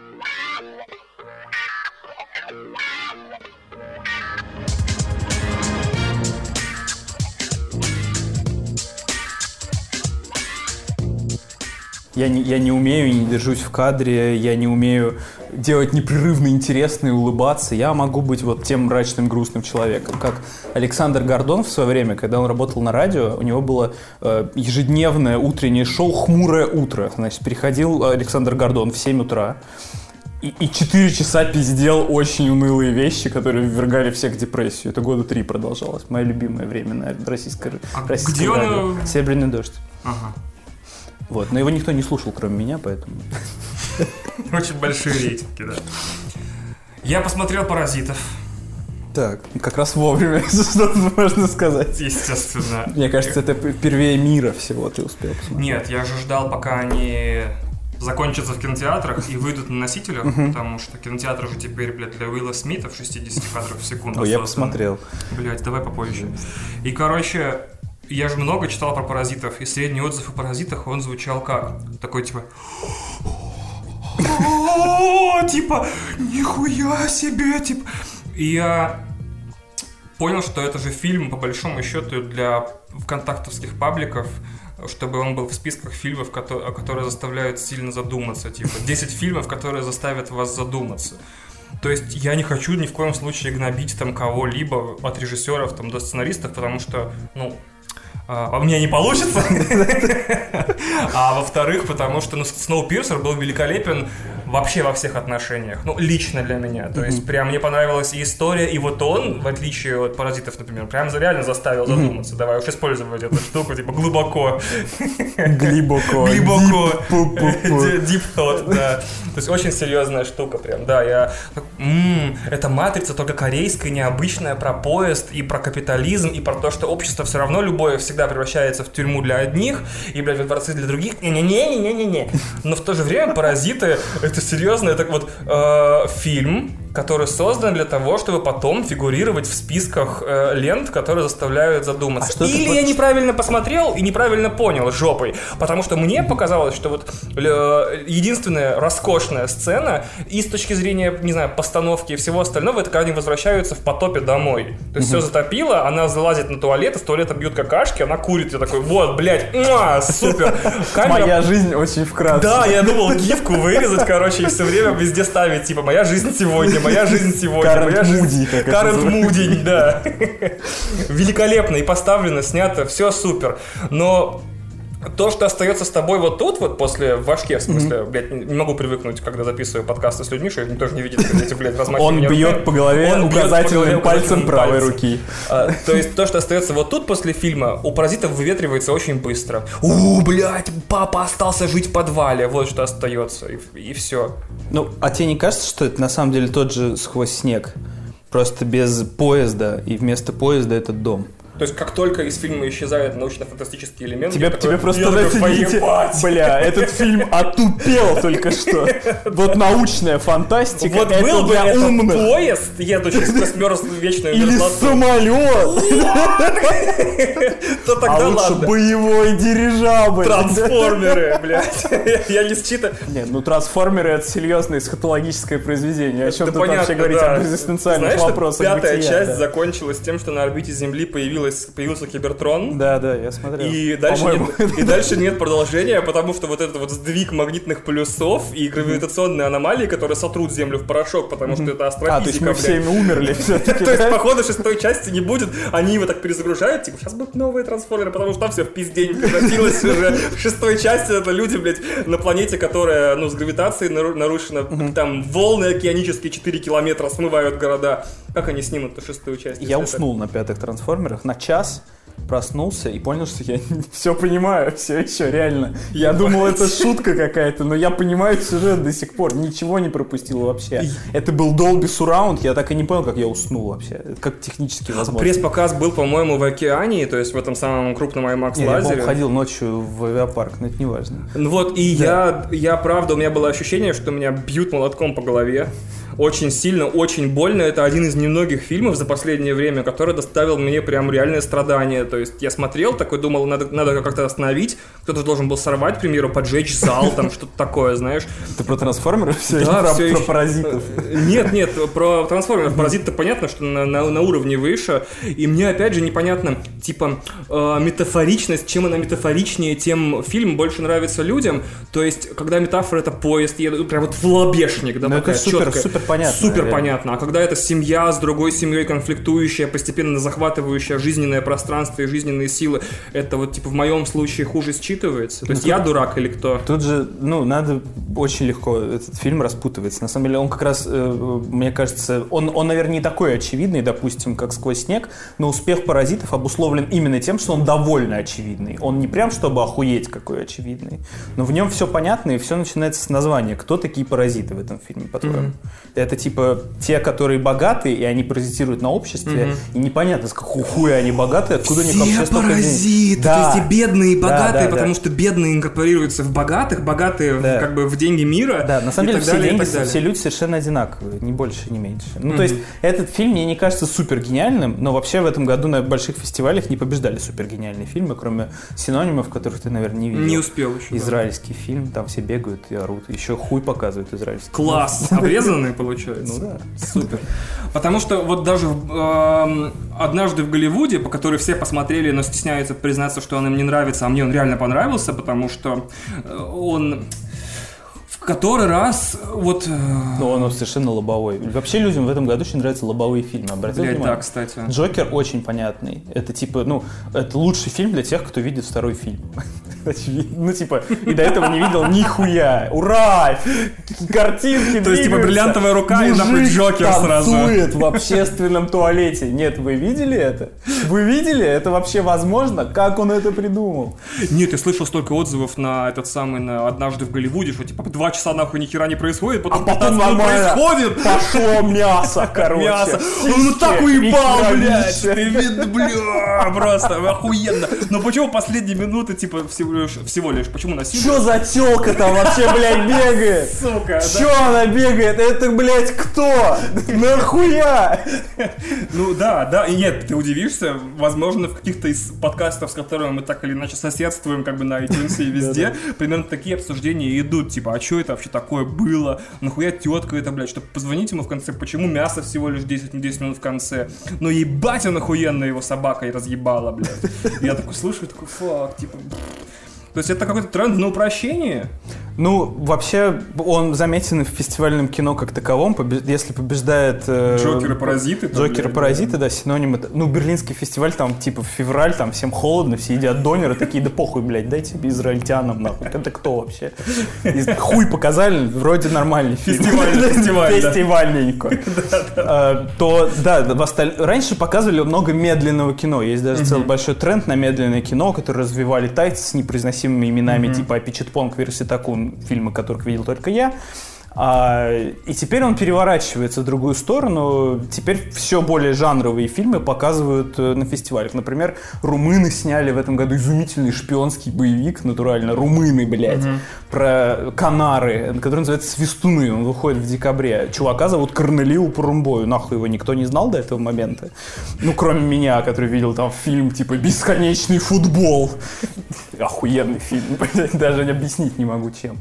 Я не умею, не держусь в кадре, я не умею делать непрерывно интересно и улыбаться. Я могу быть вот тем мрачным, грустным человеком. Как Александр Гордон в свое время, когда он работал на радио, у него было ежедневное утреннее шоу «Хмурое утро». Значит, приходил Александр Гордон в 7 утра и 4 часа пиздел очень унылые вещи, которые ввергали всех в депрессию. Это года 3 продолжалось. Мое любимое время на российском радио. «Серебряный дождь». Ага. Вот, но его никто не слушал, кроме меня, поэтому... Очень большие рейтинги, да. Я посмотрел «Паразитов». Так, как раз вовремя, что-то можно сказать. Естественно. Мне кажется, это первее мира всего ты успел посмотреть. Нет, я же ждал, пока они закончатся в кинотеатрах и выйдут на носителях, потому что кинотеатр уже теперь, блядь, для Уилла Смита в 60 кадров в секунду. О, я посмотрел. Блядь, давай попозже. И, короче... Я же много читал про «Паразитов», и средний отзыв о «Паразитах», он звучал как? Такой, типа... Типа, нихуя себе, типа... И я понял, что это же фильм, по большому счету, для вконтактовских пабликов, чтобы он был в списках фильмов, которые заставляют сильно задуматься. Типа, 10 фильмов, которые заставят вас задуматься. То есть я не хочу ни в коем случае гнобить там кого-либо от режиссеров там, до сценаристов, потому что, ну... у меня не получится. А во-вторых, потому что Сноупирсер был великолепен вообще во всех отношениях. Ну, лично для меня. То есть, прям мне понравилась и история, и вот он, в отличие от «Паразитов», например, прям реально заставил задуматься. Давай уж использовать эту штуку, типа, глубоко. Глубоко. Deep thought, да. То есть, очень серьезная штука прям. Да, я... Это «Матрица», только корейская, необычная, про поезд и про капитализм, и про то, что общество все равно любое всегда превращается в тюрьму для одних и, блядь, во дворцы для других. Не-не-не-не-не-не. Но в то же время «Паразиты» — это серьезно, это вот фильм, который создан для того, чтобы потом фигурировать в списках лент, которые заставляют задуматься. Или я неправильно посмотрел и неправильно понял жопой, потому что мне показалось, что вот единственная роскошная сцена и с точки зрения, не знаю, постановки и всего остального, это когда они возвращаются в потопе домой. То есть все затопило, она залазит на туалет, из туалета бьют какашки, она курит, я такой, вот, блядь, супер. Моя жизнь очень вкратце. Да, я думал гифку вырезать, короче, и все время везде ставить, типа, моя жизнь сегодня, моя жизнь сегодня. Current Moody, да. Великолепно и поставлено, снято, все супер. Но то, что остается с тобой вот тут, вот после в башке, в смысле, блядь, не могу привыкнуть, когда записываю подкасты с людьми, что их никто же не видит, когда эти, блядь, размахивают. Он бьет по голове указательным пальцем правой руки. То есть то, что остается вот тут после фильма, у «Паразитов» выветривается очень быстро. Блядь, папа остался жить в подвале, вот что остается, и все. Ну, а тебе не кажется, что это на самом деле тот же «Сквозь снег», просто без поезда, и вместо поезда этот дом? То есть, как только из фильма исчезают научно-фантастические элементы... Тебе просто дайте, бля, этот фильм отупел только что. Вот научная фантастика, вот это был бы для этот умных. Поезд, едущий сквозь вечную или мерзлоту. самолет. То тогда ладно. А лучше боевой дирижабль. Трансформеры, блядь. Я не считаю... Нет, ну трансформеры — это серьезное эсхатологическое произведение. О чем тут вообще говорить, об экзистенциальных вопросах бытия. Знаешь, что 5-я часть закончилась тем, что на орбите Земли появился Кибертрон. Да, я смотрел. И дальше нет продолжения, потому что вот этот вот сдвиг магнитных полюсов и гравитационные аномалии, которые сотрут Землю в порошок, потому что это астрофизика. То есть мы все умерли все-таки. То есть, походу, 6-й части не будет, они его так перезагружают, типа, сейчас будут новые трансформеры, потому что там все в пиздень превратилось уже. В 6-й части это люди, блядь, на планете, которая, с гравитацией нарушена, там волны океанические 4 километра смывают города. Как они снимут-то 6-ю часть? Я уснул на 5-х трансформерах на час, проснулся и понял, что я все понимаю, все еще, реально. Я думал, это шутка какая-то, но я понимаю сюжет до сих пор, ничего не пропустил вообще. Это был Dolby Surround, я так и не понял, как я уснул вообще, как технически возможно. Пресс-показ был, по-моему, в океане, то есть в этом самом крупном IMAX-лазере. Я ходил ночью в авиапарк, но это не важно. Вот, и да. я правда, у меня было ощущение, что меня бьют молотком по голове. Очень сильно, очень больно. Это один из немногих фильмов за последнее время, который доставил мне прям реальное страдание. То есть я смотрел, такой думал, надо как-то остановить, кто-то должен был сорвать премьеру, поджечь зал, там что-то такое, знаешь. Ты про трансформеров все? Да, про паразитов? Нет, про трансформеров. Паразит-то понятно, что на уровне выше. И мне опять же непонятно, типа, метафоричность, чем она метафоричнее, тем фильм больше нравится людям. То есть, когда метафора это поезд, едут прям вот в лобешник, да, такая четкая. Супер понятно. Супер понятно. А когда это семья с другой семьей конфликтующая, постепенно захватывающая жизненное пространство и жизненные силы, это вот, типа, в моем случае хуже считывается. То есть, я дурак или кто? Тут же, надо очень легко, этот фильм распутывается. На самом деле, он как раз, мне кажется, он, наверное, не такой очевидный, допустим, как «Сквозь снег», но успех «Паразитов» обусловлен именно тем, что он довольно очевидный. Он не прям, чтобы охуеть какой очевидный, но в нем все понятно, и все начинается с названия. Кто такие паразиты в этом фильме, по-твоему? Это, типа, те, которые богаты, и они паразитируют на обществе, и непонятно, с какого хуя они богаты, откуда у них вообще столько денег. Все паразиты, то есть и бедные, и богатые, потому что бедные инкорпорируются в богатых, богатые как бы в деньги мира. Да, на самом деле все деньги, все люди совершенно одинаковые, ни больше, ни меньше. То есть этот фильм мне не кажется супер гениальным, но вообще в этом году на больших фестивалях не побеждали супер гениальные фильмы, кроме «Синонимов», которых ты, наверное, не видел. Не успел еще. Израильский фильм, там все бегают и орут, еще хуй показывают израильский. Класс, обрезанный получается. Ну да. Супер. Потому что вот даже «Однажды в Голливуде», по которой все посмотрели, но стесняются признаться, что он им не нравится, а мне он реально понравился, потому что он... В который раз вот... он совершенно лобовой. Вообще людям в этом году очень нравятся лобовые фильмы. Обратите внимание? Да, кстати. «Джокер» очень понятный. Это типа, это лучший фильм для тех, кто видит второй фильм. И до этого не видел нихуя. Ура! Картинки. То есть, типа, бриллиантовая рука и нахуй Джокер сразу. Танцует в общественном туалете. Нет, вы видели это? Вы видели? Это вообще возможно? Как он это придумал? Нет, я слышал столько отзывов на этот самый, на «Однажды в Голливуде», что типа 2 часа нахуй ни хера не происходит, потом 15 минут происходит. Пошло мясо, короче. Мясо. Он так уебал, блядь. Ты видно, бля, просто охуенно. Но почему последние минуты, типа, всего лишь? Почему насилие? Что за тёлка там вообще, блядь, бегает? Сука. Чё она бегает? Это, блядь, кто? Нахуя? Ну да. И нет, ты удивишься, возможно, в каких-то из подкастов, с которыми мы так или иначе соседствуем, как бы на iTunes и везде, примерно такие обсуждения идут, типа, а что это вообще такое было? Нахуя тетка это, блядь, чтобы позвонить ему в конце, почему мясо всего лишь 10 минут в конце? Ну ебать он охуенно его собакой разъебала, блядь. Я такой слушаю, такой, фак, типа... То есть это какой-то тренд на упрощение? Вообще, он заметен в фестивальном кино как таковом, если побеждает... Джокеры-паразиты? Джокеры-паразиты, да, синонимы. Берлинский фестиваль, там, типа, в февраль, там, всем холодно, все едят донеры, такие, да похуй, блядь, дайте израильтянам, нахуй. Это кто вообще? Хуй показали, вроде нормальный фильм. Фестивальненько. То, да, раньше показывали много медленного кино. Есть даже целый большой тренд на медленное кино, который развивали тайцы с непроизносимыми именами, типа «Апичетпонг», «Верситакун», фильмы, которых видел только я. И теперь он переворачивается в другую сторону. Теперь все более жанровые фильмы показывают на фестивалях. Например, румыны сняли в этом году изумительный шпионский боевик, натурально, румыны, блядь, про Канары, который называется «Свистуны». Он выходит в декабре. Чувака зовут Корнелиу Порумбою. Нахуй его никто не знал до этого момента. Кроме меня, который видел там фильм типа «Бесконечный футбол». Охуенный фильм. Даже объяснить не могу, чем.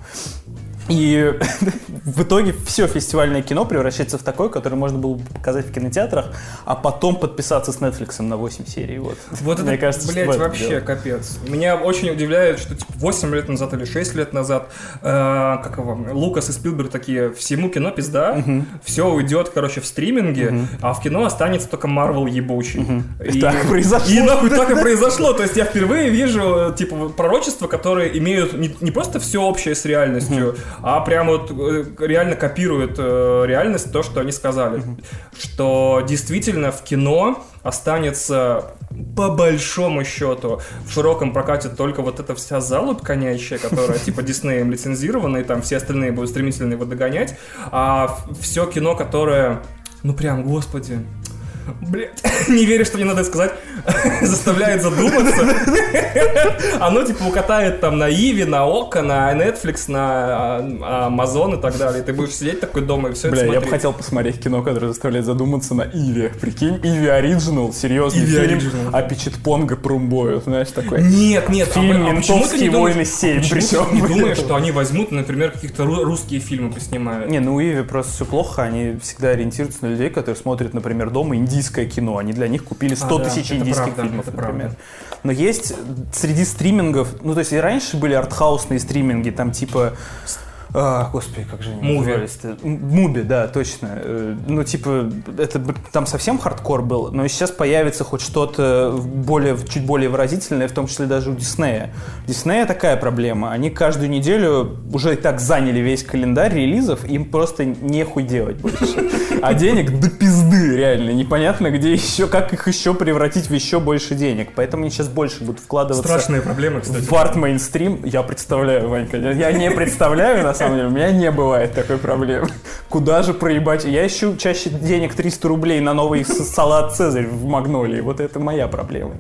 И в итоге все фестивальное кино превращается в такое, которое можно было бы показать в кинотеатрах, а потом подписаться с Netflix на 8 серий. Вот это, мне кажется, блядь, вообще дело. Капец. Меня очень удивляет, что типа 8 лет назад или 6 лет назад Лукас и Спилберг такие, всему кино пизда, все уйдет, короче, в стриминге, а в кино останется только Marvel ебучий. И так произошло. И нахуй так и произошло. То есть я впервые вижу типа пророчества, которые имеют не просто все общее с реальностью, а прямо вот реально копирует реальность, то, что они сказали. Что действительно в кино останется по большому счету в широком прокате только вот эта вся залупь конячая, которая типа Диснеем лицензирована, и там все остальные будут стремительно его догонять. А все кино, которое, прям, господи... блядь, не верю, что мне надо сказать, заставляет задуматься. Оно типа катает там на Иви, на Око, на Netflix, на Amazon и так далее. Ты будешь сидеть такой дома и все это смотреть. Я бы хотел посмотреть кино, которое заставляет задуматься на Иви. Прикинь, Иви Оригинал, серьезный фильм о Пичетпонга Прумбою, знаешь, такой. Нет. Фильм «Ментовские войны 7». Почему ты не думаешь, что они возьмут, например, каких-то русские фильмы поснимают? Не, ну у Иви просто все плохо. Они всегда ориентируются на людей, которые смотрят, например, дома индийское кино. Они для них купили 100 тысяч индийских фильмов, например. Но есть среди стримингов, ну то есть и раньше были артхаусные стриминги, там типа... господи, как же они назывались-то? Муби, да, точно. Ну, типа, это там совсем хардкор был, но сейчас появится хоть что-то чуть более выразительное, в том числе даже у Диснея. У Диснея такая проблема. Они каждую неделю уже и так заняли весь календарь релизов, им просто нехуй делать больше. А денег до пизды, реально. Непонятно, где еще, как их еще превратить в еще больше денег. Поэтому они сейчас больше будут вкладываться... Страшные проблемы, кстати. В арт-мейнстрим. Я представляю, Ванька. Я не представляю, на самом деле. У меня не бывает такой проблемы. Куда же проебать? Я ищу чаще денег 300 рублей на новый салат «Цезарь» в «Магнолии». Вот это моя проблема.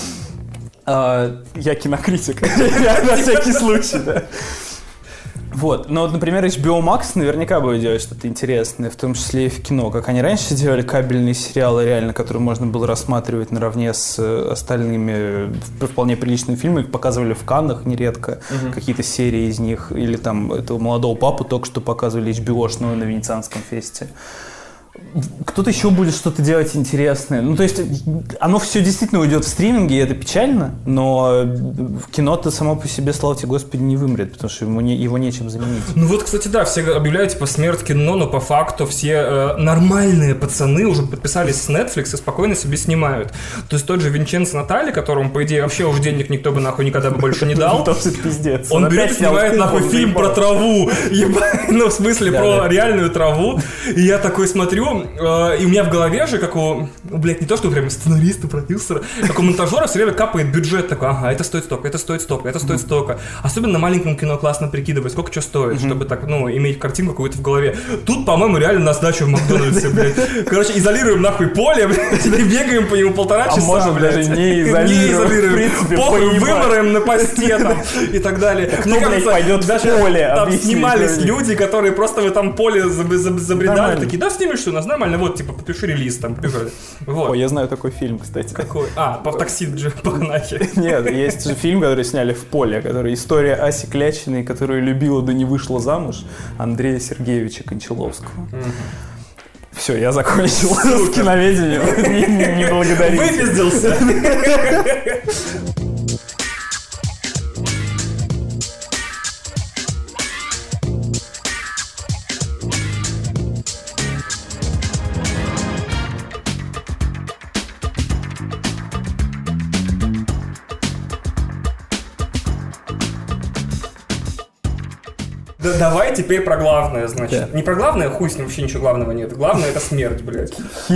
Я кинокритик. На всякий случай, да. Вот, но вот, например, HBO Max наверняка будет делать что-то интересное, в том числе и в кино. Как они раньше делали кабельные сериалы, реально, которые можно было рассматривать наравне с остальными вполне приличными фильмами. Их показывали в Каннах нередко, какие-то серии из них. Или там этого молодого папу только что показывали HBO-шного на Венецианском фесте. Кто-то еще будет что-то делать интересное. Ну, то есть, оно все действительно уйдет в стриминги, и это печально, но кино-то само по себе, слава тебе, Господи, не вымрет, потому что его нечем заменить. Ну вот, кстати, да, все объявляют, типа, смерть кино, но по факту все нормальные пацаны уже подписались с Netflix и спокойно себе снимают. То есть тот же Винченцо Натали, которому, по идее, вообще уже денег никто бы нахуй никогда бы больше не дал. Пиздец. Он берет и снимает нахуй фильм про траву. Ну, в смысле, про реальную траву. И я такой смотрю, и у меня в голове же, как у, блядь, не то, что прям сценариста, продюсера, как у монтажера все время капает бюджет такой, ага, это стоит столько, это стоит столько, это стоит столько. Особенно на маленьком кино классно прикидывать, сколько что стоит, чтобы так, ну, иметь картинку какую-то в голове. Тут, по-моему, реально на сдачу в Макдональдсе, блядь. Короче, изолируем нахуй поле, блядь, и бегаем по нему 1,5 часа, можем блядь. даже не изолируем. Похуй, вымораем на посте там и так далее. Мне кажется, пойдет в поле. Там снимались люди, которые просто в этом поле забредали, такие, да, снимешь, что у нас нормально, вот, типа, подпиши релиз, там, побежали. Вот. Ой, я знаю такой фильм, кстати. Какой? По такси Пахнахи. Нет, есть же фильм, который сняли в поле, который история Аси Клячиной, которую любила, да не вышла замуж, Андрея Сергеевича Кончаловского. Все, я закончил с киноведением. Не благодарите. Выпиздился. Да, давай теперь про главное, значит. Да. Не про главное, хуй с ним, вообще ничего главного нет. Главное — это смерть, блядь.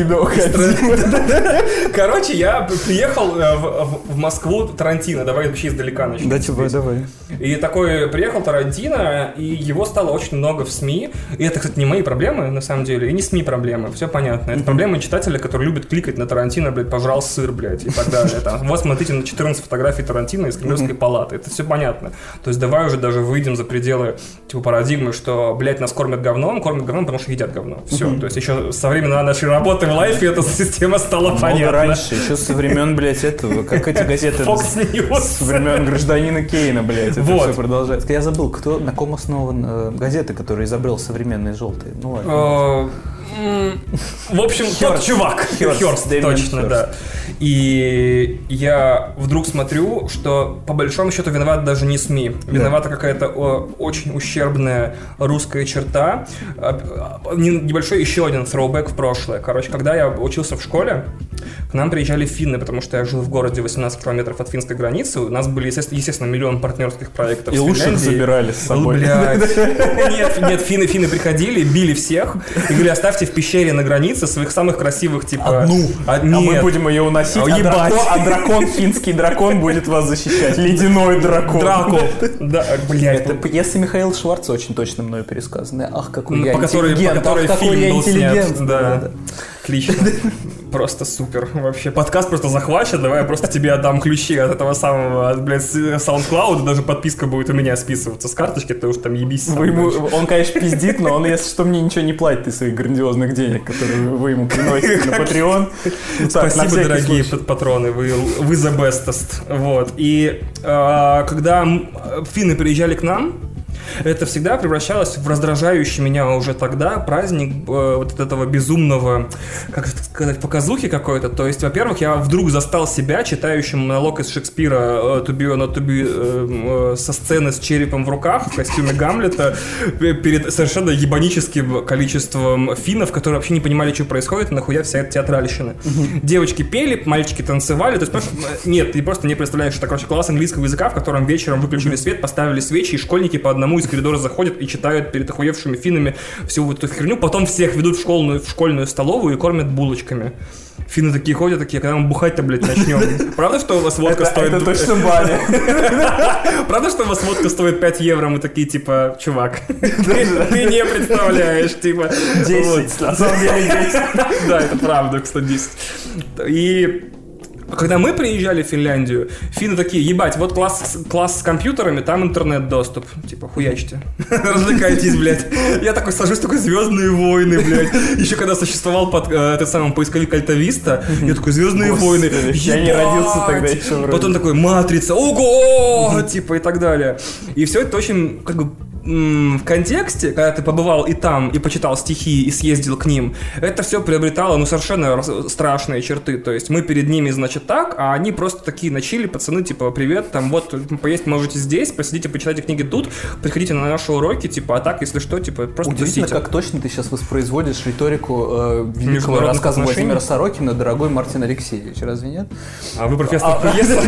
Короче, я приехал в Москву Тарантино. Давай вообще издалека начнем. Да, давай. И такой приехал Тарантино, и его стало очень много в СМИ. И это, кстати, не мои проблемы, на самом деле, и не СМИ проблемы. Все понятно. Это проблемы читателя, который любит кликать на Тарантино, блядь, пожрал сыр, блядь, и так далее. Вот смотрите на 14 фотографий Тарантино из Кремлевской палаты. Это все понятно. То есть давай уже даже выйдем за пределы парадигмы, что, блядь, нас кормят говном, потому что едят говно. Все. То есть еще со времени нашей работы в лайфе эта система стала понятна. Раньше, еще со времен, блядь, этого, как эти газеты с времен гражданина Кейна, блядь, это все продолжается. Я забыл, на ком основан газеты, которые изобрел современные желтые. Ну ладно. В общем, тот чувак. Хёрст, точно, да. И я вдруг смотрю, что по большому счету виноват даже не СМИ. Виновата какая-то очень ущербная русская черта. Небольшой еще один тhrowback в прошлое. Короче, когда я учился в школе, к нам приезжали финны, потому что я жил в городе 18 километров от финской границы. У нас были, естественно, миллион партнерских проектов. И лучше забирали с собой. Нет, финны приходили, били всех и говорили, оставьте в пещере на границе своих самых красивых, типа... Одну. А мы будем ее уносить, а дракон, финский дракон будет вас защищать. Ледяной дракон. Дракон. Да, блядь. Это пьеса Михаила Шварца, очень точно мною пересказанная. Ах, какой я интеллигент. По которой фильм был снят. Да. Отлично. Просто супер. Вообще, подкаст просто захвачен. Давай я просто тебе отдам ключи от этого самого, блядь, SoundCloud. Даже подписка будет у меня списываться с карточки, ты уж там ебись. Он, конечно, пиздит, но он, если что, мне ничего не платит из своих грандиозных денег, которые вы ему приносите на Patreon. Спасибо, дорогие патроны, вы the bestest. Вот. И когда финны приезжали к нам, это всегда превращалось в раздражающий меня уже тогда праздник вот этого безумного, как сказать, показухи какой-то. То есть, во-первых, я вдруг застал себя читающим монолог из Шекспира «To be or not to be» со сцены с черепом в руках в костюме Гамлета перед совершенно ебаническим количеством финнов, которые вообще не понимали, что происходит, и нахуя вся эта театральщина. Девочки пели, мальчики танцевали. То есть, нет, ты просто не представляешь, что это, короче, класс английского языка, в котором вечером выключили свет, поставили свечи, и школьники по одному из коридора заходят и читают перед охуевшими финнами всю вот эту херню, потом всех ведут в школьную столовую и кормят булочками. Финны такие ходят, такие, когда мы бухать-то, блядь, начнем. Правда, что у вас водка стоит... Это точно баня. Правда, что у вас водка стоит 5 евро? Мы такие, типа, чувак, ты не представляешь, типа... 10, на самом деле 10. Да, это правда, кстати, 10. И... Когда мы приезжали в Финляндию, финны такие, ебать, вот класс с компьютерами, там интернет-доступ. Типа, хуячьте. Развлекайтесь, блядь. Я такой сажусь, такой «Звездные войны», блядь. Еще когда существовал этот самый поисковик Альтависта, я такой «Звездные войны». Я не родился тогда еще вроде. Потом такой «Матрица», ого! Типа и так далее. И все это очень, как бы, в контексте, когда ты побывал и там, и почитал стихи, и съездил к ним, это все приобретало, совершенно страшные черты. То есть мы перед ними, значит, так, а они просто такие на чили, пацаны, типа, привет, там, вот, поесть можете здесь, посидите, почитайте книги тут, приходите на наши уроки, типа, а так, если что, типа, просто удивительно, тусите. как точно ты сейчас воспроизводишь риторику великого рассказа Владимира Сорокина «Дорогой Мартин Алексеевич», разве нет? А вы профессор пьесы?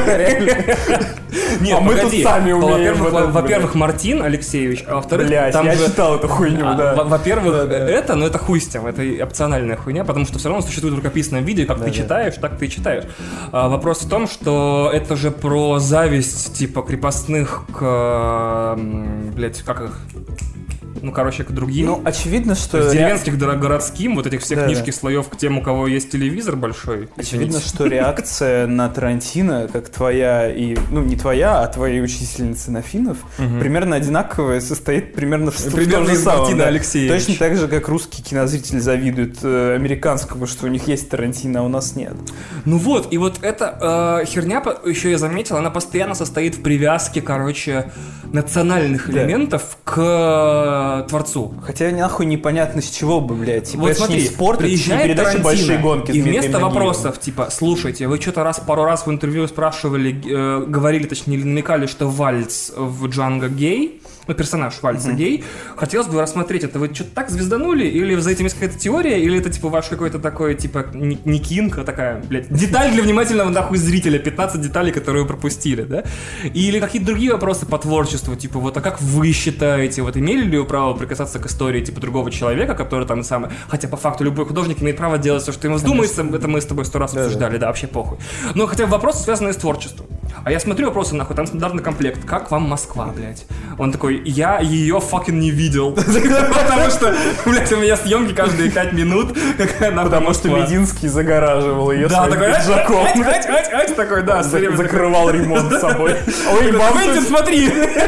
Нет, мы тут сами умеем. Во-первых, Мартин Алексеевич, а во-вторых, блядь, там я же... читал эту хуйню, да. Во-первых, это, это хуй с тем, это опциональная хуйня, потому что все равно существует в рукописном виде, как ты читаешь, так ты и читаешь. Вопрос в том, что это же про зависть, типа, крепостных к... Блядь, как их... к другим. Очевидно, что... То есть деревенских городским, вот этих всех нижних слоев к тем, у кого есть телевизор большой. Очевидно, что реакция на Тарантино, как твоя и... не твоя, а твоей учительницы на финнов, примерно одинаковая, состоит примерно в том же самом. Мартина Алексеевича. Точно так же, как русский кинозритель завидует американскому, что у них есть Тарантино, а у нас нет. И вот эта херня, еще я заметил, она постоянно состоит в привязке, национальных элементов к творцу. Хотя нахуй непонятно с чего бы, блядь. Типа, вот смотри, не спорт, приезжает передача Тарантино, «Большие гонки» и вместо вопросов, типа, слушайте, вы что-то пару раз в интервью спрашивали, говорили, точнее, или намекали, что Вальц в Джанго гей, персонаж Вальца гей, хотелось бы рассмотреть, это вы что-то так звезданули, или за этим есть какая-то теория, или это, типа, ваш какой-то такой, типа, не кинг, а такая, блядь, деталь для внимательного, нахуй, зрителя, 15 деталей, которые вы пропустили, да? Или какие-то другие вопросы по творчеству, типа, вот, а как вы считаете, вот, имели ли вы право прикасаться к истории, типа, другого человека, который там самый, хотя, по факту, любой художник имеет право делать все, что ему вздумается, это мы с тобой 100 раз обсуждали, да, вообще похуй. Но хотя бы вопросы, связанные с творчеством. А я смотрю вопросы, нахуй, там стандартный комплект, как вам Москва, блядь? Он такой, я ее fucking не видел. Потому что, блядь, у меня съемки каждые 5 минут. Потому что Мединский загораживал ее своим пиджаком. Такой, да. Закрывал ремонт с собой. Ой, Квентин, смотри!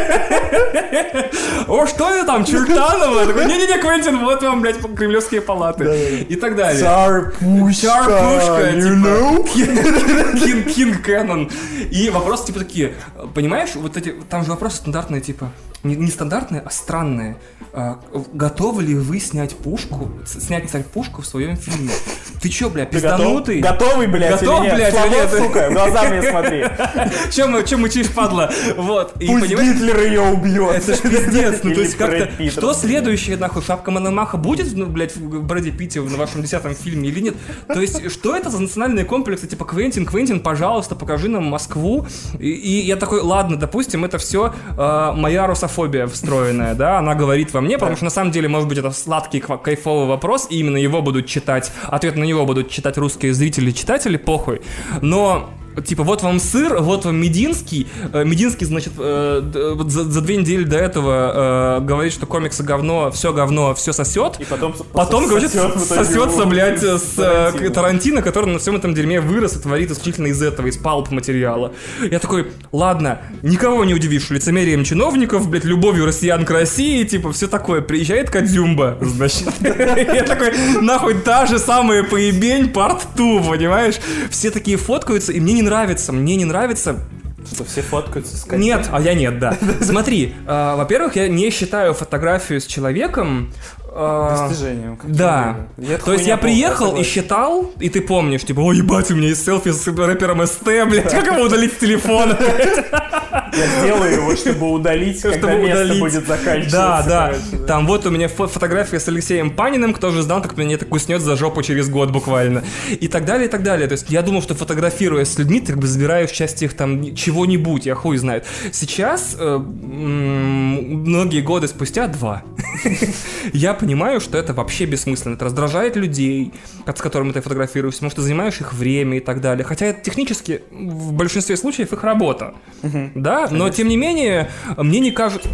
О, что это там, Чертанова? Такой, не-не-не, Квентин, вот вам, блядь, кремлевские палаты. И так далее. Царь Пушка, Кинг Кэнон. И вопросы типа такие, понимаешь, вот эти, там же вопросы стандартные, типа, не стандартные, а странные. Готовы ли вы снять пушку в своем фильме? Ты чё, бля, пизданутый? Готовый, блядь, готов, или нет? Блядь, Слабо, или нет? сука, в глаза мне смотри. Чё мучишь, падла? Вот. Пусть Гитлер ее убьет. Это ж пиздец. То есть как-то, что следующее, нахуй, шапка Мономаха будет, блядь, в Брэде Питте на вашем 10-м фильме или нет? То есть, что это за национальные комплексы, типа, Квентин, пожалуйста, покажи нам Москву. И я такой, ладно, допустим, это все моя русофобия встроенная, да, она говорит во мне, потому что на самом деле, может быть, это сладкий, кайфовый вопрос, и именно его будут читать, ответ на него будут читать русские зрители и читатели, похуй. Но типа, вот вам сыр, вот вам Мединский. Мединский, значит, за 2 недели до этого говорит, что комиксы говно, все сосет. И потом говорит, сосется, блядь, с Тарантино, который на всем этом дерьме вырос и творит исключительно из этого, из палп материала. Я такой, ладно, никого не удивишь, лицемерием чиновников, блядь, любовью россиян к России, типа, все такое. Приезжает Кодзюмба, значит. Я такой, нахуй, та же самая поебень, part 2, понимаешь? Все такие фоткаются, и мне не нравится. Что все фоткаются с Кодзюмбой? Нет, а я нет, да. Смотри, во-первых, я не считаю фотографию с человеком достижением. Да. То есть я приехал и считал, и ты помнишь, типа, ой, ебать, у меня есть селфи с рэпером СТ, блядь, как его удалить с телефона? Я сделаю его, чтобы удалить, когда место будет заканчиваться. Да. Там вот у меня фотография с Алексеем Паниным, кто же знал, как меня это куснет за жопу через год буквально. И так далее, и так далее. То есть я думал, что фотографируя с людьми, ты как бы забираешь часть их там чего-нибудь, я хуй знает. Сейчас, многие годы спустя, 2, я понимаю, что это вообще бессмысленно. Это раздражает людей, с которыми ты фотографируешься, потому что ты занимаешь их время и так далее. Хотя это технически в большинстве случаев их работа. Да? Но тем не менее, мне не кажется...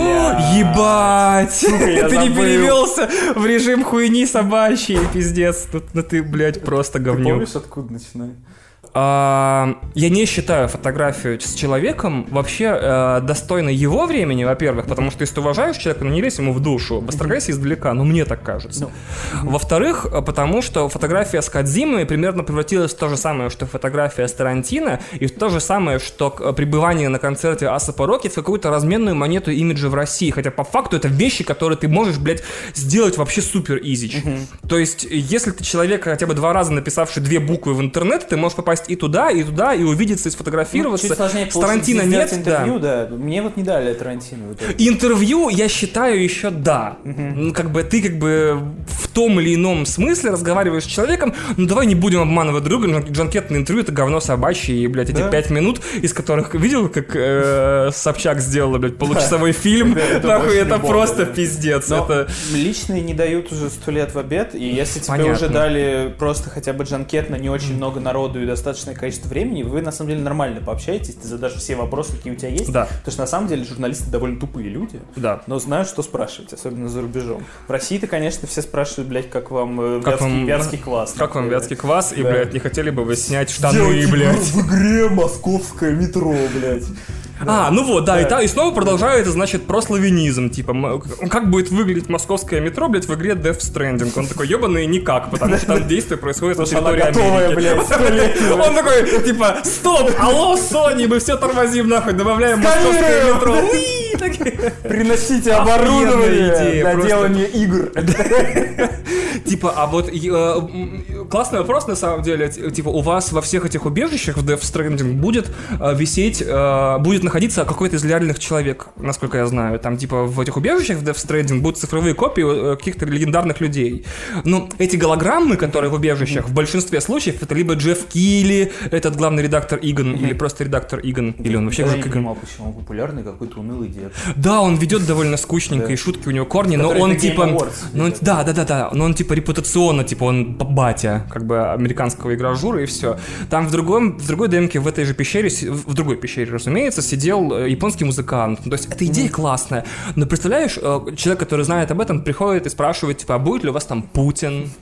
Ебать! Ты не перевелся в режим хуйни собачьей, пиздец. Ну ты, блядь, просто говнюк. Ты помнишь, откуда начинаю? Я не считаю фотографию с человеком вообще достойной его времени, во-первых, потому что если ты уважаешь человека, ну не лезь ему в душу, построгайся издалека, ну мне так кажется. Во-вторых, потому что фотография с Кодзимой примерно превратилась в то же самое, что фотография с Тарантино, и в то же самое, что пребывание на концерте Асапа Роки в какую-то разменную монету имиджа в России, хотя по факту это вещи, которые ты можешь, блядь, сделать вообще супер изи. То есть, если ты человек, хотя бы 2 раза написавший 2 буквы в интернет, ты можешь попасть и туда, и увидеться, и сфотографироваться. Чуть сложнее с Тарантино нет, интервью, да. Мне вот не дали Тарантино. Интервью, я считаю, еще да. Как бы ты как бы в том или ином смысле разговариваешь с человеком, ну давай не будем обманывать друга, джанкетное интервью — это говно собачье, и, блядь, эти 5 минут, из которых видел, как Собчак сделала, блядь, получасовой фильм, нахуй, это просто пиздец. Личные не дают уже 100 лет в обед, и если тебе уже дали просто хотя бы джанкетно, не очень много народу и достаточное количество времени, вы на самом деле нормально пообщаетесь, ты задашь все вопросы, какие у тебя есть. Да. Потому что на самом деле журналисты довольно тупые люди, но знают, что спрашивать, особенно за рубежом. В России-то, конечно, все спрашивают, блядь, как вам вятский квас. Как вам вятский квас, и, блядь, не хотели бы вы снять штаны, блядь. В игре московское метро, блядь. Ну вот, да. И снова продолжает, значит, прославянизм, типа, как будет выглядеть московское метро, блядь, в игре Death Stranding. Он такой, ебаный, никак, потому что там действие происходит на территории Америки. Он такой, типа, стоп, алло, Sony, мы все тормозим, нахуй, добавляем московское метро. Приносите оборудование для делания игр. Типа, а вот классный вопрос, на самом деле, типа, у вас во всех этих убежищах в Death Stranding будет висеть, будет находиться какой-то из реальных человек, насколько я знаю. Там, типа, в этих убежищах в Death Stranding будут цифровые копии каких-то легендарных людей. Но эти голограммы, которые в убежищах, в большинстве случаев, это либо Джефф Килли, этот главный редактор Иган, или просто редактор Иган, или он вообще... Я не понимал, почему он популярный, какой-то унылый дед. Да, он ведет довольно скучненько, и шутки у него корни, но он типа... Да, но он типа репутационно, типа он батя, как бы, американского игражура, и все. Там в другой демке, в этой же пещере, в другой пещере, разумеется, сидел японский музыкант. То есть эта идея классная. Но представляешь, человек, который знает об этом, приходит и спрашивает, типа, а будет ли у вас там Путин?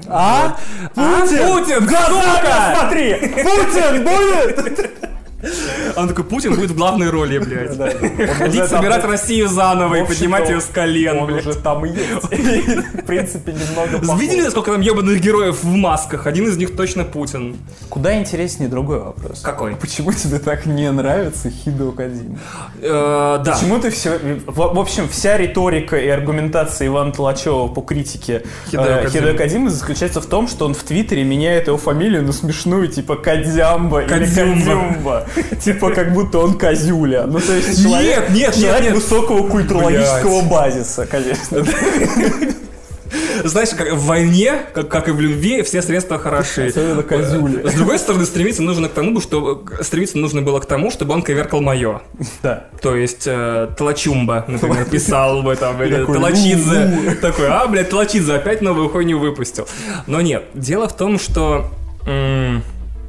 Путин! Сука! Смотри! Путин будет! Он такой, Путин будет в главной роли, блядь. Ходить, собирать Россию заново и поднимать ее с колен, он блядь. уже там и есть. В принципе, немного похож. Видели, сколько там ебаных героев в масках? Один из них точно Путин. Куда интереснее другой вопрос. Какой? Почему тебе так не нравится Хидео Кодзима? Да. Почему ты все... В общем, вся риторика и аргументация Ивана Толачева по критике Хидео Кодзимы заключается в том, что он в Твиттере меняет его фамилию на смешную, типа Кодзямба или Кодзюмба. Типа, как будто он козюля. Ну, то есть человек высокого культурологического базиса, конечно. Знаешь, как в войне, как и в любви, все средства хороши. Особенно козюли. С другой стороны, стремиться нужно было к тому, чтобы он коверкал мое. Да. То есть Толачумба, например, писал в этом, или Толачидзе. Такой, блядь, Толачидзе опять новую хуйню выпустил. Но нет, дело в том, что...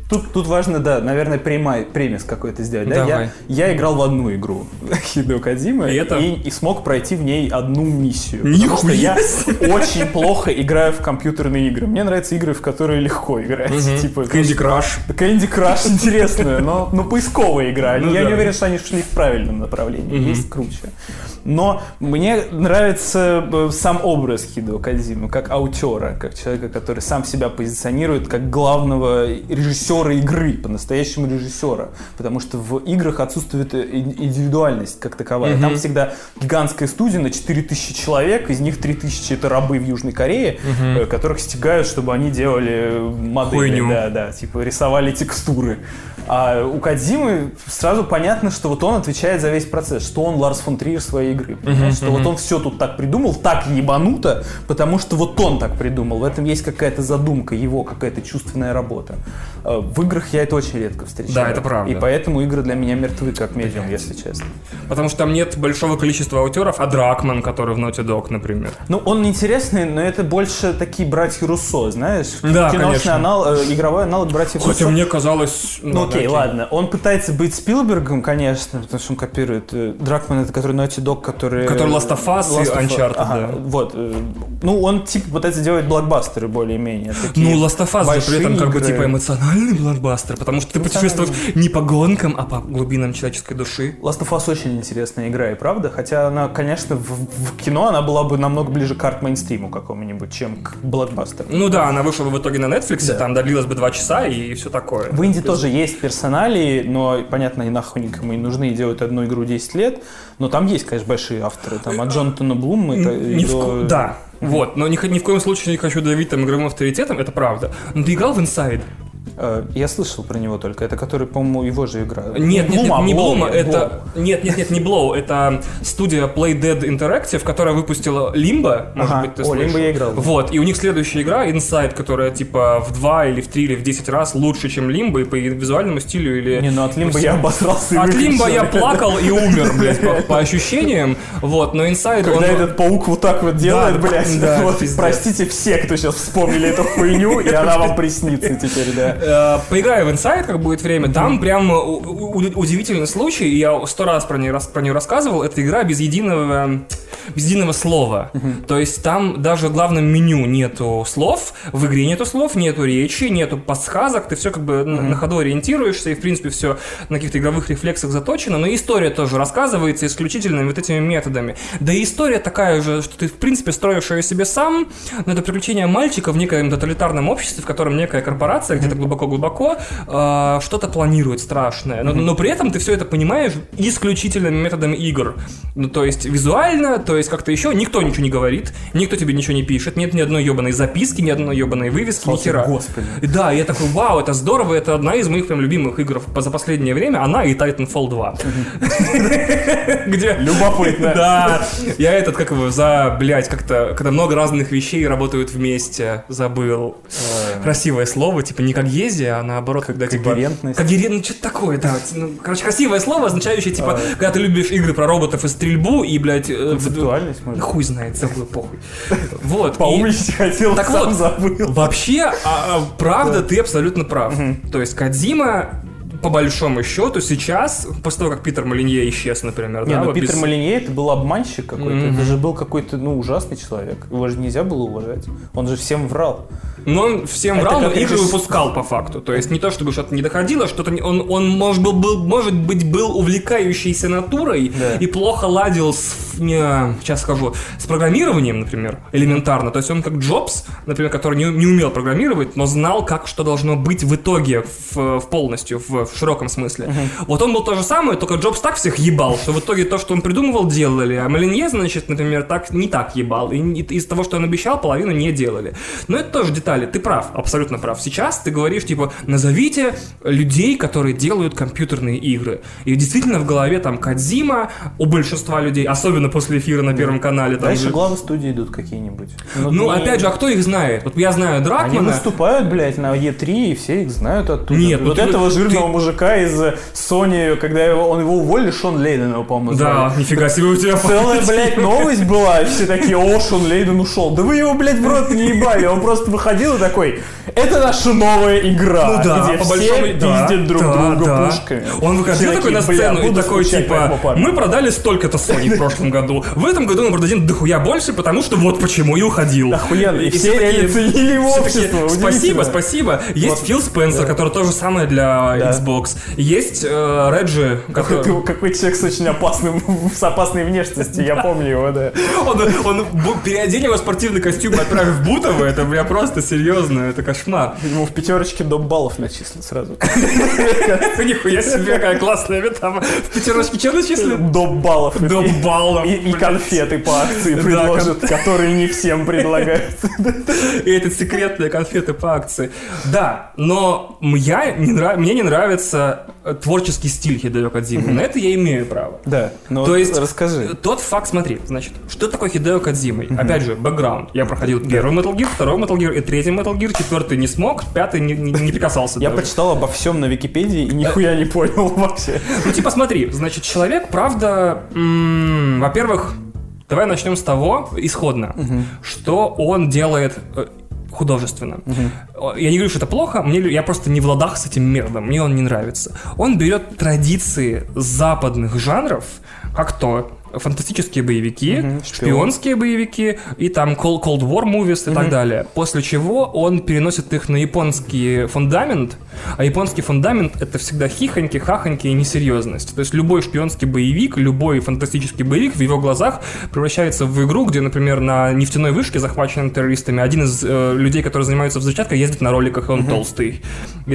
тут важно, да, наверное, премис какой-то сделать. Да? Я играл в одну игру Хидео Кодзимы и смог пройти в ней одну миссию. Потому что я очень плохо играю в компьютерные игры. Мне нравятся игры, в которые легко играть. Типа Candy Crush. Candy Crush интересная, но поисковая игра. Я не уверен, что они шли в правильном направлении. Есть круче. Но мне нравится сам образ Хидео Кодзимы, как аутера, как человека, который сам себя позиционирует как главного режиссера игры, по-настоящему режиссера. Потому что в играх отсутствует индивидуальность как таковая. Там всегда гигантская студия на 4000 человек, из них 3000 это рабы в Южной Корее, которых стягают, чтобы они делали модели. Да, типа рисовали текстуры. А у Кодзимы сразу понятно, что вот он отвечает за весь процесс, что он Ларс фон Триер своей игры. Что вот он все тут так придумал, так ебануто, потому что вот он так придумал. В этом есть какая-то задумка, его какая-то чувственная работа. В играх я это очень редко встречаю. Да, это правда. И поэтому игры для меня мертвы как медиум, если честно. Потому что там нет большого количества аутеров, а Дракман, который в Naughty Dog, например. Ну, он интересный, но это больше такие братья Руссо, знаешь? Да, киношный игровой аналог братьев Руссо. Хотя мне казалось... Окей, ладно. Он пытается быть Спилбергом, конечно, потому что он копирует. Дракман — это который Naughty Dog, который Last of Us и Uncharted, да. Вот. Ну, он типа пытается делать блокбастеры более-менее. Ну, Last of Us же при этом как бы типа эмоциональный блокбастер, потому что ты путешествуешь не по гонкам, а по глубинам человеческой души. Last of Us очень интересная игра, и правда, хотя она, конечно, в кино она была бы намного ближе к арт-мейнстриму какому-нибудь, чем к блокбастеру. Ну да, она вышла бы в итоге на Netflix, да. Там длилась бы 2 часа и все такое. В Инди тоже есть персоналии, но, понятно, и нахуй никому не нужны, и делают одну игру 10 лет, но там есть, конечно, большие авторы, там от Джонатана Блума до... Да, вот, но ни в коем случае не хочу давить там игровым авторитетом, это правда. Но ты играл в Inside? Я слышал про него только. Это который, по-моему, его же игра. Нет, не Блума, это... Нет, не Blow. Это студия Play Dead Interactive, которая выпустила Limbo. Может быть, ты слышал. Limbo я играл. Вот, и у них следующая игра Inside, которая типа в 2 или в 3 или в 10 раз лучше, чем Limbo, и по визуальному стилю или... Не, ну от Limbo я обосрался. От Limbo я плакал и умер, блядь, по ощущениям. Вот, но Inside... Когда этот паук вот так вот делает, блядь, да, вот, простите все, кто сейчас вспомнили эту хуйню, и она вам приснится теперь, да. Поиграю в Inside, как будет время. Там прям удивительный случай. Я 100 раз про нее рассказывал. Это игра без единого слова. То есть там даже в главном меню нету слов, в игре нету слов, нету речи, нету подсказок. Ты все как бы на ходу ориентируешься, и в принципе все на каких-то игровых рефлексах заточено. Но история тоже рассказывается исключительно вот этими методами. Да и история такая же, что ты в принципе строишь ее себе сам. Но это приключение мальчика в некоем тоталитарном обществе, в котором некая корпорация где-то глубоко что-то планирует страшное. Но при этом ты все это понимаешь исключительными методами игр. Ну, то есть визуально, то есть как-то еще никто ничего не говорит, никто тебе ничего не пишет, нет ни одной ебаной записки, ни одной ебаной вывески, ни хера. Господи. Да, я такой, вау, это здорово, это одна из моих прям любимых игр за последнее время, она и Titanfall 2. Где... Любопытно. Да. Я этот, как его, блядь, как-то, когда много разных вещей работают вместе, забыл. Красивое слово, типа не как ези, а наоборот, когда типа... Когерентность. Ну, что-то такое, да. Короче, красивое слово, означающее, типа, когда ты любишь игры про роботов и стрельбу, и, блядь... Концептуальность, может. Хуй знает, забыл, похуй. Вот. Поумничать хотел, так сам вот, забыл. Вообще, правда, ты абсолютно прав. То есть Кодзима, по большому счету, сейчас, после того, как Питер Молинье исчез, например, не, ну Питер Молинье это был обманщик какой-то, это же был какой-то, ужасный человек. Его же нельзя было уважать. Он же всем врал. Но он всем врал, но игры выпускал по факту. То есть не то, чтобы что-то не доходило, что-то он может быть, был увлекающейся натурой, да, и плохо ладил сейчас скажу, с программированием, например, элементарно. То есть он как Джобс, например, который не умел программировать, но знал, как что должно быть в итоге полностью, в широком смысле. Вот он был то же самое, только Джобс так всех ебал, что в итоге то, что он придумывал, делали. А Молинье, значит, например, не так ебал. И из того, что он обещал, половину не делали. Но это тоже детали. Ты прав, абсолютно прав. Сейчас ты говоришь, типа, назовите людей, которые делают компьютерные игры. И действительно в голове там Кодзима у большинства людей, особенно после эфира на Первом канале. Там дальше главы студии идут какие-нибудь. Опять же, а кто их знает? Вот я знаю Дракмана. Они выступают, блядь, на E3, и все их знают оттуда. Нет, вот этого жирного мужика мужика из Sony, когда он его уволили, Шон Лейден его, по-моему, звали. Да, нифига себе у тебя. Целая, блядь, новость была, и все такие: о, Шон Лейден ушел. Да вы его, блядь, в рот не ебали. Он просто выходил и такой: это наша новая игра, где все пиздят друг друга пушками. Он выходил такой на сцену и такой, типа: мы продали столько-то Sony в прошлом году, в этом году мы продадим дохуя больше, потому что вот почему, и уходил. Охуенно, и все реально ценили его общество. Спасибо. Есть Фил Спенсер, который то же самое для Xbox. Есть Реджи, который... Какой человек с очень с опасной внешностью, я помню его, да. Он переодел его в спортивный костюм и отправил в Бутово, это бля просто серьезно, это кошмар. Ему в пятерочке доп. Баллов начислил сразу. Нихуя себе, какая классная метафора. В пятерочке что начислили? Доп. Баллов. Доп. Баллов. И конфеты по акции предложат, которые не всем предлагают. И это секретные конфеты по акции. Да, но мне не нравится творческий стиль Хидео Кодзимы. На это я имею право. Да, но то есть, расскажи. Тот факт, смотри, значит, что такое Хидео Кодзима? Опять же, бэкграунд. Я проходил первый Metal Gear, второй Metal Gear и третий Metal Gear, четвертый не смог, пятый не прикасался. Я почитал обо всем на Википедии и нихуя не понял вообще. Ну, типа, смотри, значит, человек, правда, во-первых, давай начнем с того, исходно, что он делает художественно. Я не говорю, что это плохо, я просто не в ладах с этим методом, мне он не нравится. Он берет традиции западных жанров, как то фантастические боевики, шпионские боевики и там Cold War movies и так далее. После чего он переносит их на японский фундамент, а японский фундамент — это всегда хихоньки, хахоньки и несерьезность. То есть любой шпионский боевик, любой фантастический боевик в его глазах превращается в игру, где, например, на нефтяной вышке, захваченной террористами, один из людей, которые занимаются взрывчаткой, ездит на роликах, и он толстый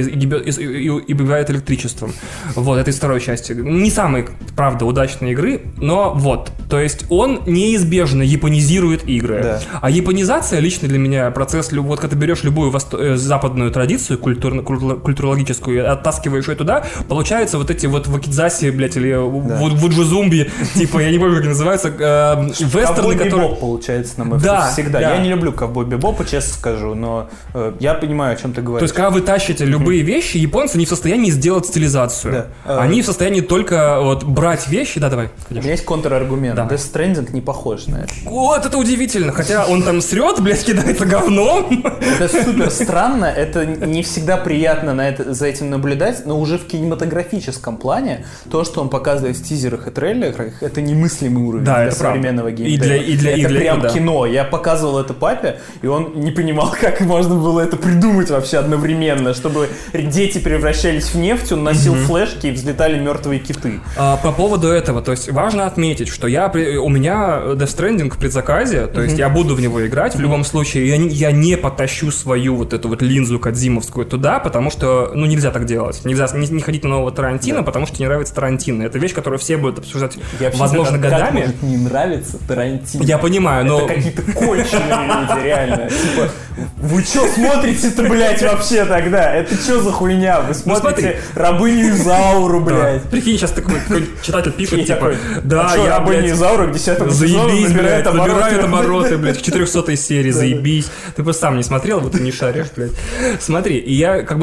и убивает электричеством. Вот, это из второй части. Не самой, правда, удачной игры, но вот. То есть он неизбежно японизирует игры. Да. А японизация лично для меня процесс, вот когда ты берешь любую западную традицию культурологическую и оттаскиваешь ее туда, получается вот эти вот вакидзаси, блядь, или вуджузумби, типа, я не помню, как они называются, вестерны, которые... Ковбой-бибоп получается, на мой вкус, всегда. Я не люблю ковбой-бибопа, честно скажу, но я понимаю, о чем ты говоришь. То есть, когда вы тащите любые вещи, японцы не в состоянии сделать стилизацию. Да. Они в состоянии только вот брать вещи... Да, давай. У меня есть контраргумент. Да. Death Stranding не похож на это. Вот, это удивительно. Хотя он там срет, блядь, кидается говном. Это супер странно. Это не всегда приятно за этим наблюдать, но уже в кинематографическом плане то, что он показывает в тизерах и трейлерах, это немыслимый уровень для современного геймплея. Это прям кино. Я показывал это папе, и он не понимал, как можно было это придумать вообще одновременно, чтобы дети превращались в нефть, он носил флешки и взлетали мертвые киты. По поводу этого, то есть важно отметить, что у меня Death Stranding в предзаказе, то есть я буду в него играть в любом случае, я не потащу свою вот эту вот линзу кодзимовскую туда, потому что, нельзя так делать. Нельзя не ходить на нового Тарантино, потому что не нравится Тарантино. Это вещь, которую все будут обсуждать, возможно, годами. Как может не нравится Тарантино? Я понимаю, но... Это какие-то конченые люди, реально. Типа, вы что смотрите-то, блядь, вообще тогда? Это что за хуйня? Вы смотрите «Рабыню Изауру», блядь. Прикинь, сейчас такой читатель пишет, типа, да, я, «Рабыня Изаура» к 10-му сезону набирает обороты, блядь, к 400-й серии, заебись. Ты просто сам не смотрел, вот ты не шаришь, блядь. Смотри, и я как бы...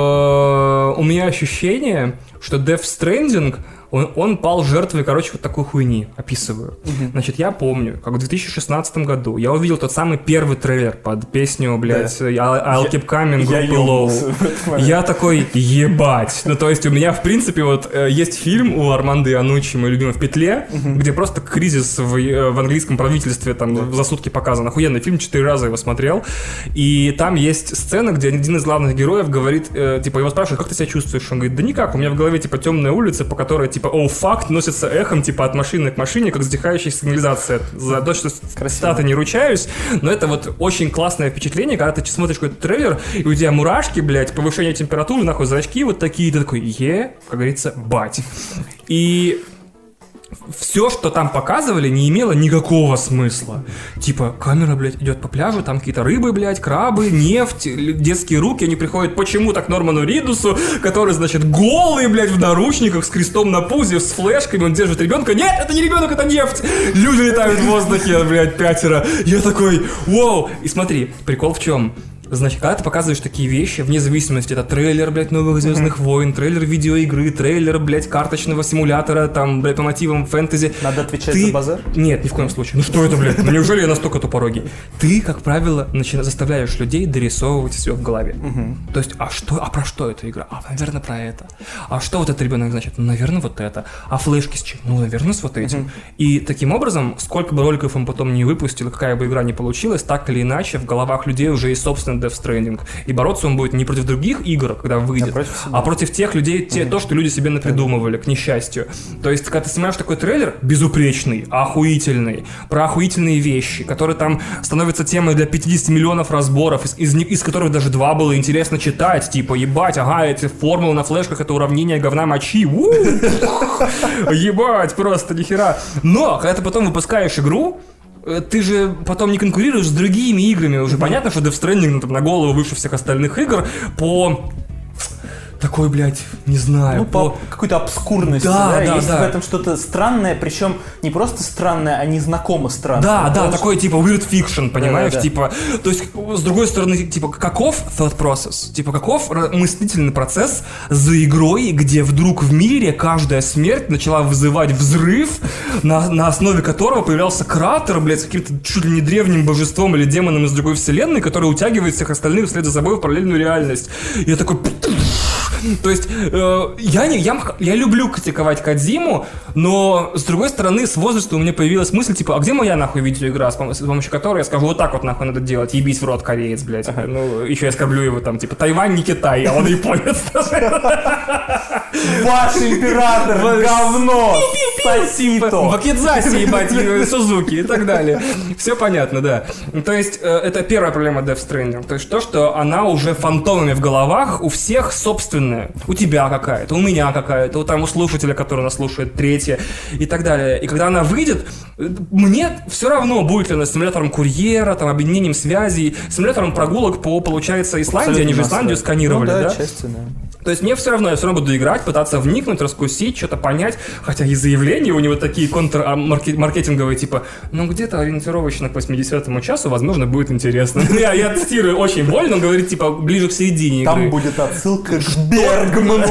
У меня ощущение, что Death Stranding... Он пал жертвой, вот такой хуйни, описываю. Значит, я помню, как в 2016 году я увидел тот самый первый трейлер под песню, блядь, I'll Keep Coming, группы Low. Я такой, ебать. То есть у меня, в принципе, вот есть фильм у Армандо Ианнуччи, мой любимый, «В петле», где просто кризис в английском правительстве там за сутки показан. Охуенный фильм, 4 раза его смотрел. И там есть сцена, где один из главных героев говорит, типа, его спрашивают, как ты себя чувствуешь? Он говорит, да никак, у меня в голове, типа, темная улица, по которой, типа, факт носится эхом, типа, от машины к машине, как вздыхающая сигнализация. За то, что цитаты не ручаюсь, но это вот очень классное впечатление, когда ты смотришь какой-то трейлер, и у тебя мурашки, блядь, повышение температуры, нахуй, зрачки вот такие, и ты такой, как говорится, бать. И... все, что там показывали, не имело никакого смысла. Типа, камера, блядь, идет по пляжу, там какие-то рыбы, блядь, крабы, нефть, детские руки, они приходят почему-то к Норману Ридусу, который, значит, голый, блядь, в наручниках, с крестом на пузе, с флешками, он держит ребенка. Нет, это не ребенок, это нефть! Люди летают в воздухе, блядь, 5. Я такой, вау! И смотри, прикол в чем? Значит, когда ты показываешь такие вещи, вне зависимости, это трейлер, блядь, новых «Звездных войн», трейлер видеоигры, трейлер, блядь, карточного симулятора, там, блядь, по мотивам фэнтези. Надо отвечать за базар? Нет, ни в коем случае. Ну что это, блядь? Ну неужели я настолько тупорогий? Ты, как правило, заставляешь людей дорисовывать все в голове. То есть, про что эта игра? Наверное, про это. А что вот этот ребенок значит? Ну, наверное, вот это. А флешки с чем? Ну, наверное, с вот этим. И таким образом, сколько бы роликов он потом не выпустил, какая бы игра ни получилась, так или иначе, в головах людей уже есть собственный Death Stranding. И бороться он будет не против других игр, когда выйдет, а против тех людей, то, что люди себе напридумывали, к несчастью. То есть, когда ты снимаешь такой трейлер, безупречный, охуительный, про охуительные вещи, которые там становятся темой для 50 миллионов разборов, из которых даже 2 было интересно читать, типа, ебать, ага, эти формулы на флешках, это уравнение говна мочи, ебать, просто нихера. Но, когда ты потом выпускаешь игру, ты же потом не конкурируешь с другими играми. Уже понятно, что Death Stranding на голову выше всех остальных игр по... Такой, блядь, не знаю. Ну, по какой-то обскурности, да? Есть в этом что-то странное, причем не просто странное, а незнакомо странное. Да, такой, типа, weird fiction, понимаешь? Да. Типа, то есть, с другой стороны, типа, каков thought process? Типа, каков мыслительный процесс за игрой, где вдруг в мире каждая смерть начала вызывать взрыв, на основе которого появлялся кратер, блядь, с каким-то чуть ли не древним божеством или демоном из другой вселенной, который утягивает всех остальных вслед за собой в параллельную реальность. И я такой... То есть, я люблю критиковать Кодзиму, но, с другой стороны, с возраста у меня появилась мысль, типа, а где моя, нахуй, видеоигра, с помощью которой я скажу, вот так вот, нахуй, надо делать, ебись в рот, кореец, блядь. Ну, еще я оскорблю его, там, типа, Тайвань не Китай, а он японец. Ваш император, говно, Сосито. Вакидзаси, ебать, Сузуки и так далее. Все понятно, да. То есть, это первая проблема Death Stranding. То есть, то, что она уже фантомами в головах у всех собственная. У тебя какая-то, у меня какая-то, у слушателя, который нас слушает, третья и так далее. И когда она выйдет, мне все равно, будет ли она симулятором курьера, там, объединением связей, симулятором прогулок по, получается, Исландии. Абсолютно. Они же Исландию сканировали, да? Отчасти, да. То есть мне все равно, я все равно буду играть, пытаться вникнуть, раскусить, что-то понять, хотя и заявления у него такие контрмаркетинговые, типа, ну где-то ориентировочно к 80-му часу, возможно, будет интересно. Я цитирую очень вольно, он говорит, типа, ближе к середине игры. Там будет отсылка к Бергману.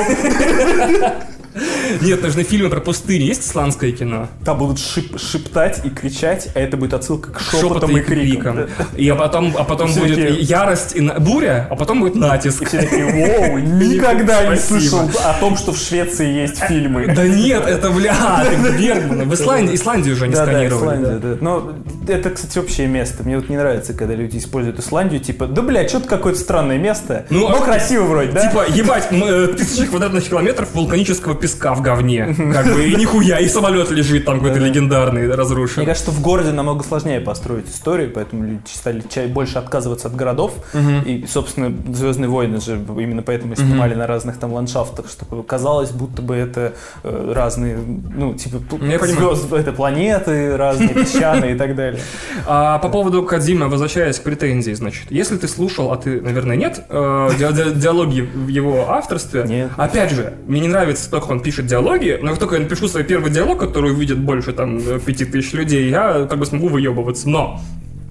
Нет, нужны фильмы про пустыни. Есть исландское кино? Там будут шептать и кричать, а это будет отсылка к шепотам и крикам. И потом будет ярость и буря, а потом будет натиск. И все такие, воу, никогда не слышал о том, что в Швеции есть фильмы. Да нет, это, Бергман. В Исландию уже не сканировали. Да. Но это, кстати, общее место. Мне вот не нравится, когда люди используют Исландию, типа, да, блядь, что-то какое-то странное место, но красиво вроде, да? Типа, ебать, 1000 квадратных километров вулканического песка в говне, как бы, и нихуя, и самолет лежит там какой-то легендарный, разрушен. Мне кажется, что в городе намного сложнее построить историю, поэтому люди стали больше отказываться от городов, и, собственно, «Звездные войны» же именно поэтому снимали на разных там ландшафтах, чтобы казалось, будто бы это разные, ну, типа, звезды, это планеты разные, песчаные и так далее. А по поводу Кодзимы, возвращаясь к претензии, значит, если ты слушал, а ты, наверное, нет, диалоги в его авторстве, нет. Опять же, мне не нравится, как он пишет диалоги, но как только я напишу свой первый диалог, который увидит больше там 5000 людей, я как бы смогу выебываться, но...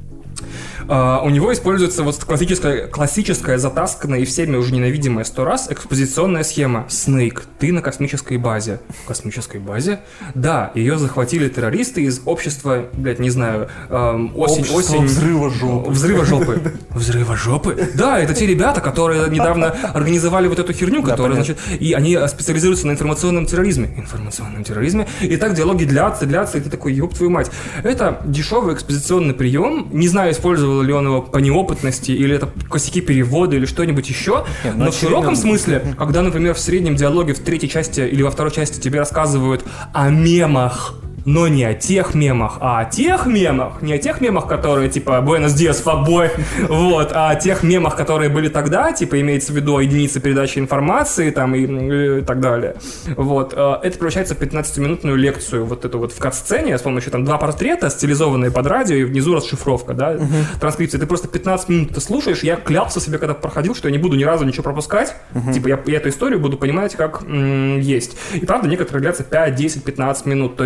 у него используется вот классическая, затасканная и всеми уже ненавидимая 100 раз экспозиционная схема. Снейк, ты на космической базе. Космической базе? Да, ее захватили террористы из общества, блядь, не знаю, осень... Взрыва жопы. Взрыва жопы? Да, это те ребята, которые недавно организовали вот эту херню, которая, значит, и они специализируются на информационном терроризме. И так диалоги длятся, и ты такой, ёб твою мать. Это дешевый экспозиционный прием, не знаю, использовал ли он его по неопытности, или это косяки перевода, или что-нибудь еще. Но в широком смысле, когда, например, в среднем диалоге в третьей части или во второй части тебе рассказывают о мемах, но не о тех мемах, а о тех мемах, не о тех мемах, которые типа Buenos Dias, fuckboy, вот, а о тех мемах, которые были тогда, типа имеется в виду единицы передачи информации там и так далее. Вот, это превращается в 15-минутную лекцию, вот эту вот в кат-сцене с помощью там 2 портрета, стилизованные под радио, и внизу расшифровка, да, транскрипция. Ты просто 15 минут это слушаешь, я клялся себе, когда проходил, что я не буду ни разу ничего пропускать, типа я эту историю буду понимать как есть. И правда, некоторые длятся 5, 10, 15 минут, то есть живые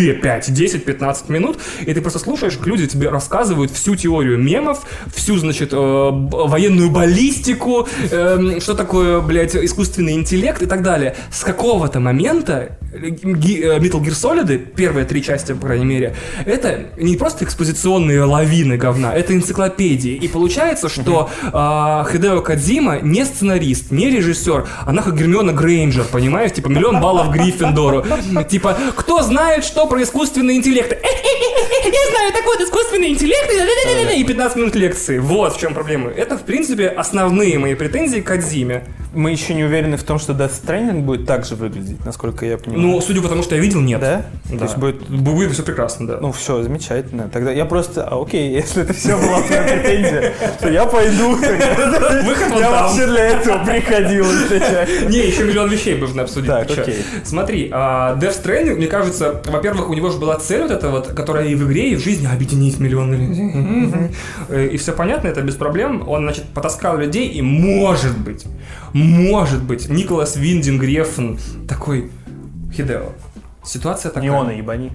2, 5, 10, 15 минут, и ты просто слушаешь, как люди тебе рассказывают всю теорию мемов, всю, значит, военную баллистику, что такое, блядь, искусственный интеллект и так далее. С какого-то момента Metal Gear Solid, первые 3 части, по крайней мере, это не просто экспозиционные лавины говна, это энциклопедии. И получается, что Хидео Кодзима не сценарист, не режиссер, а нахуй Гермиона Грейнджер, понимаешь? Типа, миллион баллов Гриффиндору. Типа, кто знает, что про искусственный интеллект? Я знаю, так вот, искусственный интеллект и 15 минут лекции. Вот в чем проблема. Это, в принципе, основные мои претензии к Кодзиме. Мы еще не уверены в том, что Death Stranding будет так же выглядеть, насколько я понимаю. Ну, судя по тому, что я видел, нет. Да? Да. То есть будет все прекрасно, да. Ну, все, замечательно. Тогда я просто... окей, если это все была твоя претензия, то я пойду. Выход вот я там. вообще для этого приходил. Не, еще миллион вещей нужно обсудить. Так, окей. Смотри, Death Stranding, мне кажется, во-первых, у него же была цель вот эта вот, которая и в игре, и в жизни объединить миллионы людей. И все понятно, это без проблем. Он, значит, потаскал людей, и может быть, Николас Виндинг Рефн такой: Хидео, ситуация такая. Неона ебани.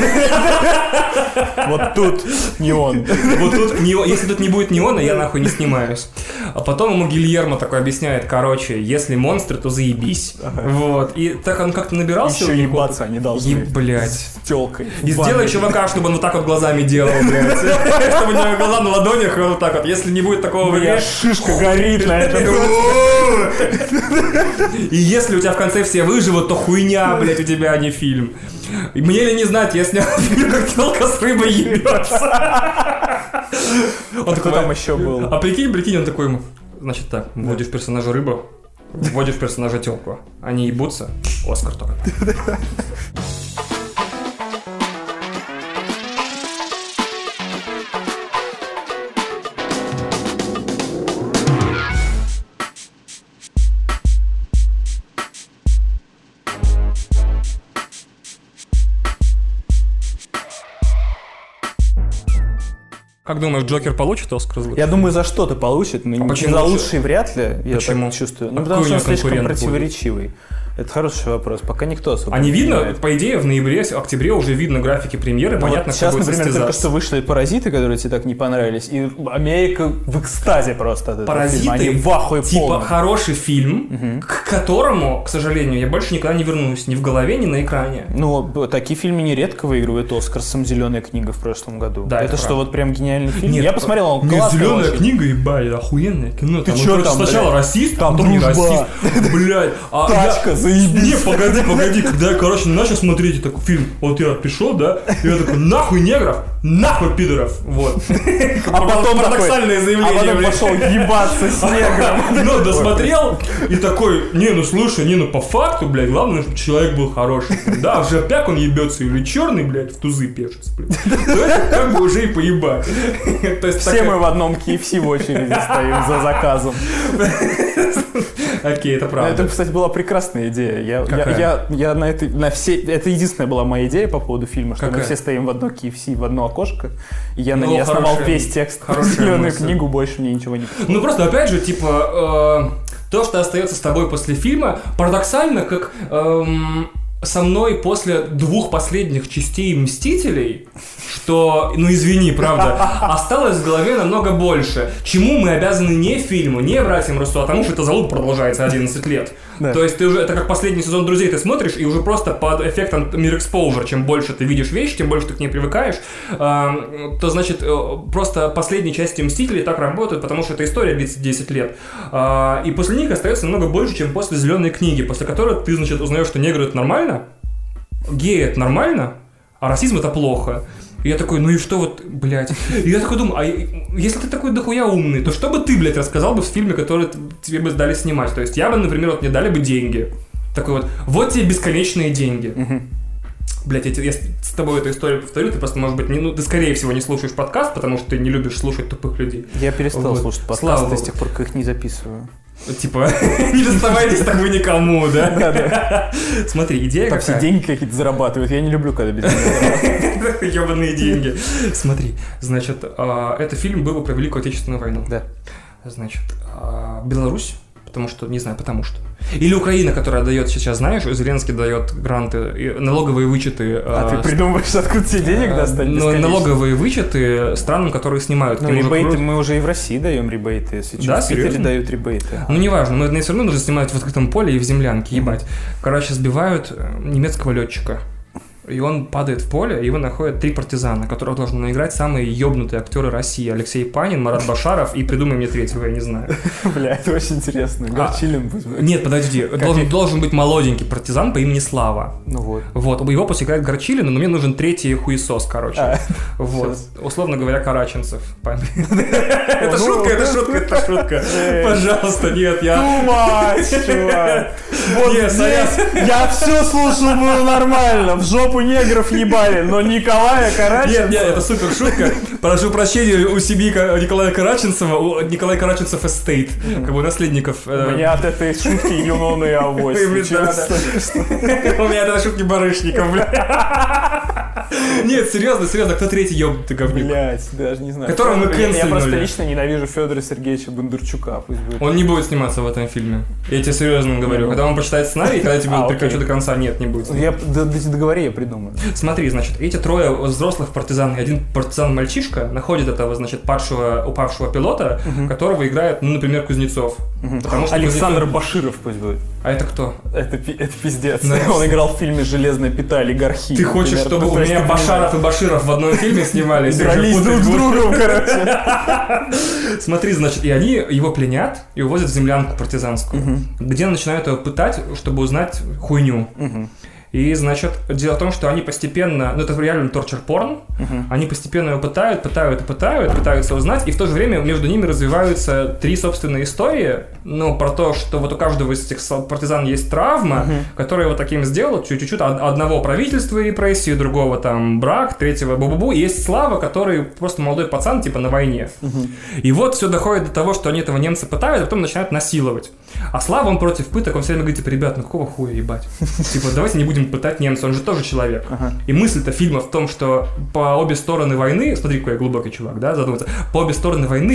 Вот тут неон. Вот тут неон. Если тут не будет неона, я нахуй не снимаюсь. А потом ему Гильермо такой объясняет: короче, если монстры, то заебись. Вот. И так он как-то набирался. Еще ебаться они должны. Блять. С тёлкой. И сделай чувака, чтобы он вот так вот глазами делал, блядь. Чтобы у него глаза на ладонях, и вот так вот. Если не будет такого в игре... Шишка горит на этом. И если у тебя в конце все выживут, то хуйня, блядь, у тебя, а не фильм. И мне ли не знать, я снял фильм, как тёлка с рыбой ебется. Он такой, там еще был. А прикинь, он такой ему: значит так, вводишь персонажа рыба, вводишь персонажа тёлку. Они ебутся, Оскар только. Как думаешь, Джокер получит Оскар? Я думаю, за что-то получит, но почему за лучший вряд ли, я почему? так чувствую. А Потому что он слишком конкурент противоречивый. Это хороший вопрос, пока никто особо не видно, понимает. по идее, в ноябре, октябре уже видно графики премьеры, понятно, вот сейчас, кто будет например, состязаться. только что вышли «Паразиты», которые тебе так не понравились, и Америка в экстазе просто от этого «Паразиты» фильма. Они в ахуе типа полном. хороший фильм, к которому, к сожалению, я больше никогда не вернусь, ни в голове, ни на экране. Ну, такие фильмы нередко выигрывают «Оскар», сам «Зеленая книга» в прошлом году. Да, это что, правда. вот прям гениальный фильм? Нет, я посмотрел, он не классный. «Зеленая очень. книга», ебать, охуенное кино. Ты там, чё там, сначала блядь? расист, Там а потом не дружба. расист. Блядь. Тачка, заебись. Не, погоди, когда я, короче, начал смотреть такой фильм, вот я пришел, да, и я такой: нахуй негров, нахуй пидоров, вот. А потом парадоксальное заявление. А потом блядь. пошел ебаться с негром. Ну, досмотрел и такой: не, ну слушай, не, ну по факту, блядь, главное, чтобы человек был хороший. Да, в жопяк он ебется или черный, блядь, в тузы пешится, блядь. То это как бы уже и поебать. То есть Все мы в одном KFC в очереди стоим за заказом. Окей, это правда. Это, кстати, была прекрасная идея. Я на все... Это единственная была моя идея по поводу фильма, что мы все стоим в одно KFC, в одно окошко, и я на ней основал весь текст. Зеленую книгу, больше мне ничего не пришло. Ну просто, опять же, типа, то, что остается с тобой после фильма, парадоксально, как со мной после 2 последних частей «Мстителей», что, ну извини, правда, осталось в голове намного больше. Чему мы обязаны не фильму, не братьям Руссо, а тому, что эта залупа продолжается 11 лет. Да. То есть ты уже, это как последний сезон «Друзей», ты смотришь, и уже просто под эффектом мир-экспоужер, чем больше ты видишь вещи, тем больше ты к ней привыкаешь, то, значит, просто последние части «Мстителей» так работают, потому что эта история длится 10 лет. И после них остается намного больше, чем после «Зеленой книги», после которой ты, значит, узнаешь, что негры — это нормально, геи — это нормально, а расизм — это плохо. И я такой: ну и что вот, блядь? И я такой думаю: а если ты такой дохуя умный, то что бы ты, блядь, рассказал бы в фильме, который тебе бы дали снимать? То есть я бы, например, вот мне дали бы деньги. Такой вот тебе бесконечные деньги. Блядь, я с тобой эту историю повторю, ты просто, может быть, ты скорее всего не слушаешь подкаст, потому что ты не любишь слушать тупых людей. Я перестал слушать подкасты с тех пор, как их не записываю. Типа, не доставайтесь так вы никому, да? Да. Смотри, идея там какая? все деньги какие-то зарабатывают. Я не люблю, когда без денег. Ёбаные деньги. Смотри, значит, это фильм был про Великую Отечественную войну. Да. Значит, Беларусь Потому что, не знаю, потому что. Или Украина, которая дает сейчас, знаешь, Зеленский дает гранты, налоговые вычеты. А ты придумываешь, откуда тебе денег достать? Налоговые вычеты странам, которые снимают. Ну, ребейты мы уже и в России даем ребейты, если да, в Питере дают ребейты. Ну, неважно, но все равно нужно снимать в открытом поле и в землянке, ебать. Короче, сбивают немецкого летчика. И он падает в поле, и его находят 3 партизана, которых должны наиграть самые ёбнутые актеры России. Алексей Панин, Марат Башаров и придумай мне третьего, я не знаю. Бля, это очень интересно. Горчилин пусть будет. Нет, подожди. Должен быть молоденький партизан по имени Слава. Ну вот. Вот. Его пусть играет Горчилин, но мне нужен третий хуесос, короче. Вот. Условно говоря, Караченцев. Это шутка. Пожалуйста, нет, я... Тумач, чувак. Вот здесь я все слушал, было нормально. В жопу негров ебали, но Николая Караченцева... Нет, это супер шутка. Прошу прощения у семьи Николая Караченцева, у Николая Караченцев эстейт, как бы наследников. У меня от этой шутки Юнона и Авось. У меня от этой шутки Барышников, бля. Нет, серьезно, кто третий ёбнутый говнюк? Блять, даже не знаю. Которого мы кэнсельнули. Я просто лично ненавижу Федора Сергеевича Бондарчука. Он не будет сниматься в этом фильме. Я тебе серьезно говорю. Когда он почитает сценарий, когда я тебе прикручу до конца, нет, не будет. Договори, я придумаю. Смотри, значит, эти 3 взрослых партизан и 1 партизан-мальчишка находят этого, значит, упавшего пилота, которого играет, ну, например, Кузнецов. Александр Баширов пусть будет. А это кто? Это пиздец. Он играл в фильме «Железная пята. Олигархия». Ты хочешь, чтобы у меня Башаров и Баширов в одном фильме снимались? Дрались друг с другом, короче. Смотри, значит, и они его пленят и увозят в землянку партизанскую, где начинают его пытать, чтобы узнать хуйню. И, значит, дело в том, что они постепенно, ну это реально торчер-порн, они постепенно его пытаются узнать, и в то же время между ними развиваются 3 собственные истории, ну, про то, что вот у каждого из этих партизан есть травма, которая его таким сделала, чуть-чуть, одного правительства и репрессии, другого там брак, третьего бу-бу-бу, и есть Слава, который просто молодой пацан, типа, на войне. И вот все доходит до того, что они этого немца пытают, а потом начинают насиловать. А Слава, он против пыток, он все время говорит, типа, ребят, ну какого хуя ебать? Типа, давайте не будем пытать немца, он же тоже человек. И мысль-то фильма в том, что по обе стороны войны, смотри, какой я глубокий чувак, да, задуматься, по обе стороны войны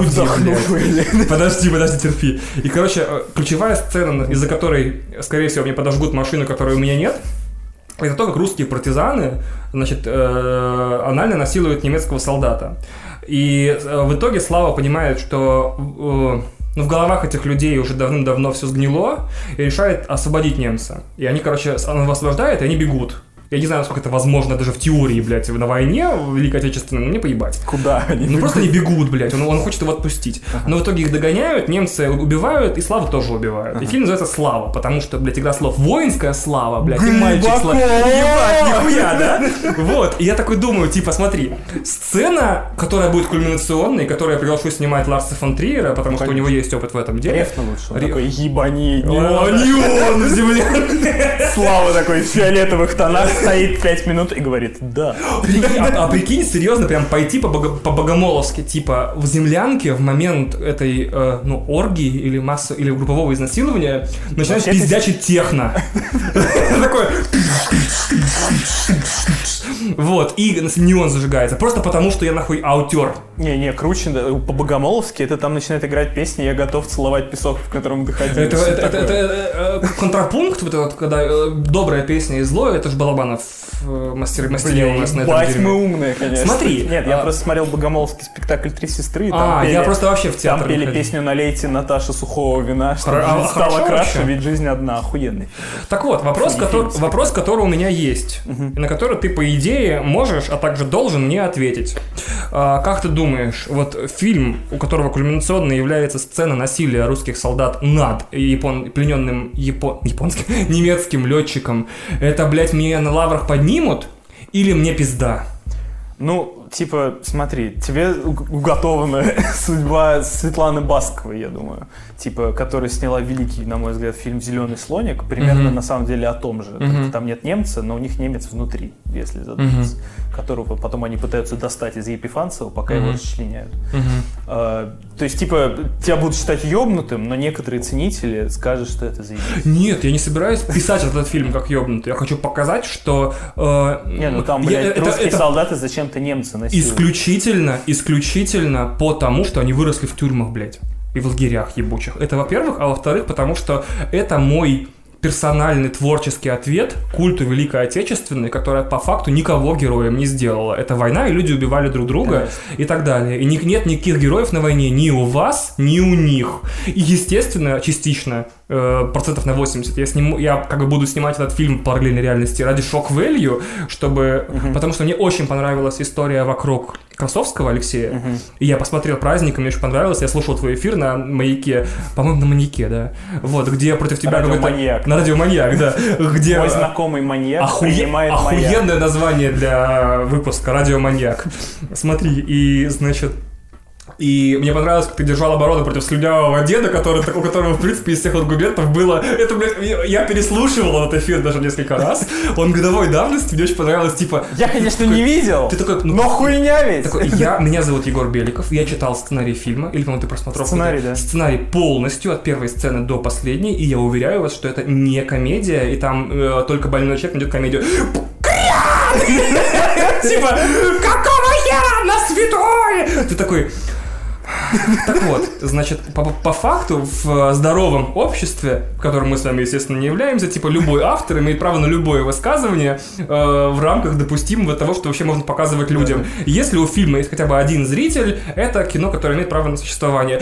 люди, блядь. Подожди, терпи. И, короче, ключевая сцена, из-за которой, скорее всего, мне подожгут машину, которой у меня нет, это то, как русские партизаны, значит, анально насилуют немецкого солдата. И в итоге Слава понимает, что... Но в головах этих людей уже давным-давно все сгнило, и решает освободить немца. И они, короче, он его освобождает, и они бегут. Я не знаю, насколько это возможно даже в теории, блядь, на войне, в Великой Отечественной, но мне поебать. Куда они? Ну просто они бегут, блядь, он хочет его отпустить. Но в итоге их догоняют, немцы убивают, и Славу тоже убивают. И фильм называется «Слава», потому что, блядь, игра слов «воинская слава», блядь, и «мальчик слава». Ебать, нихуя, да? Вот, и я такой думаю, типа, смотри, сцена, которая будет кульминационной, которую я приглашу снимать Ларса фон Триера, потому что у него есть опыт в этом деле. Рефна лучше, он такой ебани. Не он, земля. Слава такой в фиолетовых тонах стоит 5 минут и говорит «да». А прикинь, серьезно, прям пойти по-богомоловски, типа в землянке в момент этой, оргии или или группового изнасилования начинает пиздячить техно. Такой... Вот, и неон зажигается. Просто потому, что я нахуй аутер. Не, круче, по-богомоловски это там начинает играть песни «Я готов целовать песок, в котором доходил». Это контрапункт, вот этот, когда добрая песня и злое, это же Балабанов мастерил у нас на этом дерьме. Мы умные, конечно. Смотри. Нет, я просто смотрел богомоловский спектакль «Три сестры». Я просто вообще в театр там пели песню «Налейте Наташе сухого вина», чтобы жизнь стала краше, ведь жизнь одна. Охуенный. Так вот, вопрос, который у меня есть, и на который ты, по идее, можешь, а также должен мне ответить. Как ты думаешь, вот фильм, у которого кульминационной является сцена насилия русских солдат над плененным немецким летчиком, это, блядь, меня на лаврах поднимут или мне пизда? Ну, типа, смотри, тебе уготована судьба Светланы Басковой, я думаю. Типа, которая сняла великий, на мой взгляд, фильм «Зеленый слоник», примерно на самом деле о том же. Там нет немца, но у них немец внутри, если задуматься, которого потом они пытаются достать из Епифанцева, пока его расчленяют. То есть, типа, тебя будут считать ёбнутым, но некоторые ценители скажут, что это заебись. Нет, я не собираюсь писать этот фильм как ёбнутый. Я хочу показать, что... там, блядь, русские солдаты зачем-то немцы насилуют. Исключительно потому, что они выросли в тюрьмах, блядь. и в лагерях ебучих. Это, во-первых. А во-вторых, потому что это мой персональный творческий ответ культу Великой Отечественной, которая по факту никого героем не сделала. Это война, и люди убивали друг друга, и так далее. И нет никаких героев на войне ни у вас, ни у них. И, естественно, частично, процентов на 80, я как бы буду снимать этот фильм в параллельной реальности ради шок-вэлью, чтобы... Потому что мне очень понравилась история вокруг Красовского Алексея. И я посмотрел «Праздник», и мне очень понравилось. Я слушал твой эфир на «Маяке». По-моему, на «Маяке», да. Вот, где против тебя... «Радиоманьяк». На «Радиоманьяк», да. Где... Мой знакомый маньяк принимает «Маяк». Охуенное название для выпуска «Радиоманьяк». Смотри, и, значит... И мне понравилось, как ты держал оборону против слюнявого деда, у которого, в принципе, из всех аргументов было... Это, блядь, я переслушивал этот эфир даже несколько раз. Он годовой давности, мне очень понравилось, типа... Я, конечно, не видел, ты такой, но хуйня ведь! Такой, меня зовут Егор Беликов, я читал сценарий фильма, или, по-моему, ты просмотрел... Сценарий, да. Сценарий полностью, от первой сцены до последней, и я уверяю вас, что это не комедия, и там только больной человек найдет комедию. Типа, какого хера на святой? Ты такой... Так вот, значит, по факту в здоровом обществе, в котором мы с вами, естественно, не являемся, типа любой автор имеет право на любое высказывание в рамках допустимого того, что вообще можно показывать людям. Если у фильма есть хотя бы один зритель, это кино, которое имеет право на существование.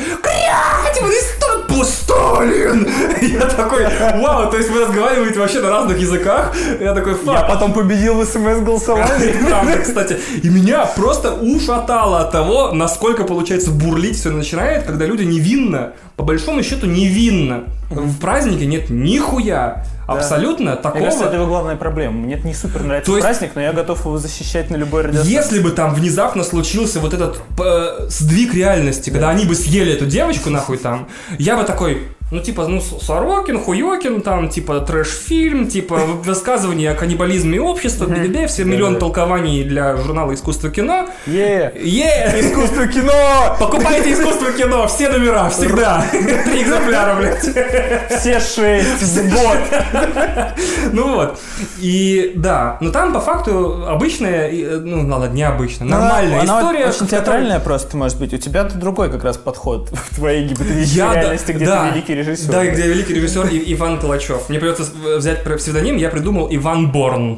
Сталин! Я такой, вау, то есть вы разговариваете вообще на разных языках. Я такой, фак. Я потом победил в СМС-голосовании. Правда, кстати. И меня просто ушатало от того, насколько, получается, бурлить все начинает, когда люди невинно, по большому счету невинно. В празднике нет нихуя. Абсолютно такого... Мне кажется, это его главная проблема. Мне не супер нравится праздник, но я готов его защищать на любой радиостанции. Если бы там внезапно случился вот этот сдвиг реальности, когда они бы съели эту девочку нахуй там, я бы такой... Сорокин, Хуёкин, там, типа, трэш-фильм, типа, высказывание о каннибализме общества, все миллион толкований для журнала «Искусство кино». Искусство кино! Покупайте «Искусство кино», все номера, всегда. 3 экземпляра, блядь. Все 6, вот. Ну вот. И, да, но там, по факту, обычная, необычная, нормальная история. Она очень театральная просто, может быть. У тебя другой как раз подход в твоей гипотетической реальности, где ты великий режиссер. Да, где великий режиссер Иван Толачев. Мне придется взять псевдоним, я придумал Иван Борн.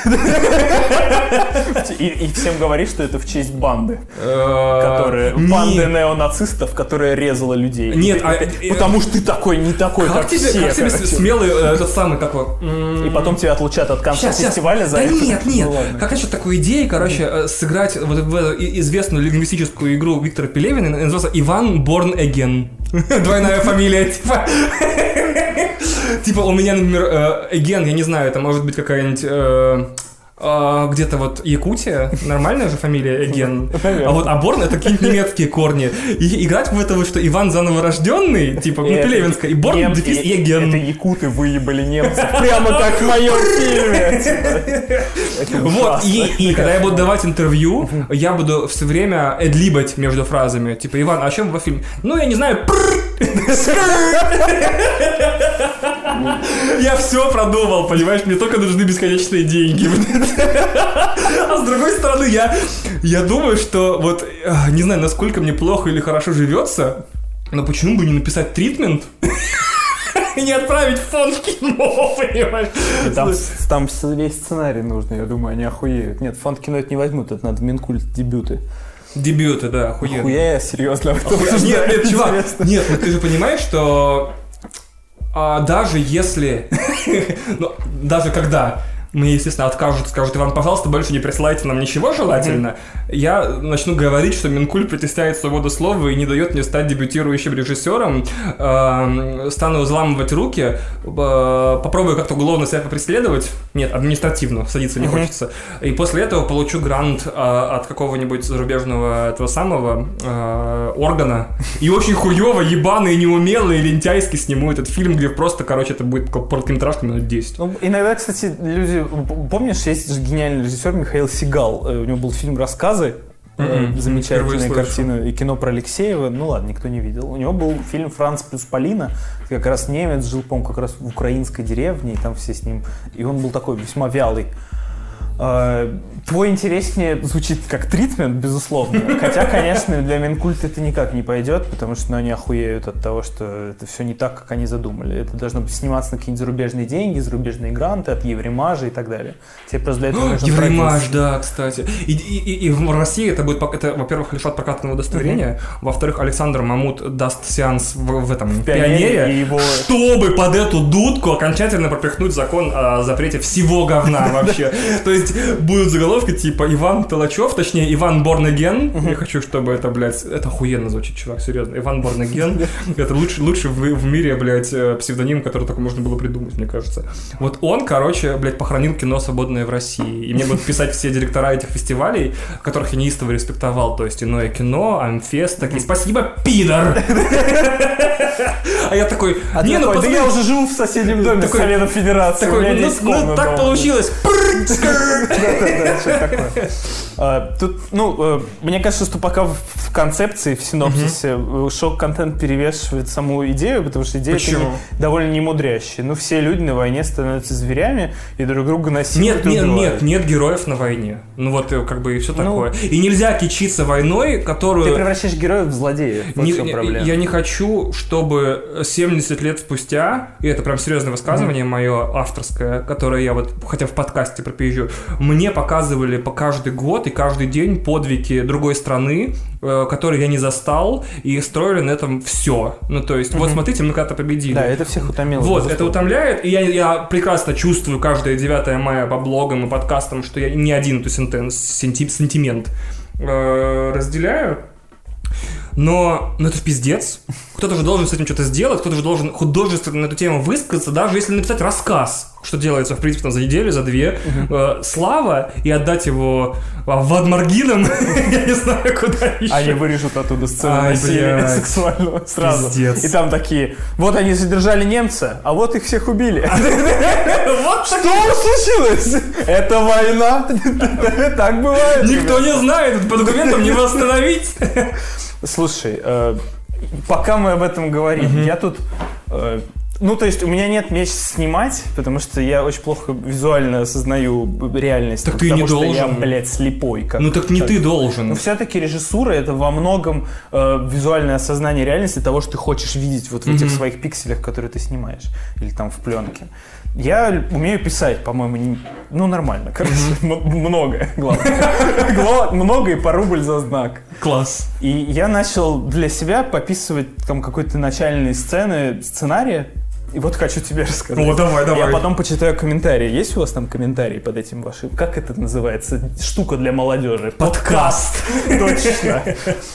И всем говоришь, что это в честь банды, банды неонацистов, которая резала людей. Нет, потому что ты такой, не такой, как все. Как тебе смелый этот самый такой... И потом тебя отлучат от конца фестиваля за это? Нет. Как насчет такой идеи, сыграть вот в известную лингвистическую игру Виктора Пелевина, называется Иван Борн Эген. Двойная фамилия, типа... Типа у меня, например, Эген, я не знаю, это может быть какая-нибудь... где-то вот Якутия, нормальная же фамилия Эген, а Борн это какие-нибудь немецкие корни. И играть в это вот, что Иван заново рожденный, типа Пелевинская, и Борн дефис Эген. Это якуты выебали немцев, прямо как в моем фильме. Вот, и когда я буду давать интервью, я буду все время эдлибать между фразами, типа, Иван, а о чем во фильме? Ну, я не знаю, я все продумал, понимаешь, мне только нужны бесконечные деньги. А с другой стороны, я думаю, что вот, не знаю, насколько мне плохо или хорошо живется, но почему бы не написать тритмент и не отправить в фонд кино, понимаешь? Там весь сценарий нужно, я думаю, они охуеют. Нет, фонд кино это не возьмут, это надо в Минкульт дебюты. Дебюты, да, охуенно. Охуя, серьезно. Нет, чувак, нет, ну ты же понимаешь, что даже если, даже когда мне, естественно, откажут, скажут, Иван, пожалуйста, больше не присылайте нам ничего желательно, я начну говорить, что Минкульт притесняет свободу слова и не дает мне стать дебютирующим режиссером, стану взламывать руки, попробую как-то уголовно себя преследовать, нет, административно, садиться не хочется, и после этого получу грант от какого-нибудь зарубежного этого самого органа, и очень хуёво, ебаный, неумелый, лентяйски сниму этот фильм, где просто, короче, это будет короткометражка минут 10. Иногда, кстати, люди... Помнишь, есть же гениальный режиссер Михаил Сигал. У него был фильм «Рассказы», замечательная картина, и кино про Алексеева. Ну ладно, никто не видел. У него был фильм «Франц плюс Полина», как раз немец жил, по-моему, как раз в украинской деревне, и там все с ним. И он был такой весьма вялый. Твой интереснее звучит как тритмент, безусловно. Хотя, конечно, для Минкульта это никак не пойдет, потому что они охуеют от того, что это все не так, как они задумали. Это должно быть сниматься на какие-нибудь зарубежные деньги, зарубежные гранты от Евремажа и так далее. Тебе просто для этого нужно Евремаж, да, кстати. И в России это будет, во-первых, лишат прокатного удостоверения, во-вторых, Александр Мамут даст сеанс в этом Пионере, чтобы под эту дудку окончательно пропихнуть закон о запрете всего говна вообще. То есть будут заголовки типа Иван Толачев, точнее Иван Борнеген. Я хочу, чтобы это, блядь, это охуенно звучит, чувак, серьезно. Иван Борнеген. Это лучший в мире, блядь, псевдоним, который только можно было придумать, мне кажется. Вот он, короче, блядь, похоронил кино «Свободное в России». И мне будут писать все директора этих фестивалей, которых я неистово респектовал. То есть Иное кино, Амфест, такие: спасибо, пидор! А я такой: не, ну да я уже живу в соседнем доме с Советом Федерации. Такой, ну так получилось. Тут, мне кажется, что пока в концепции, в синопсисе шок-контент перевешивает саму идею, потому что идея довольно немудрящая. Ну, все люди на войне становятся зверями и друг друга насилуют. Нет героев на войне. Ну вот, как бы, и все такое. И нельзя кичиться войной, которую... Ты превращаешь героев в злодеев. Вот в чем проблема. Я не хочу, чтобы 70 лет спустя, и это прям серьезное высказывание мое авторское, которое я вот, хотя в подкасте пропизжу, мне показывали по каждый год и каждый день подвиги другой страны, которые я не застал, и строили на этом все. Ну, то есть, вот смотрите, мы когда-то победили. Да, это всех утомило. Вот, это утомляет, и я прекрасно чувствую каждое 9 мая по блогам и подкастам, что я не один эту сентимент разделяю. Но это ж пиздец. Кто-то же должен с этим что-то сделать, кто-то же должен художественно на эту тему высказаться, даже если написать рассказ, что делается, в принципе, за неделю, за 2, слава, и отдать его вадмаргинам, я не знаю, куда еще. Они вырежут оттуда сцену насилия сексуального сразу. Пиздец. И там такие: вот они задержали немца, а вот их всех убили. Что случилось? Это война. Так бывает. Никто не знает, по документам не восстановить. Слушай, пока мы об этом говорим, я тут... то есть у меня нет мечты снимать, потому что я очень плохо визуально осознаю реальность. Так ты не должен. Потому что я, блядь, слепой. Так не ты должен. Но все-таки режиссура — это во многом визуальное осознание реальности того, что ты хочешь видеть вот в этих своих пикселях, которые ты снимаешь. Или там в пленке. Я умею писать, по-моему, нормально. Короче, много, главное. Много и по рубль за знак. Класс. И я начал для себя пописывать там какой-то начальные сценария. И вот хочу тебе рассказать. О, давай. Я потом почитаю комментарии. Есть у вас там комментарии под этим вашим? Как это называется? Штука для молодежи. Подкаст. Точно.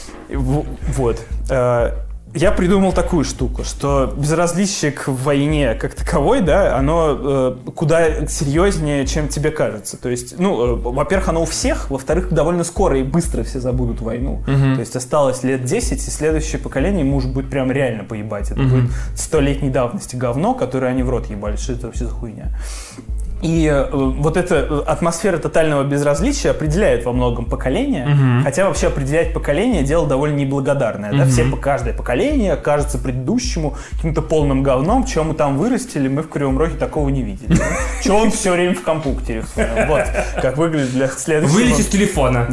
Вот. Я придумал такую штуку, что безразличие к войне как таковой, да, оно куда серьезнее, чем тебе кажется. То есть, во-первых, оно у всех, во-вторых, довольно скоро и быстро все забудут войну. То есть осталось лет 10, и следующее поколение ему уже будет прям реально поебать. Это будет 100-летней давности говно, которое они в рот ебали. Что это вообще за хуйня? И вот эта атмосфера тотального безразличия определяет во многом поколение, хотя вообще определять поколение — дело довольно неблагодарное. Да? Каждое поколение кажется предыдущему каким-то полным говном. Чего мы там вырастили, мы в Кривом Роге такого не видели. Чего он все время в компьютере. Вот как выглядит для следующего... Вылезти с телефона.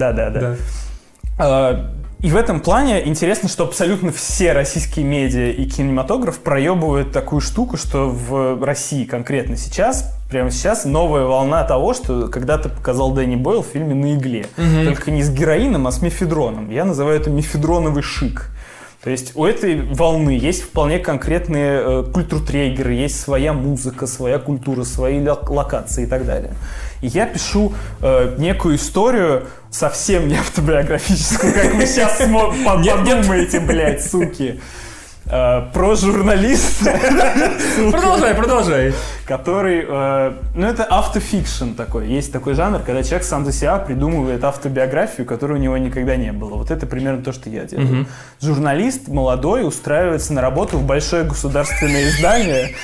Да. И в этом плане интересно, что абсолютно все российские медиа и кинематограф проебывают такую штуку, что в России конкретно прямо сейчас новая волна того, что когда-то показал Дэнни Бойл в фильме «На игле». Только не с героином, а с мефедроном. Я называю это мефедроновый шик. То есть у этой волны есть вполне конкретные культуртрегеры, есть своя музыка, своя культура, свои локации и так далее. И я пишу некую историю, совсем не автобиографическую, как вы сейчас подумаете, блядь, суки. Про журналиста. Продолжай. Который, это автофикшн такой. Есть такой жанр, когда человек сам за себя придумывает автобиографию, которой у него никогда не было. Вот это примерно то, что я делаю. Журналист молодой устраивается на работу в большое государственное издание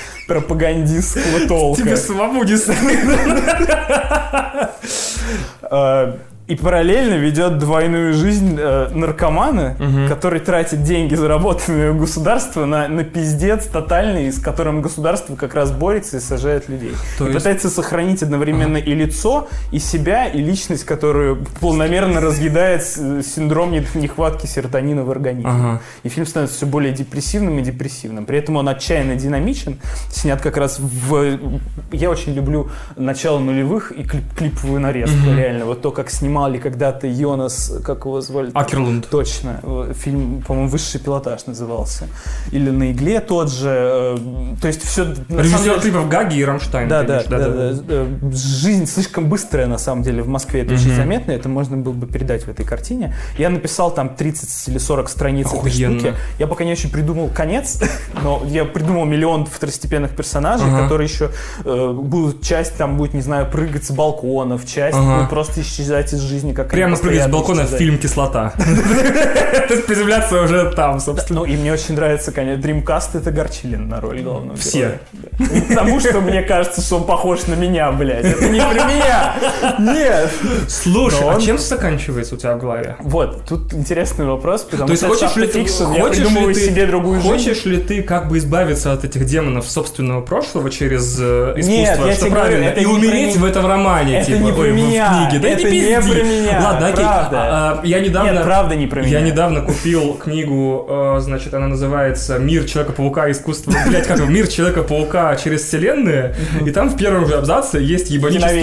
пропагандистского толка. Тебе самому не стыдно. И параллельно ведет двойную жизнь наркомана, который тратит деньги, заработанные у государства, на пиздец тотальный, с которым государство как раз борется и сажает людей. И пытается сохранить одновременно и лицо, и себя, и личность, которую полномерно разъедает синдром нехватки серотонина в организме. И фильм становится все более депрессивным и депрессивным. При этом он отчаянно динамичен, снят как раз Я очень люблю начало нулевых и клиповую нарезку, реально. Вот то, как снимали когда-то Йонас, как его звали? Акерлунд. Точно. Фильм, по-моему, «Высший пилотаж» назывался. Или «На игле» тот же. То есть все... Режиссер клипов Гаги и Рамштайн. Да. Жизнь слишком быстрая, на самом деле, в Москве. Это очень заметно. Это можно было бы передать в этой картине. Я написал там 30 или 40 страниц этой штуки. Я пока не очень придумал конец, но я придумал миллион второстепенных персонажей, которые еще будут... Часть там будет, не знаю, прыгать с балконов, часть будет просто исчезать из жизни. Как прямо прыгать с балкона в фильм «Кислота». То есть появляться уже там, собственно. Ну, и мне очень нравится, конечно, Dreamcast — это Горчилин на роль главного героя. Все. Не потому, что мне кажется, что он похож на меня, блядь. Это не про меня. Нет. Слушай, а чем заканчивается у тебя в голове? Вот, тут интересный вопрос, потому что это автофикшн, я придумываю себе другую жизнь. Хочешь ли ты как бы избавиться от этих демонов собственного прошлого через искусство? Нет, я тебе говорю, и умереть в этом романе, это не про меня. В книге. Да это не про меня. Ладно, окей. Правда. Я недавно... Нет, правда не про меня. Я недавно купил книгу, значит, она называется «Мир Человека-паука. Искусство». Блять, как «Мир Человека-паука через вселенные». И там в первом же абзаце есть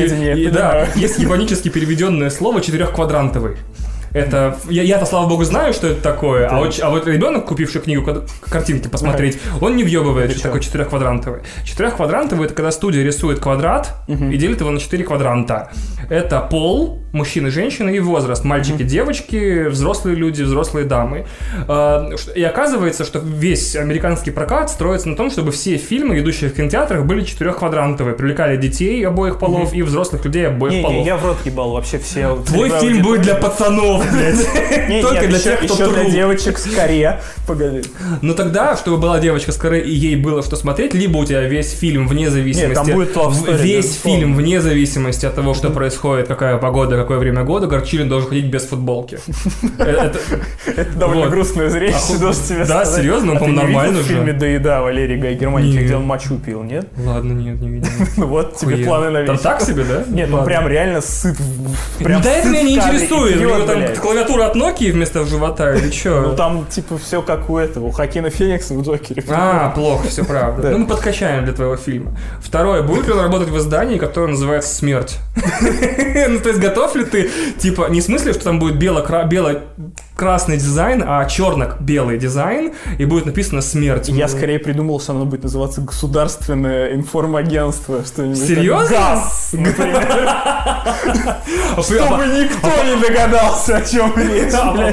ебанически переведенное слово «четырехквадрантовый». Это, я-то, слава богу, знаю, что это такое, а вот ребенок, купивший книгу картинки посмотреть, он не въебывает, что такое четырехквадрантовый. Четырехквадрантовый — это когда студия рисует квадрат и делит его на 4 квадранта. Это пол, мужчины, женщины и возраст. Мальчики, девочки, взрослые люди, взрослые дамы. И оказывается, что весь американский прокат строится на том, чтобы все фильмы, идущие в кинотеатрах, были четырехквадрантовые. Привлекали детей обоих полов и взрослых людей обоих полов. Я в рот ебал вообще все. Твой фильм будет для пацанов. Только для тех, кто еще для девочек с коре. Погоди. Ну тогда, чтобы была девочка с коры и ей было что смотреть, либо у тебя весь фильм вне зависимости... Нет, там будет весь фильм вне зависимости от того, что происходит, какая погода, какое время года, Горчилин должен ходить без футболки. Это довольно грустное зрелище, должен тебе сказать. Да, серьезно, он, по-моему, нормально же. В фильме «Да-еда» Валерий Гай Германики, где он мочу пил, нет? Ладно, нет, не видел. Ну вот, тебе планы на вечер. Там так себе, да? Нет, он прям реально сыт. Да это меня не интересует. У него там клавиатура от Nokia вместо живота или что? Ну там типа все как у этого, у Хоакина Феникса в Джокере. Плохо, все правда. Ну мы подкачаем для твоего фильма. Второе, будет ли он работать в издании, которое называется «Смерть»? Ну то есть готов ли ты, типа, не в смысле, что там будет бело-красный дизайн, а черно-белый дизайн, и будет написано «Смерть». Я скорее придумал, что оно будет называться «Государственное информагентство», что-нибудь. Серьезно? ГАЗ, например. Чтобы никто не догадался, о чем речь.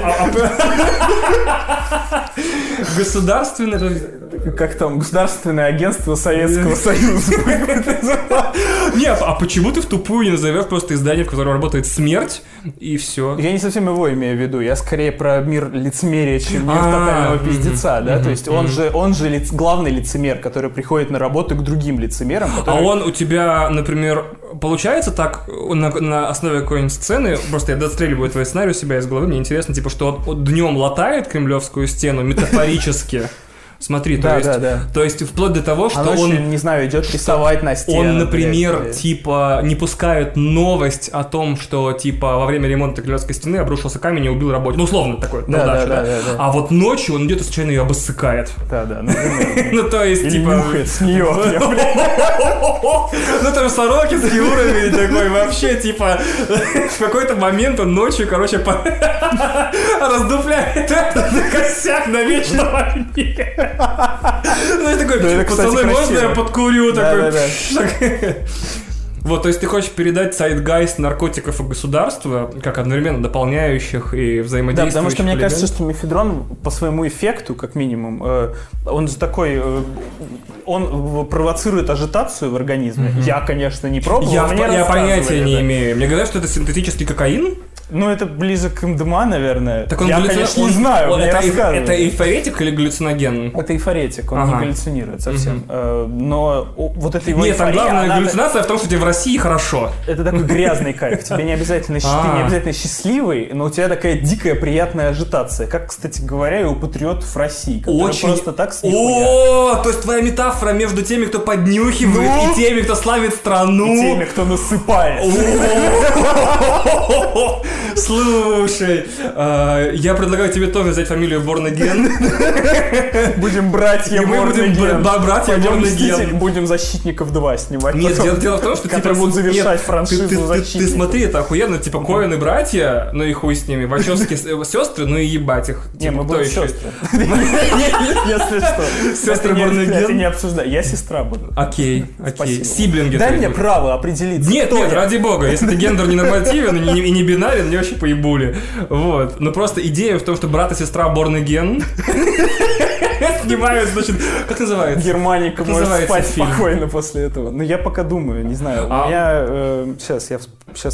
Государственное... Как там, Государственное агентство Советского Союза. Не, а почему ты в тупую не назовешь просто издание, в котором работает «Смерть», и все? Я не совсем его имею в виду. Я скорее про мир лицемерия, чем мир тотального пиздеца, да? То есть он же главный лицемер, который приходит на работу к другим лицемерам. А он у тебя, например, получается так, на основе какой-нибудь сцены, просто я достреливаю твой сценарий у себя из головы, мне интересно, типа, что он днем латает кремлевскую стену метафорически. Смотри, то есть вплоть до того, что он, не знаю, идет рисовать на стену. Он, например, типа не пускает новость о том, что типа во время ремонта Кремлевской стены обрушился камень и убил работника. Ну, условно такое. Да. А вот ночью он идет и случайно ее обоссыкает. Да. Ну, то есть, или типа... нюхает с нее. Ну, там Сорокинский уровень такой вообще, типа... В какой-то момент он ночью, короче, раздупляет косяк на вечного мира. Ну, я такой, пацаны, можно я подкурю? Такой. Вот, то есть ты хочешь передать сайдгайст наркотиков и государства, как одновременно дополняющих и взаимодействующих. Да, потому что мне кажется, что мефедрон по своему эффекту, как минимум, он же такой, он провоцирует ажитацию в организме. Я, конечно, не пробовал. Я понятия не имею. Мне говорят, что это синтетический кокаин. Ну, это ближе к МДМА, наверное. Так он я, конечно, не знаю, мне рассказывали. Это эйфоретик или галлюциноген? Это эйфоретик, он не галлюцинирует совсем. Но вот это его Нет, там главная галлюцинация в том, что тебе в России хорошо. Это такой грязный кайф. Тебе не обязательно счастливый, но у тебя такая дикая приятная ажитация. Как, кстати говоря, и у патриотов России, которые просто так с нихуя. О, то есть твоя метафора между теми, кто поднюхивает, и теми, кто славит страну. И теми, кто насыпает. Слушай, я предлагаю тебе тоже взять фамилию Борн-Ген. Будем братья Борн-Ген. Братья Борн-Ген. Будем «Защитников 2» снимать. Нет, дело в том, что которые будут завершать франшизу «Защитников». Ты смотри, это охуенно, типа Коэны братья, ну и хуй с ними, Вачовски сестры, ну и ебать их. Не, мы будем сестры. Если что. Сестры Борн-Ген. Это не обсуждай, я сестра буду. Окей. Сиблинги. Дай мне право определиться. Нет, ради бога, если ты гендер не нормативен и не бинарен, мне вообще поебули. Вот. Но просто идея в том, что брат и сестра Борн-Ген снимают, значит, как называется? Германика может спать спокойно после этого. Ну, я пока думаю, не знаю. У меня... Сейчас я...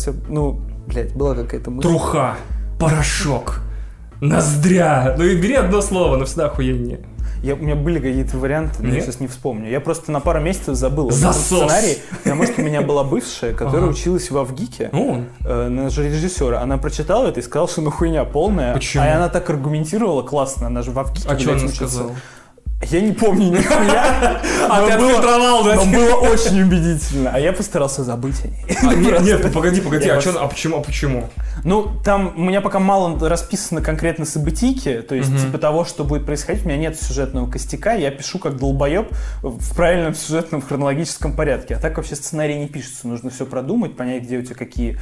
была какая-то мысль. Труха, порошок, ноздря. Ну и бери одно слово, но всегда охуеннее. У меня были какие-то варианты, но я сейчас не вспомню. Я просто на пару месяцев забыл сценарий, потому что у меня была бывшая, которая училась в Авгике на режиссера. Она прочитала это и сказала, что ну хуйня полная. Почему? А она так аргументировала классно, она же в Авгике. А что она сказала? Я не помню нихуя. А ты отфильтровал, да? Но было очень убедительно. А я постарался забыть о ней. Нет, погоди. А почему? Ну, там у меня пока мало расписано конкретно событийки, то есть типа того, что будет происходить. У меня нет сюжетного костяка, я пишу как долбоеб в правильном сюжетном хронологическом порядке. А так вообще сценарий не пишется. Нужно все продумать, понять, где у тебя какие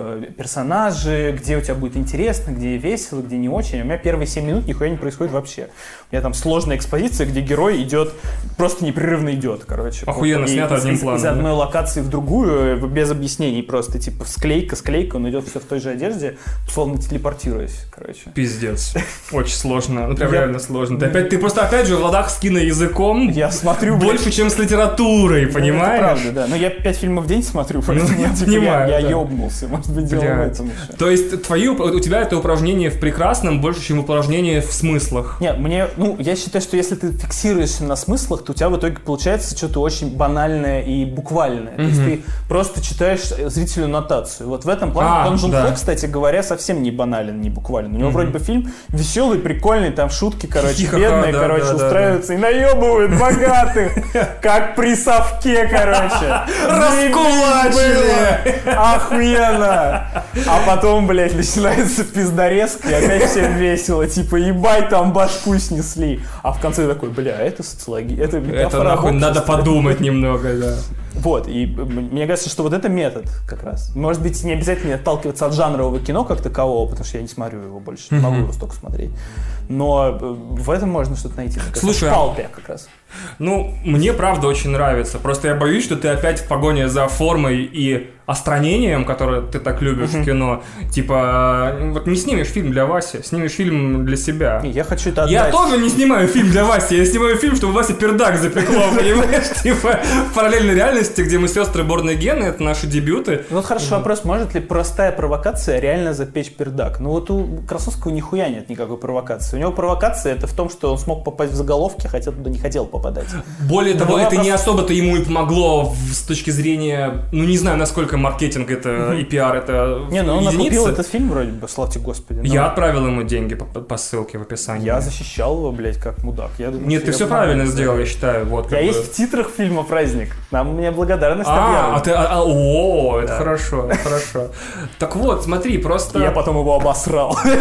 персонажи, где у тебя будет интересно, где весело, где не очень. У меня первые 7 минут нихуя не происходит вообще. У меня там сложная экспозиция, где герой идет, просто непрерывно идет, короче. Охуенно снято одним планом. Из одной локации в другую, без объяснений просто, типа склейка, он идет все в той же одежде, словно телепортируясь, короче. Пиздец. Очень сложно, ну прям реально сложно. Ты просто опять же в ладах с киноязыком. Я смотрю больше, чем с литературой, понимаешь? Это правда, да. Но я 5 фильмов в день смотрю, поэтому я ёбнулся, может быть, дело в этом еще. То есть у тебя это упражнение в прекрасном больше, чем упражнение в смыслах? Нет, я считаю, что если ты фиксируешься на смыслах, то у тебя в итоге получается что-то очень банальное и буквальное. То есть ты просто читаешь зрителю нотацию. Вот в этом плане Бон Джун Хо, кстати говоря, совсем не банален, не буквален. У него вроде бы фильм веселый, прикольный, там шутки, короче, бедные, устраиваются и наебывают богатых, как при совке, короче. Раскулачили! Охуенно! А потом, блядь, начинается пиздорезка, и опять всем весело. Типа, ебать, там башку снесли. А в конце такой, бля, это социология, это метафора. Это нахуй надо подумать немного, да. Вот, и мне кажется, что вот это метод как раз. Может быть, не обязательно отталкиваться от жанрового кино как такового, потому что я не смотрю его больше, не могу его столько смотреть. Но в этом можно что-то найти. Слушай, в палпе как раз. Ну, мне правда очень нравится. Просто я боюсь, что ты опять в погоне за формой и остранением, которое ты так любишь в кино. Типа, вот не снимешь фильм для Васи, снимешь фильм для себя. Я хочу это отдать. Я тоже не снимаю фильм для Васи, я снимаю фильм, чтобы Вася пердак запекло, понимаешь? Типа, в параллельной реальности, где мы сестры Борн-Ген, это наши дебюты. Ну, хорошо, вопрос, может ли простая провокация реально запечь пердак? Ну, вот у Красовского нихуя нет никакой провокации. У него провокация это в том, что он смог попасть в заголовки, хотя туда не хотел попадать. Более того, это не особо-то ему и помогло с точки зрения, ну, не знаю, насколько маркетинг это и пиар это не, ну он накупил этот фильм вроде бы, славьте Господи. Я отправил ему деньги по ссылке в описании. Я защищал его, блядь, как мудак. Нет, ты все правильно сделал, я считаю. Вот, я есть в титрах фильма «Праздник». Нам мне благодарность объявят. Это хорошо, хорошо. Так вот, смотри, просто... Я потом его обосрал. Вот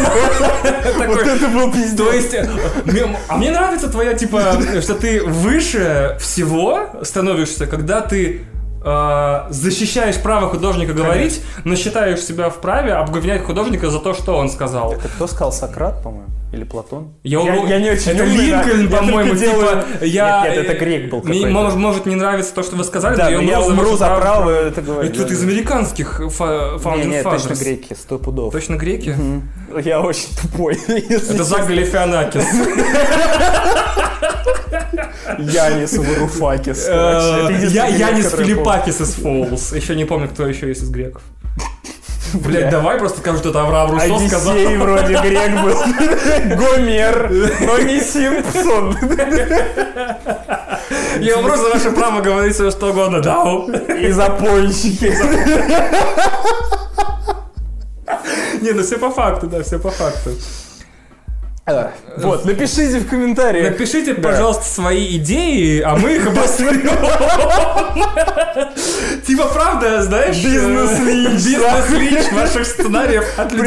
это был пиздец. То есть, а мне нравится твоя, типа, что ты выше всего становишься, когда ты защищаешь право художника говорить, но считаешь себя вправе обговнять художника за то, что он сказал. Это кто сказал, Сократ, по-моему? Или Платон? Я не очень это Линкольн, по-моему, типа... Нет, это грек был какой-то. Может, не нравится то, что вы сказали, да, но я умру за право это говорить. Это тут из американских Founding Fathers. Нет, точно греки, 100 пудов. Точно греки? Я очень тупой. Это Зак Галифианакис. Янис Варуфакис. Янис Филиппакис из Фоулс. Еще не помню, кто еще есть из греков. Блядь, давай просто скажу, что это Авраам Руссо сказал. Одиссей вроде грек был. Гомер, но не Симпсон. Я вопрос за ваше право говорить все что угодно. Да. И запойщики. Не, ну все по факту, да, все по факту. Вот, напишите в комментариях. Напишите, пожалуйста, свои идеи, а мы их обострем. Типа, правда, знаешь... Бизнес-линч ваших сценариев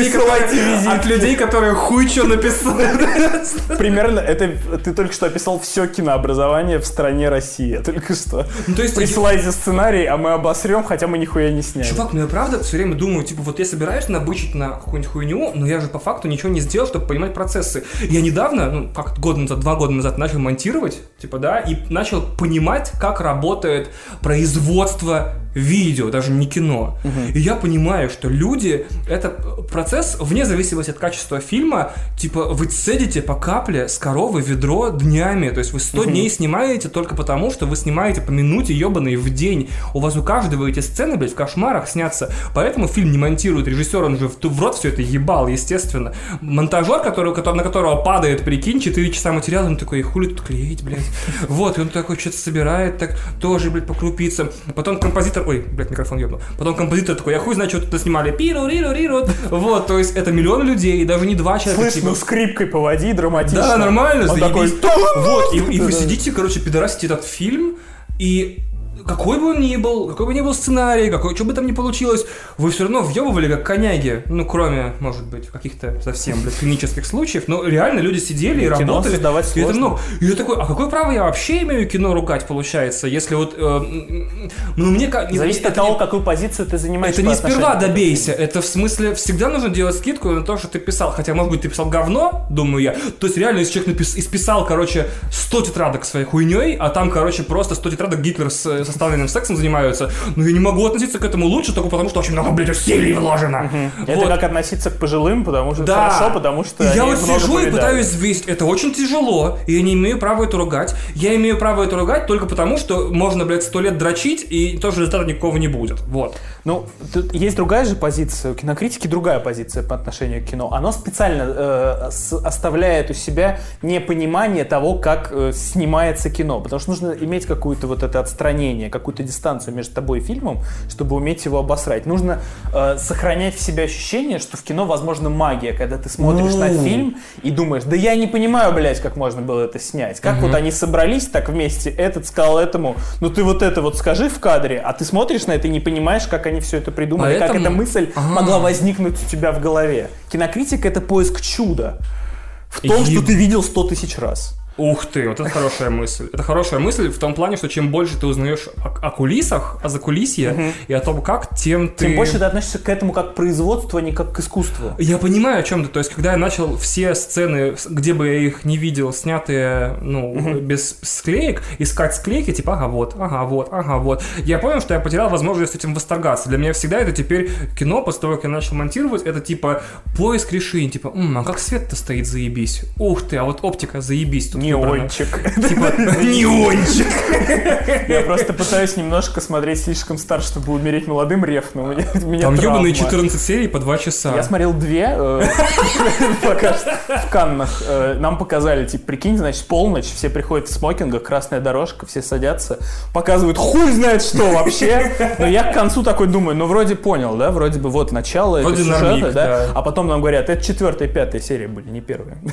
от людей, которые хуй что написали. Примерно, это ты только что описал все кинообразование в стране Россия. Только что. Присылайте сценарий, а мы обосрем, хотя мы нихуя не сняли. Чувак, ну я правда все время думаю, типа, вот я собираюсь набычить на какую-нибудь хуйню, но я же по факту ничего не сделал, чтобы понимать процессы. Я недавно, 2 года назад начал монтировать, типа, да, и начал понимать, как работает производство видео, даже не кино. И я понимаю, что люди, это процесс, вне зависимости от качества фильма, типа, вы цедите по капле с коровы ведро днями, то есть вы 100 дней снимаете только потому, что вы снимаете по минуте ебаной в день. У вас у каждого эти сцены, блядь, в кошмарах снятся. Поэтому фильм не монтирует режиссер, он же в рот все это ебал, естественно. Монтажер, на которого падает, прикинь, 4 часа материала, он такой, хули тут клеить, блядь. Вот, и он такой что-то собирает, так тоже, блядь, по крупицам. Потом композитор, ой, блядь, микрофон ебнул. Потом композитор такой, я хуй знаю, что тут снимали. Пиру. Вот, то есть это миллионы людей, даже не 2 человека. Слышь, ну скрипкой поводи, драматично. Да, нормально, он такой... Вот, и вы сидите, короче, пидорасите этот фильм, и... Какой бы ни был сценарий, что бы там ни получилось, вы все равно въебывали как коняги. Ну, кроме, может быть, каких-то совсем, блядь, клинических случаев. Но реально люди сидели и кино работали. Создавать и это сложно. много. И я такой, а какое право я вообще имею кино ругать, получается, если вот... мне зависит от того, какую позицию ты занимаешь. Это не сперва добейся. Это в смысле всегда нужно делать скидку на то, что ты писал. Хотя, может быть, ты писал говно, думаю я. То есть реально, если человек исписал, короче, 100 тетрадок своей хуйней, а там, короче, просто 100 тетрадок Гитлер с составленным сексом занимаются, но я не могу относиться к этому лучше, только потому что очень много, блядь, усилий вложено. Вот. Это как относиться к пожилым, потому что да. хорошо, потому что я они вот много сижу повидали. И пытаюсь взвесить. Это очень тяжело, и я не имею права это ругать. Я имею право это ругать только потому, что можно, блядь, 100 лет дрочить, и тоже результата никакого не будет. Вот. Ну, тут есть другая же позиция, у кинокритики другая позиция по отношению к кино. Оно специально оставляет у себя непонимание того, как снимается кино, потому что нужно иметь какое-то вот это отстранение, какую-то дистанцию между тобой и фильмом, чтобы уметь его обосрать. Нужно сохранять в себе ощущение, что в кино возможна магия, когда ты смотришь на фильм и думаешь, да я не понимаю, блядь, как можно было это снять. Как вот они собрались так вместе, этот сказал этому, ну ты вот это вот скажи в кадре, а ты смотришь на это и не понимаешь, как они все это придумали, как эта мысль могла возникнуть у тебя в голове. Кинокритика — это поиск чуда в том, что ты видел 100 тысяч раз. Ух ты, вот это хорошая мысль. Это хорошая мысль в том плане, что чем больше ты узнаешь о кулисах, о закулисье и о том, как, тем больше ты относишься к этому как к производству, а не как к искусству. Я понимаю, о чем ты. То есть, когда я начал все сцены, где бы я их не видел, снятые, без склеек, искать склейки, типа, ага, вот. Я понял, что я потерял возможность этим восторгаться. Для меня всегда это теперь кино, после того, как я начал монтировать, это типа поиск решений, типа, а как свет-то стоит, заебись. Ух ты, а вот оптика, заебись. Тут неончик. Типа, неончик. Я просто пытаюсь немножко смотреть «Слишком стар, чтобы умереть молодым», ревну. Там ебаные 14 серий по 2 часа. Я смотрел 2 пока что в Каннах. Нам показали, типа, прикинь, значит, полночь, все приходят в смокингах, красная дорожка, все садятся, показывают хуй знает что вообще. Но я к концу такой думаю, ну вроде понял, да, вроде бы вот начало этого сюжета, да, а потом нам говорят, это 4-я и 5-я серия были, не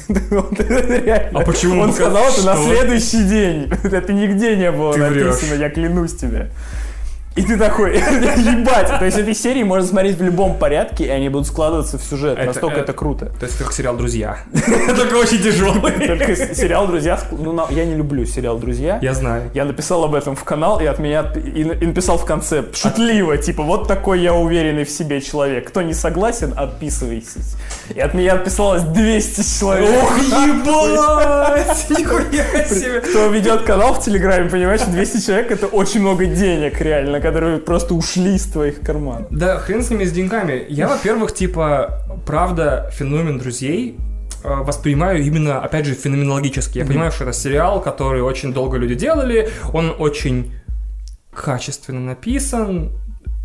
1-я. А почему? Он сказал это на следующий день. Это нигде не было написано, я клянусь тебе. И ты такой, ебать, то есть этой серии можно смотреть в любом порядке, и они будут складываться в сюжет, настолько это круто. То есть это как сериал «Друзья». Только очень тяжелый. Только сериал «Друзья», ну я не люблю сериал «Друзья». Я знаю. Я написал об этом в канал, и написал в конце шутливо, типа, вот такой я уверенный в себе человек. Кто не согласен, отписывайтесь. И от меня отписалось 200 человек. Ох, ебать! Нихуя себе! Кто ведет канал в Телеграме, понимаешь, 200 человек — это очень много денег, реально, которые просто ушли из твоих карманов. Да, хрен с ними, с деньгами. Я, во-первых, типа, правда, феномен «Друзей» воспринимаю именно, опять же, феноменологически. Я понимаю, что это сериал, который очень долго люди делали, он очень качественно написан,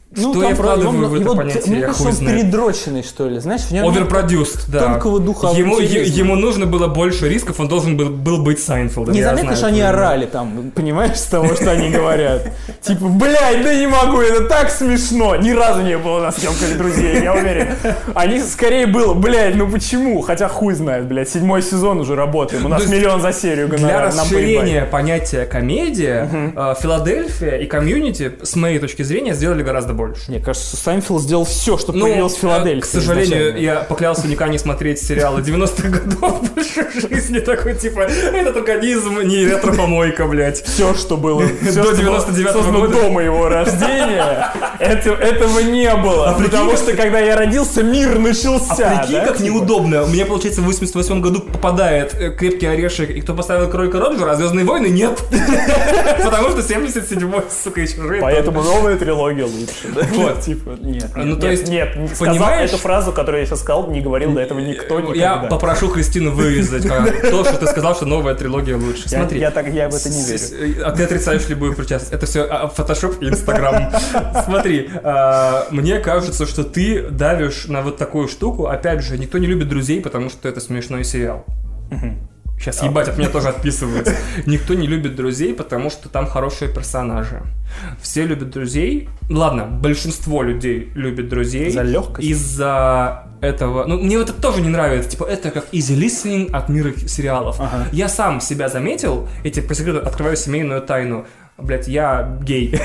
Что я вкладываю в это понятие, мне я кажется, хуй он знает. передроченный, что ли, знаешь, в нем Overproduced, да. тонкого духа. Ему нужно было больше рисков, он должен был быть Сайнфелдом. Незаметно, что они орали там, понимаешь, с того, что они говорят. Типа, блядь, да не могу, это так смешно. Ни разу не было на съемках «Друзей», я уверен. Они скорее было, блядь, ну почему? Хотя хуй знает, блядь, 7-й сезон уже работаем, у нас миллион за серию гонорар. Для расширения понятия комедия, Филадельфия и Комьюнити, с моей точки зрения, сделали гораздо больше. Мне кажется, Сайнфелд сделал все, что появилось в Филадельфии. К сожалению, я поклялся никогда не смотреть сериалы 90-х годов больше в жизни. Такой, типа, это токанизм, не ретро-помойка, блядь. Все, что было до 99-го года. До моего рождения, этого не было. Потому что, когда я родился, мир начался. А прикинь, как неудобно. У меня, получается, в 88 году попадает «Крепкий орешек», и кто поставил «Кролика Роджера», а «Звездные войны» нет. Потому что 77-й, сука, и «Чужие». Поэтому новая трилогия лучше. Вот. Типа, нет. Ну, то есть, нет, сказал эту фразу, которую я сейчас сказал, не говорил до этого никто никогда. Я попрошу Кристину вырезать то, что ты сказал, что новая трилогия лучше. Смотри. Я в это не верю. А ты отрицаешь любую причастность. Это все фотошоп и инстаграм. Смотри, мне кажется, что ты давишь на вот такую штуку. Опять же, никто не любит «Друзей», потому что это смешной сериал. Сейчас, ебать, от меня тоже отписываются. Никто не любит «Друзей», потому что там хорошие персонажи. Все любят «Друзей». Ладно, большинство людей любит «Друзей». За легкость? Из-за этого... Ну, мне это тоже не нравится. Типа, это как easy listening от мира сериалов. Ага. Я сам себя заметил, по секрету открываю семейную тайну. Блять, я гей.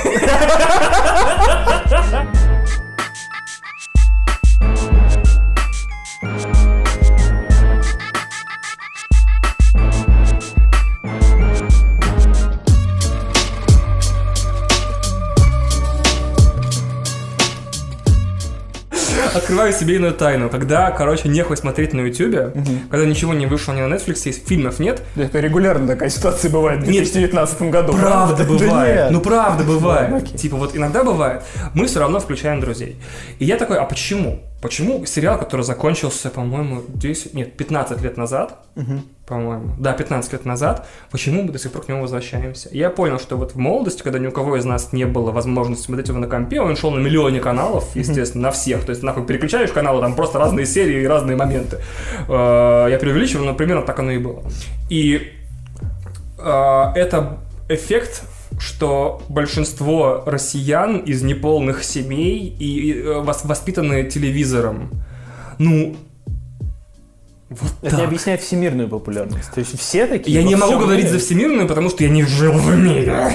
Открываю семейную тайну. Когда, нехуй смотреть на Ютубе, когда ничего не вышло ни на Netflix, фильмов нет. Это регулярно такая ситуация бывает в 2019 году. Правда бывает. Ну правда бывает. Типа вот иногда бывает. Мы все равно включаем «Друзей». И я такой, а почему? Почему сериал, который закончился, по-моему, 15 лет назад, по-моему, да, 15 лет назад, почему мы до сих пор к нему возвращаемся? Я понял, что вот в молодости, когда ни у кого из нас не было возможности смотреть его на компе, он шел на миллионе каналов, естественно, на всех, то есть нахуй переключаешь каналы, там просто разные серии и разные моменты. Я преувеличиваю, но примерно так оно и было. И это эффект, что большинство россиян из неполных семей и воспитаны телевизором. Ну, вот это так. не объясняет всемирную популярность. То есть все такие. Я не могу говорить за всемирную, потому что я не жил в мире.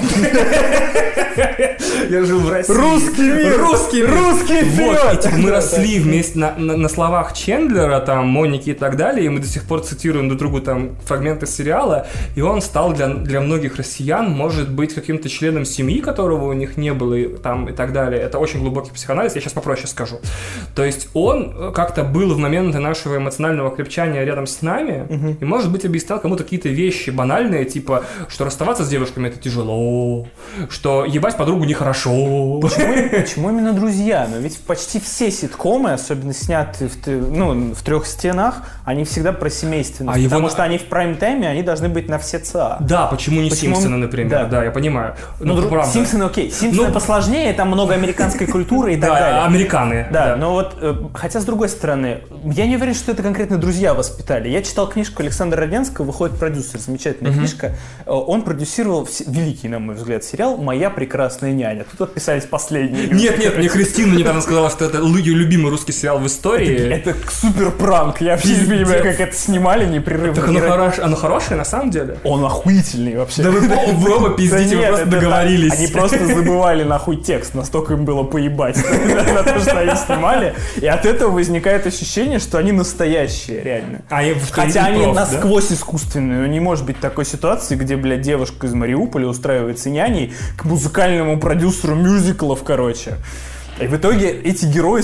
Я жил в России. Русский мир! Русский вперед! Вот, мы росли вместе на словах Чендлера, там, Моники и так далее, и мы до сих пор цитируем друг другу там фрагменты сериала, и он стал для многих россиян, может быть, каким-то членом семьи, которого у них не было, там, и так далее. Это очень глубокий психоанализ, я сейчас попроще скажу. То есть он как-то был в моменты нашего эмоционального крепчания рядом с нами, и, может быть, объяснял кому-то какие-то вещи банальные, типа, что расставаться с девушками это тяжело, что ебать подругу нехорошо. Почему именно «Друзья»? Но ведь почти все ситкомы, особенно снятые в трех стенах, они всегда про семейственность. Потому что они в прайм-тайме, они должны быть на все ЦА. Да, почему не «Симпсоны», например? Да, я понимаю. «Симпсоны» окей. «Симпсоны» посложнее, там много американской культуры и так далее. Да, американы. Да, но вот, хотя с другой стороны, я не уверен, что это конкретно «Друзья» воспитали. Я читал книжку Александра Роденского, выходит продюсер, замечательная книжка. Он продюсировал великий, на мой взгляд, сериал «Моя прекрасная няня». Тут отписались последние. Нет, мне Кристина недавно сказала, что это ее любимый русский сериал в истории. Это супер пранк. Я вообще не понимаю, как это снимали непрерывно. Так оно хорошее на самом деле? Он охуительный вообще. Да вы оба пиздите, вы просто договорились. Они просто забывали нахуй текст, настолько им было поебать на то, что они снимали. И от этого возникает ощущение, что они настоящие, реально. Хотя они насквозь искусственные. Не может быть такой ситуации, где, блядь, девушка из Мариуполя устраивается няней к музыкальному продюсеру мюзиклов, короче. И в итоге эти герои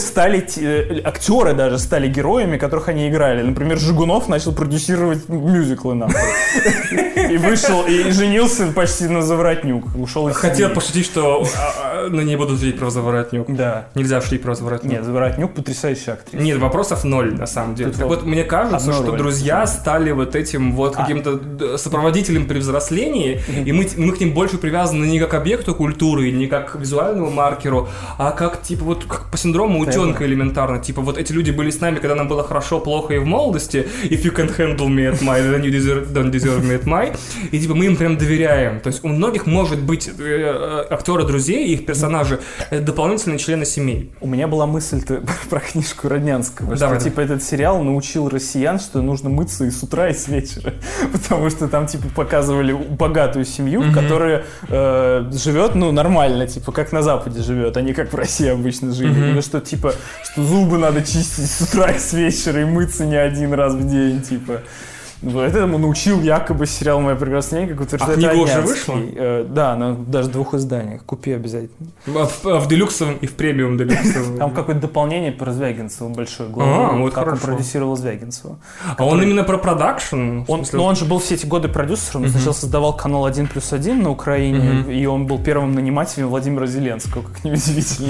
актеры даже стали героями, которых они играли. Например, Жигунов начал продюсировать мюзиклы нахуй. И вышел, и женился почти на Заворотнюк. Ушел из семьи. Хотел пошутить, что не буду шутить про Заворотнюк. Да. Нельзя шутить про Заворотнюк. Нет, Заворотнюк потрясающая актриса. Нет, вопросов ноль, на самом деле. Так вот, мне кажется, что «Друзья» стали вот этим вот каким-то сопроводителем при взрослении, и мы к ним больше привязаны не как к объекту культуры, не как к визуальному маркеру, а как типа, вот как по синдрому утенка элементарно. Типа, вот эти люди были с нами, когда нам было хорошо, плохо и в молодости. If you can't handle me at my, then you don't deserve me at my. И типа мы им прям доверяем. То есть у многих может быть актеры друзей и их персонажи дополнительные члены семей. У меня была мысль про книжку Роднянского, что типа этот сериал научил россиян, что нужно мыться и с утра, и с вечера. Потому что там типа показывали богатую семью, которая живет, ну, нормально, типа, как на Западе живет, а не как в России обычно жили. Или что, типа, что зубы надо чистить с утра и с вечера и мыться не один раз в день, типа. Это ему научил якобы сериал «Моя прекрасная няня», как утверждает книга Роднянский. уже вышла? Да, она даже в 2 изданиях. Купи обязательно. В делюксовом и в премиум делюксовом. Там какое-то дополнение про Звягинцева большое. Главное, как он продюсировал Звягинцева. А он именно про продакшн? Он же был все эти годы продюсером. Он сначала создавал канал 1+1 на Украине, и он был первым нанимателем Владимира Зеленского, как неудивительно.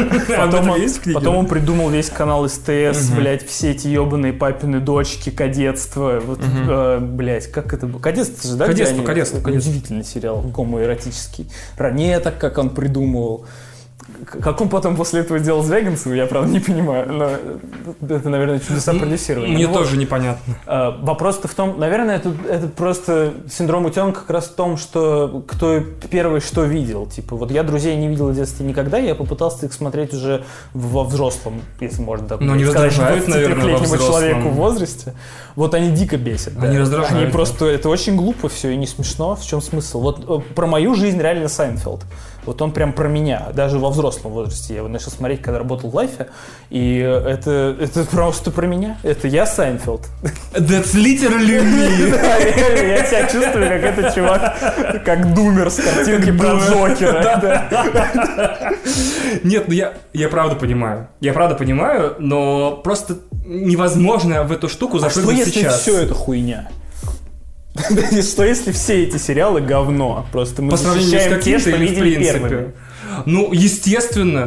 Потом он придумал весь канал СТС, блядь, все эти ебаные папины дочки, кадетство. Блять, как это было? Кадетство же, да? Кадетство. Удивительный сериал, гомоэротический. Ранеток, как он придумывал. Как он потом после этого делал Звягинцеву, я, правда, не понимаю. Но это, наверное, чудеса продюсирования. Мне тоже непонятно. Вопрос-то в том, наверное, это просто синдром утенка как раз в том, что кто первый что видел. Типа, вот я «Друзей» не видел в детстве никогда, я попытался их смотреть уже во взрослом, если можно так сказать. Но не раздражают, наверное, во взрослом. Человеку в возрасте. Вот они дико бесят. Они раздражают. Они просто, это очень глупо все и не смешно. В чем смысл? Вот про мою жизнь реально Сайнфелд. Вот он прям про меня, даже во взрослом возрасте. Я его начал смотреть, когда работал в Лайфе, и это просто про меня. Это я Сайнфелд. That's literally me. Да, реально, я себя чувствую, как этот чувак, как Думер с картинки про Джокера. Нет, ну я правда понимаю. Я правда понимаю, но просто невозможно в эту штуку запрыгнуть сейчас. А что если все это хуйня? Что если все эти сериалы говно? Просто мы защищаем те, что видели первыми. Ну, естественно.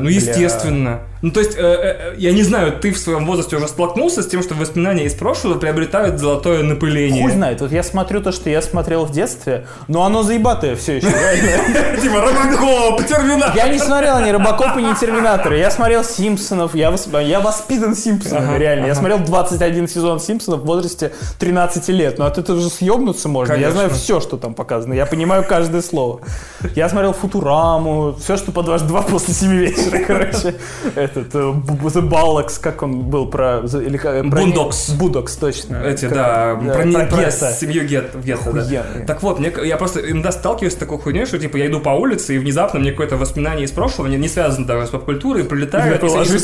Ну, то есть, я не знаю, ты в своем возрасте уже столкнулся с тем, что воспоминания из прошлого приобретают золотое напыление? Хуй знает. Вот я смотрю то, что я смотрел в детстве, но оно заебатое все еще. Типа Робокоп, Терминатор. Я не смотрел ни Робокопа, ни Терминатора. Я смотрел Симпсонов. Я воспитан Симпсонами, реально. Я смотрел 21 сезон Симпсонов в возрасте 13 лет. Но от этого же съебнуться можно. Я знаю все, что там показано. Я понимаю каждое слово. Я смотрел Футураму. Все, что по 2 после 7 вечера, короче. Этот The Bollocks, как он был про... Будокс, точно. Про семью Гетто. Так вот, я просто иногда сталкиваюсь с такой хуйней, что типа я иду по улице, и внезапно мне какое-то воспоминание из прошлого, не связано даже с поп-культурой, прилетает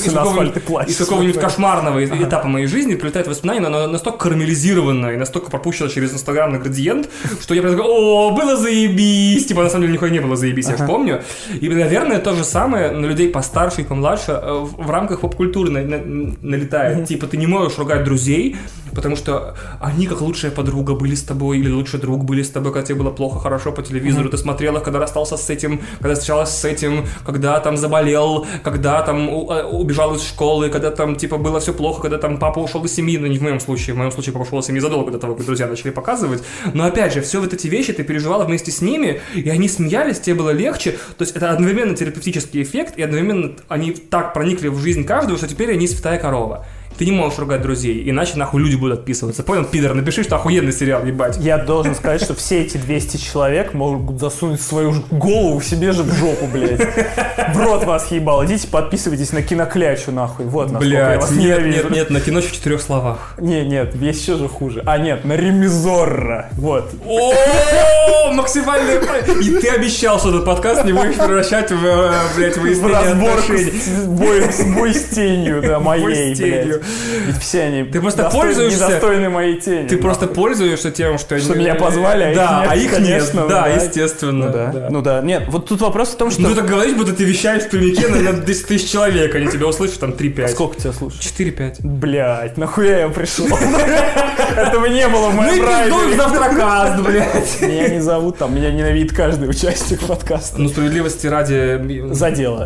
из какого-нибудь кошмарного этапа моей жизни, прилетает воспоминание, но оно настолько карамелизированное и настолько пропущено через инстаграмный градиент, что я прям такой: о, было заебись! Типа на самом деле нихуя не было заебись, я же помню. И, наверное, то же самое на людей постарше и помладше в рамках поп-культуры налетает. Типа ты не можешь ругать друзей, потому что они как лучшая подруга были с тобой, или лучший друг были с тобой, когда тебе было плохо, хорошо по телевизору, ты смотрел их, когда расстался с этим, когда встречалась с этим, когда там заболел, когда там убежал из школы, когда там типа было все плохо, когда там папа ушел из семьи, но не в моем случае папа ушел из семьи задолго до того, как друзья начали показывать. Но опять же, все вот эти вещи ты переживала вместе с ними, и они смеялись, тебе было легче. То есть это одновременно терапевтический эффект, и одновременно они так проникли в жизнь каждого, что теперь они святая корова. Ты не можешь ругать друзей, иначе нахуй люди будут отписываться. Понял, пидор, напиши, что охуенный сериал, ебать. Я должен сказать, что все эти 200 человек могут засунуть свою голову себе же в жопу, блядь. В рот вас ебал. Идите подписывайтесь на Киноклячу, нахуй. Вот насколько я вас ненавижу. Нет, на Кино в 4 словах. Нет, есть еще же хуже. Нет, на Ремизорро. Вот. О, максимальный... И ты обещал, что этот подкаст не будешь превращать в, блядь, выяснение отношений. Бой с тенью, да, моей, блядь. Ведь все они недостойны моей тени. Ты просто пользуешься тем, что меня позвали, а их нет. Да, естественно. Ну да. Нет, вот тут вопрос в том, что... Ну так говоришь, будто ты вещаешь в прямике на 10 тысяч человек, они тебя услышат там 3-5. Сколько тебя слушают? 4-5. Блядь, нахуя я пришел? Этого не было в моем районе. Ну и завтракаст, блядь. Меня не зовут там, меня ненавидит каждый участник подкаста. Ну, справедливости ради... За дело.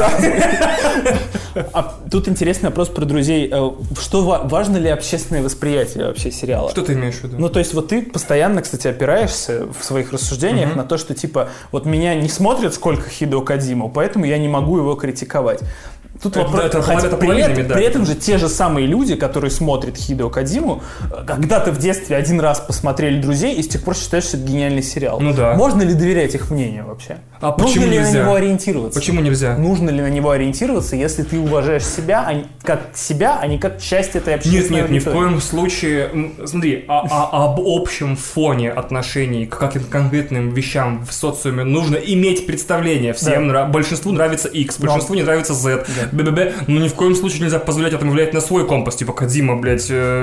А тут интересный вопрос про друзей. Что важно ли общественное восприятие вообще сериала? Что ты имеешь в виду? Ну, то есть вот ты постоянно, кстати, опираешься в своих рассуждениях на то, что типа вот меня не смотрят сколько Хидео Кодзима, поэтому я не могу его критиковать. Тут вопрос, при этом же те же самые люди, которые смотрят Хидео Кодзиму, когда-то в детстве один раз посмотрели «Друзей» и с тех пор считают, что это гениальный сериал. Ну да. Можно ли доверять их мнению вообще? А почему нельзя? Нужно ли на него ориентироваться? Почему нельзя? Нужно ли на него ориентироваться, если ты уважаешь себя, а не как часть этой общественной аудитории? Нет, ни в коем случае. Смотри, об общем фоне отношений к каким-то конкретным вещам в социуме нужно иметь представление. Всем большинству нравится X, большинству не нравится Z. БББ, но ни в коем случае нельзя позволять этому влиять на свой компас, типа Кодзима, блядь,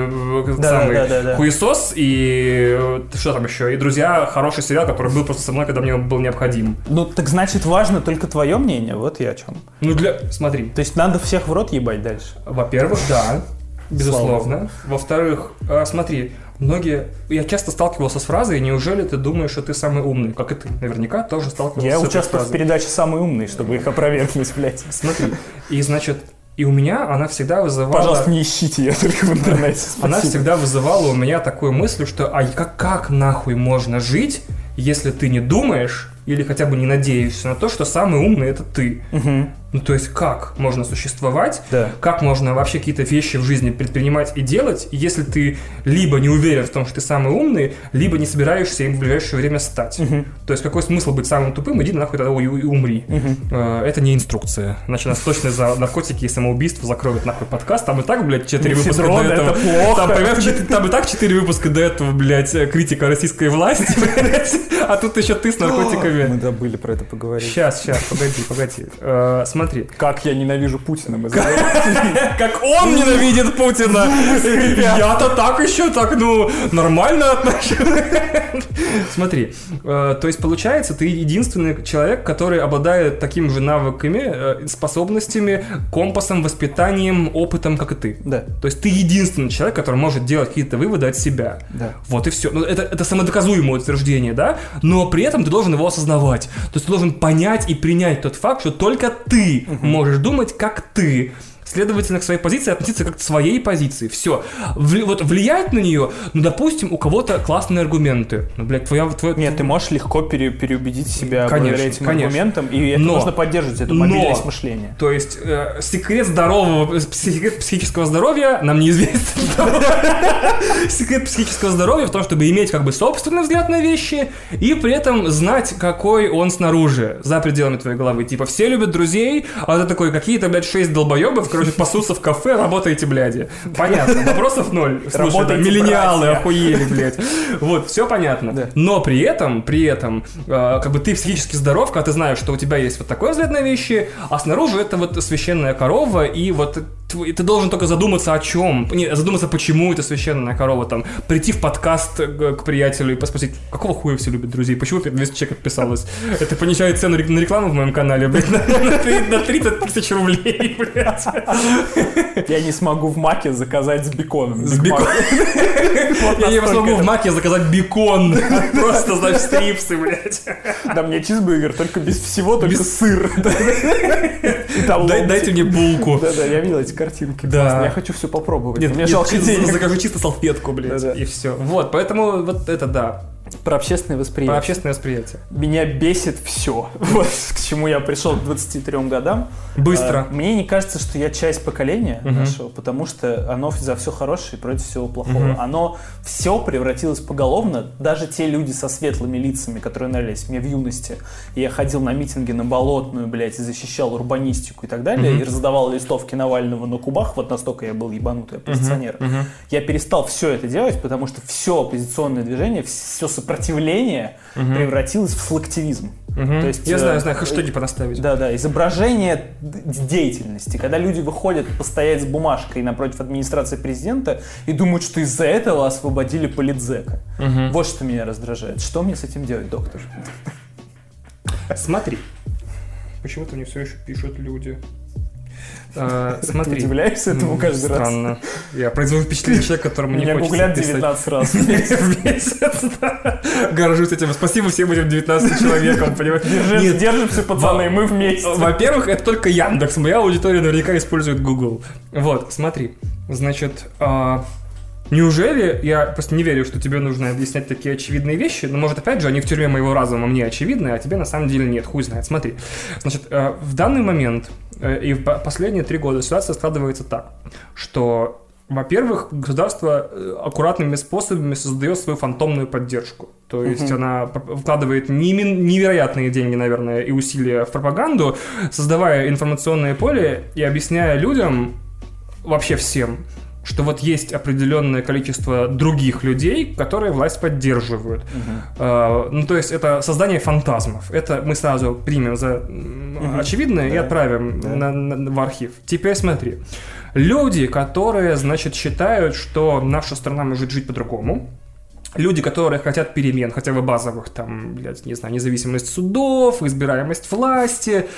самый хуесос, и что там еще, и «Друзья» хороший сериал, который был просто со мной, когда мне был необходим. Ну, так значит, важно только твое мнение, вот я о чем. Ну, смотри. То есть надо всех в рот ебать дальше? Во-первых, да, безусловно. Во-вторых, смотри, я часто сталкивался с фразой: неужели ты думаешь, что ты самый умный? Как и ты, наверняка, тоже сталкивался с этой фразой. Я участвую в передаче «Самый умный», чтобы их опровергнуть, блядь. Смотри, и значит, и у меня она всегда вызывала... Пожалуйста, не ищите ее только в интернете. Она всегда вызывала у меня такую мысль, что как нахуй можно жить, если ты не думаешь или хотя бы не надеешься на то, что самый умный — это ты. Угу. Ну, то есть, как можно существовать, да. Как можно вообще какие-то вещи в жизни предпринимать и делать, если ты либо не уверен в том, что ты самый умный, либо не собираешься им в ближайшее время стать. Угу. То есть, какой смысл быть самым тупым? Иди нахуй тогда и умри. Угу. Это не инструкция. Значит, нас точно за наркотики и самоубийство закроют нахуй подкаст. Там и так, блядь, 4 выпуска до этого. Это плохо. Там и так 4 выпуска до этого, блядь, критика российской власти, блядь. А тут еще ты с наркотиками. Мы забыли про это поговорить. Сейчас, погоди. Смотри. Как я ненавижу Путина. Как он ненавидит Путина. Я-то так еще, нормально отношусь. Смотри, то есть получается, ты единственный человек, который обладает такими же навыками, способностями, компасом, воспитанием, опытом, как и ты. Да. То есть ты единственный человек, который может делать какие-то выводы от себя. Да. Вот и все. Это самодоказуемое утверждение, да? Но при этом ты должен его осознавать. То есть ты должен понять и принять тот факт, что только ты можешь думать, как ты. Следовательно, к своей позиции относиться как к своей позиции. Все. Вот влиять на нее, допустим, у кого-то классные аргументы. Нет, ты можешь легко переубедить себя благодаря этим аргументам, и это нужно поддерживать, эту мобильность мышления. То есть, секрет психического здоровья нам неизвестен. Секрет психического здоровья в том, чтобы иметь как бы собственный взгляд на вещи и при этом знать, какой он снаружи, за пределами твоей головы. Типа, все любят «Друзей», а ты такой, какие-то, блядь, 6 долбоебов, пасутся в кафе, работаете, бляди. Понятно, вопросов ноль. Слушай, миллениалы охуели, блядь. Вот, все понятно. Да. Но при этом, как бы ты психически здоров, когда ты знаешь, что у тебя есть вот такой взгляд на вещи, а снаружи это вот священная корова, и вот ты должен только задуматься о чем. Задуматься, почему это священная корова. Там, прийти в подкаст к приятелю и спросить, какого хуя все любят «Друзей? Почему 200 человек отписалось? Это понижает цену на рекламу в моем канале, блядь, на 30 тысяч рублей, блядь. Я не смогу в Маке заказать с беконом. С беконом. Я не смогу в Маке заказать бекон. Просто, значит, стрипсы, блядь. Да, мне чизбургер, только без всего, только сыр. Дайте мне булку. Да, я видел эти картинки. Да. Я хочу все попробовать. Нет, мне жалко денег. Закажу чисто салфетку, блядь, и все. Вот, поэтому вот это да. Про общественное восприятие. Про общественное восприятие. Меня бесит все. Вот к чему я пришел к 23 годам. Быстро. Мне не кажется, что я часть поколения нашего, потому что оно за все хорошее против всего плохого. Оно все превратилось поголовно. Даже те люди со светлыми лицами, которые нравились мне в юности. И я ходил на митинги на Болотную, блядь, и защищал урбанистику и так далее. И раздавал листовки Навального на кубах. Вот настолько я был ебанутый оппозиционер. Я перестал все это делать, потому что все оппозиционное движение, все сопротивление превратилось в слактивизм. То есть, я знаю, хэштеги понаставить. Да, изображение деятельности. Когда люди выходят постоять с бумажкой напротив администрации президента и думают, что из-за этого освободили политзека. Вот что меня раздражает. Что мне с этим делать, доктор? Смотри. Почему-то мне все еще пишут люди. Смотри. Ты удивляешься этому каждый раз? Странно. Я произвожу впечатление человека, которому не хочется писать. Меня гуглят 19 раз в месяц. Горжусь этим. Спасибо всем этим 19 человекам, понимаешь? Держимся, пацаны, мы вместе. Во-первых, это только Яндекс. Моя аудитория наверняка использует Google. Вот, смотри. Значит, Неужели? Я просто не верю, что тебе нужно объяснять такие очевидные вещи, но, может, опять же, они в тюрьме моего разума мне очевидны, а тебе на самом деле нет. Хуй знает. Смотри. Значит, в данный момент и в последние 3 года ситуация складывается так, что, во-первых, государство аккуратными способами создает свою фантомную поддержку. То есть она вкладывает невероятные деньги, наверное, и усилия в пропаганду, создавая информационное поле и объясняя людям, вообще всем, что вот есть определенное количество других людей, которые власть поддерживают. Ну, то есть это создание фантазмов. Это мы сразу примем за очевидное и отправим в архив. Теперь смотри. Люди, которые, значит, считают, что наша страна может жить по-другому. Люди, которые хотят перемен, хотя бы базовых, там, блядь, не знаю, независимость судов, избираемость власти,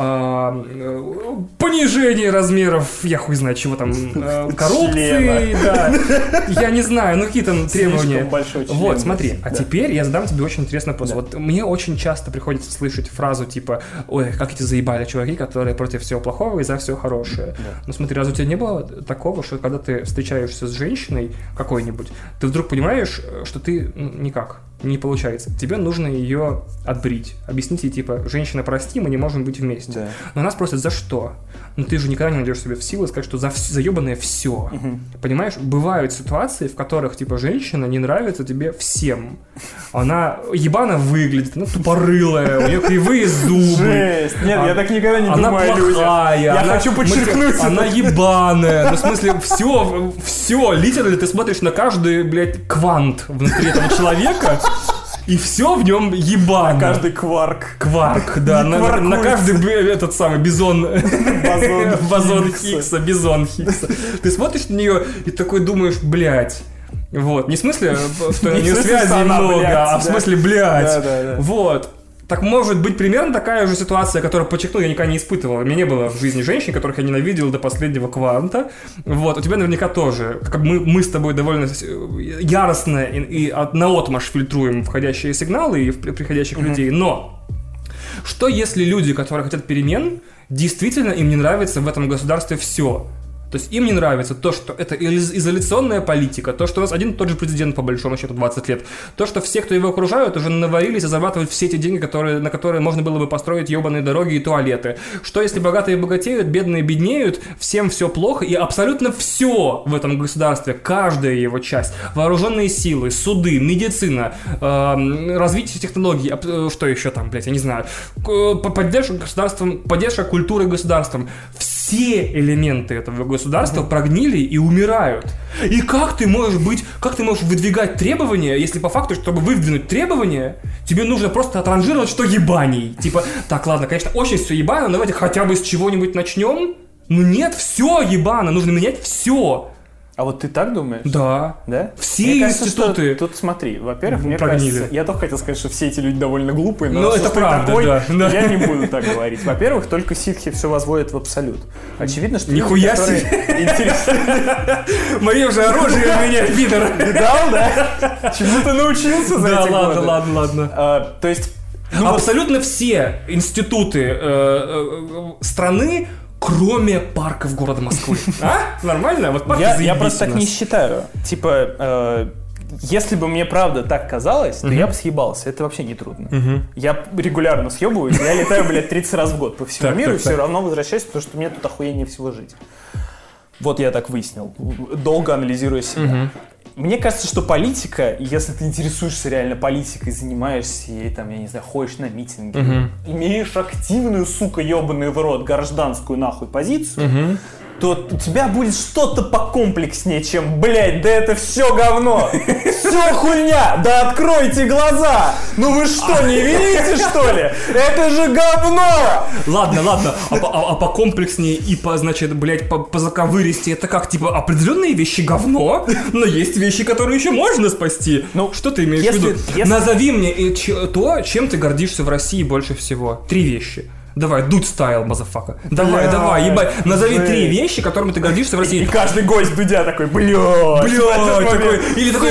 понижение размеров, я хуй знаю, чего там, коррупции, да, я не знаю, ну какие там требования. Вот, смотри, а теперь я задам тебе очень интересный вопрос. Вот мне очень часто приходится слышать фразу типа, ой, как эти заебали чуваки, которые против всего плохого и за все хорошее. Ну смотри, разве у тебя не было такого, что когда ты встречаешься с женщиной какой-нибудь, ты вдруг понимаешь, что ты никак не получается. Тебе нужно ее отбрить. Объяснить ей, типа, женщина, прости, мы не можем быть вместе. Да. Но нас просят, за что? Ну ты же никогда не найдешь себе в силу сказать, что за ебаное все. Понимаешь? Бывают ситуации, в которых, типа, женщина не нравится тебе всем. Она ебано выглядит, она тупорылая, у нее кривые зубы. Жесть. Нет, я так никогда не думаю о людях. Я хочу подчеркнуть это. Она ебаная. Ну, в смысле, все, литерально ты смотришь на каждый, блядь, квант внутри этого человека, и все в нем ебано. На каждый кварк. Кварк, да. На каждый этот самый бизон Хиггса, бизон Хиггса. Ты смотришь на нее и такой думаешь, блядь. Вот. Не в смысле, что у нее связей много, а в смысле, блядь. Вот. Так может быть примерно такая же ситуация, которую, подчеркну, я никогда не испытывал. У меня не было в жизни женщин, которых я ненавидел до последнего кванта. Вот, у тебя наверняка тоже. Как мы с тобой довольно яростно и наотмашь фильтруем входящие сигналы и приходящих людей. Но что если люди, которые хотят перемен, действительно им не нравится в этом государстве все? То есть им не нравится то, что это изоляционная политика, то, что у нас один и тот же президент, по большому счету, 20 лет, то, что все, кто его окружают, уже наварились и зарабатывают все эти деньги, на которые можно было бы построить ебаные дороги и туалеты. Что если богатые богатеют, бедные беднеют, всем все плохо, и абсолютно все в этом государстве, каждая его часть, вооруженные силы, суды, медицина, развитие технологий, что еще там, блядь, я не знаю, поддержка государством, поддержка культуры государством, все элементы этого государства прогнили и умирают. И как ты можешь выдвигать требования, если по факту, чтобы выдвинуть требования, тебе нужно просто отранжировать, что ебаний. Типа, так, ладно, конечно, очень все ебано, но давайте хотя бы с чего-нибудь начнем. Ну нет, все ебано, нужно менять все. А вот ты так думаешь? Да. Да? Все мне институты. Кажется, тут смотри, во-первых, мне кажется, я только хотел сказать, что все эти люди довольно глупые, но это правда, такой, да. Я не буду так говорить. Во-первых, только ситхи все возводят в абсолют. Очевидно, что нихуя себе! Мои уже оружие у меня, пидор. Видал, да? Чему ты научился за эти годы? Да, ладно. То есть... Абсолютно все институты страны, кроме парков города Москвы. А? Нормально? Вот парки заебись. Я просто так не считаю. Типа, если бы мне правда так казалось, то я бы съебался. Это вообще не трудно. Я регулярно съебываюсь, я летаю, блядь, 30 раз в год по всему миру и все равно возвращаюсь, потому что мне тут охуеннее всего жить. Вот я так выяснил, долго анализируя себя. Мне кажется, что политика, если ты интересуешься реально политикой, занимаешься ей, там, я не знаю, ходишь на митинги, имеешь активную, сука, ебаный в рот, гражданскую нахуй позицию, то у тебя будет что-то покомплекснее, чем, блядь, да это все говно, все хуйня, да откройте глаза, ну вы что, не видите, что ли? Это же говно! Ладно, а покомплекснее и значит, блядь, по заковыристи, это как, типа, определенные вещи говно, но есть вещи, которые еще можно спасти. Ну, что ты имеешь в виду? Назови мне то, чем ты гордишься в России больше всего. 3 вещи. Давай, Дудь стайл, мазафака. Давай, ебать. Назови 3 вещи, которыми ты гордишься в России. И каждый гость Дудя такой, блядь, такой, или такой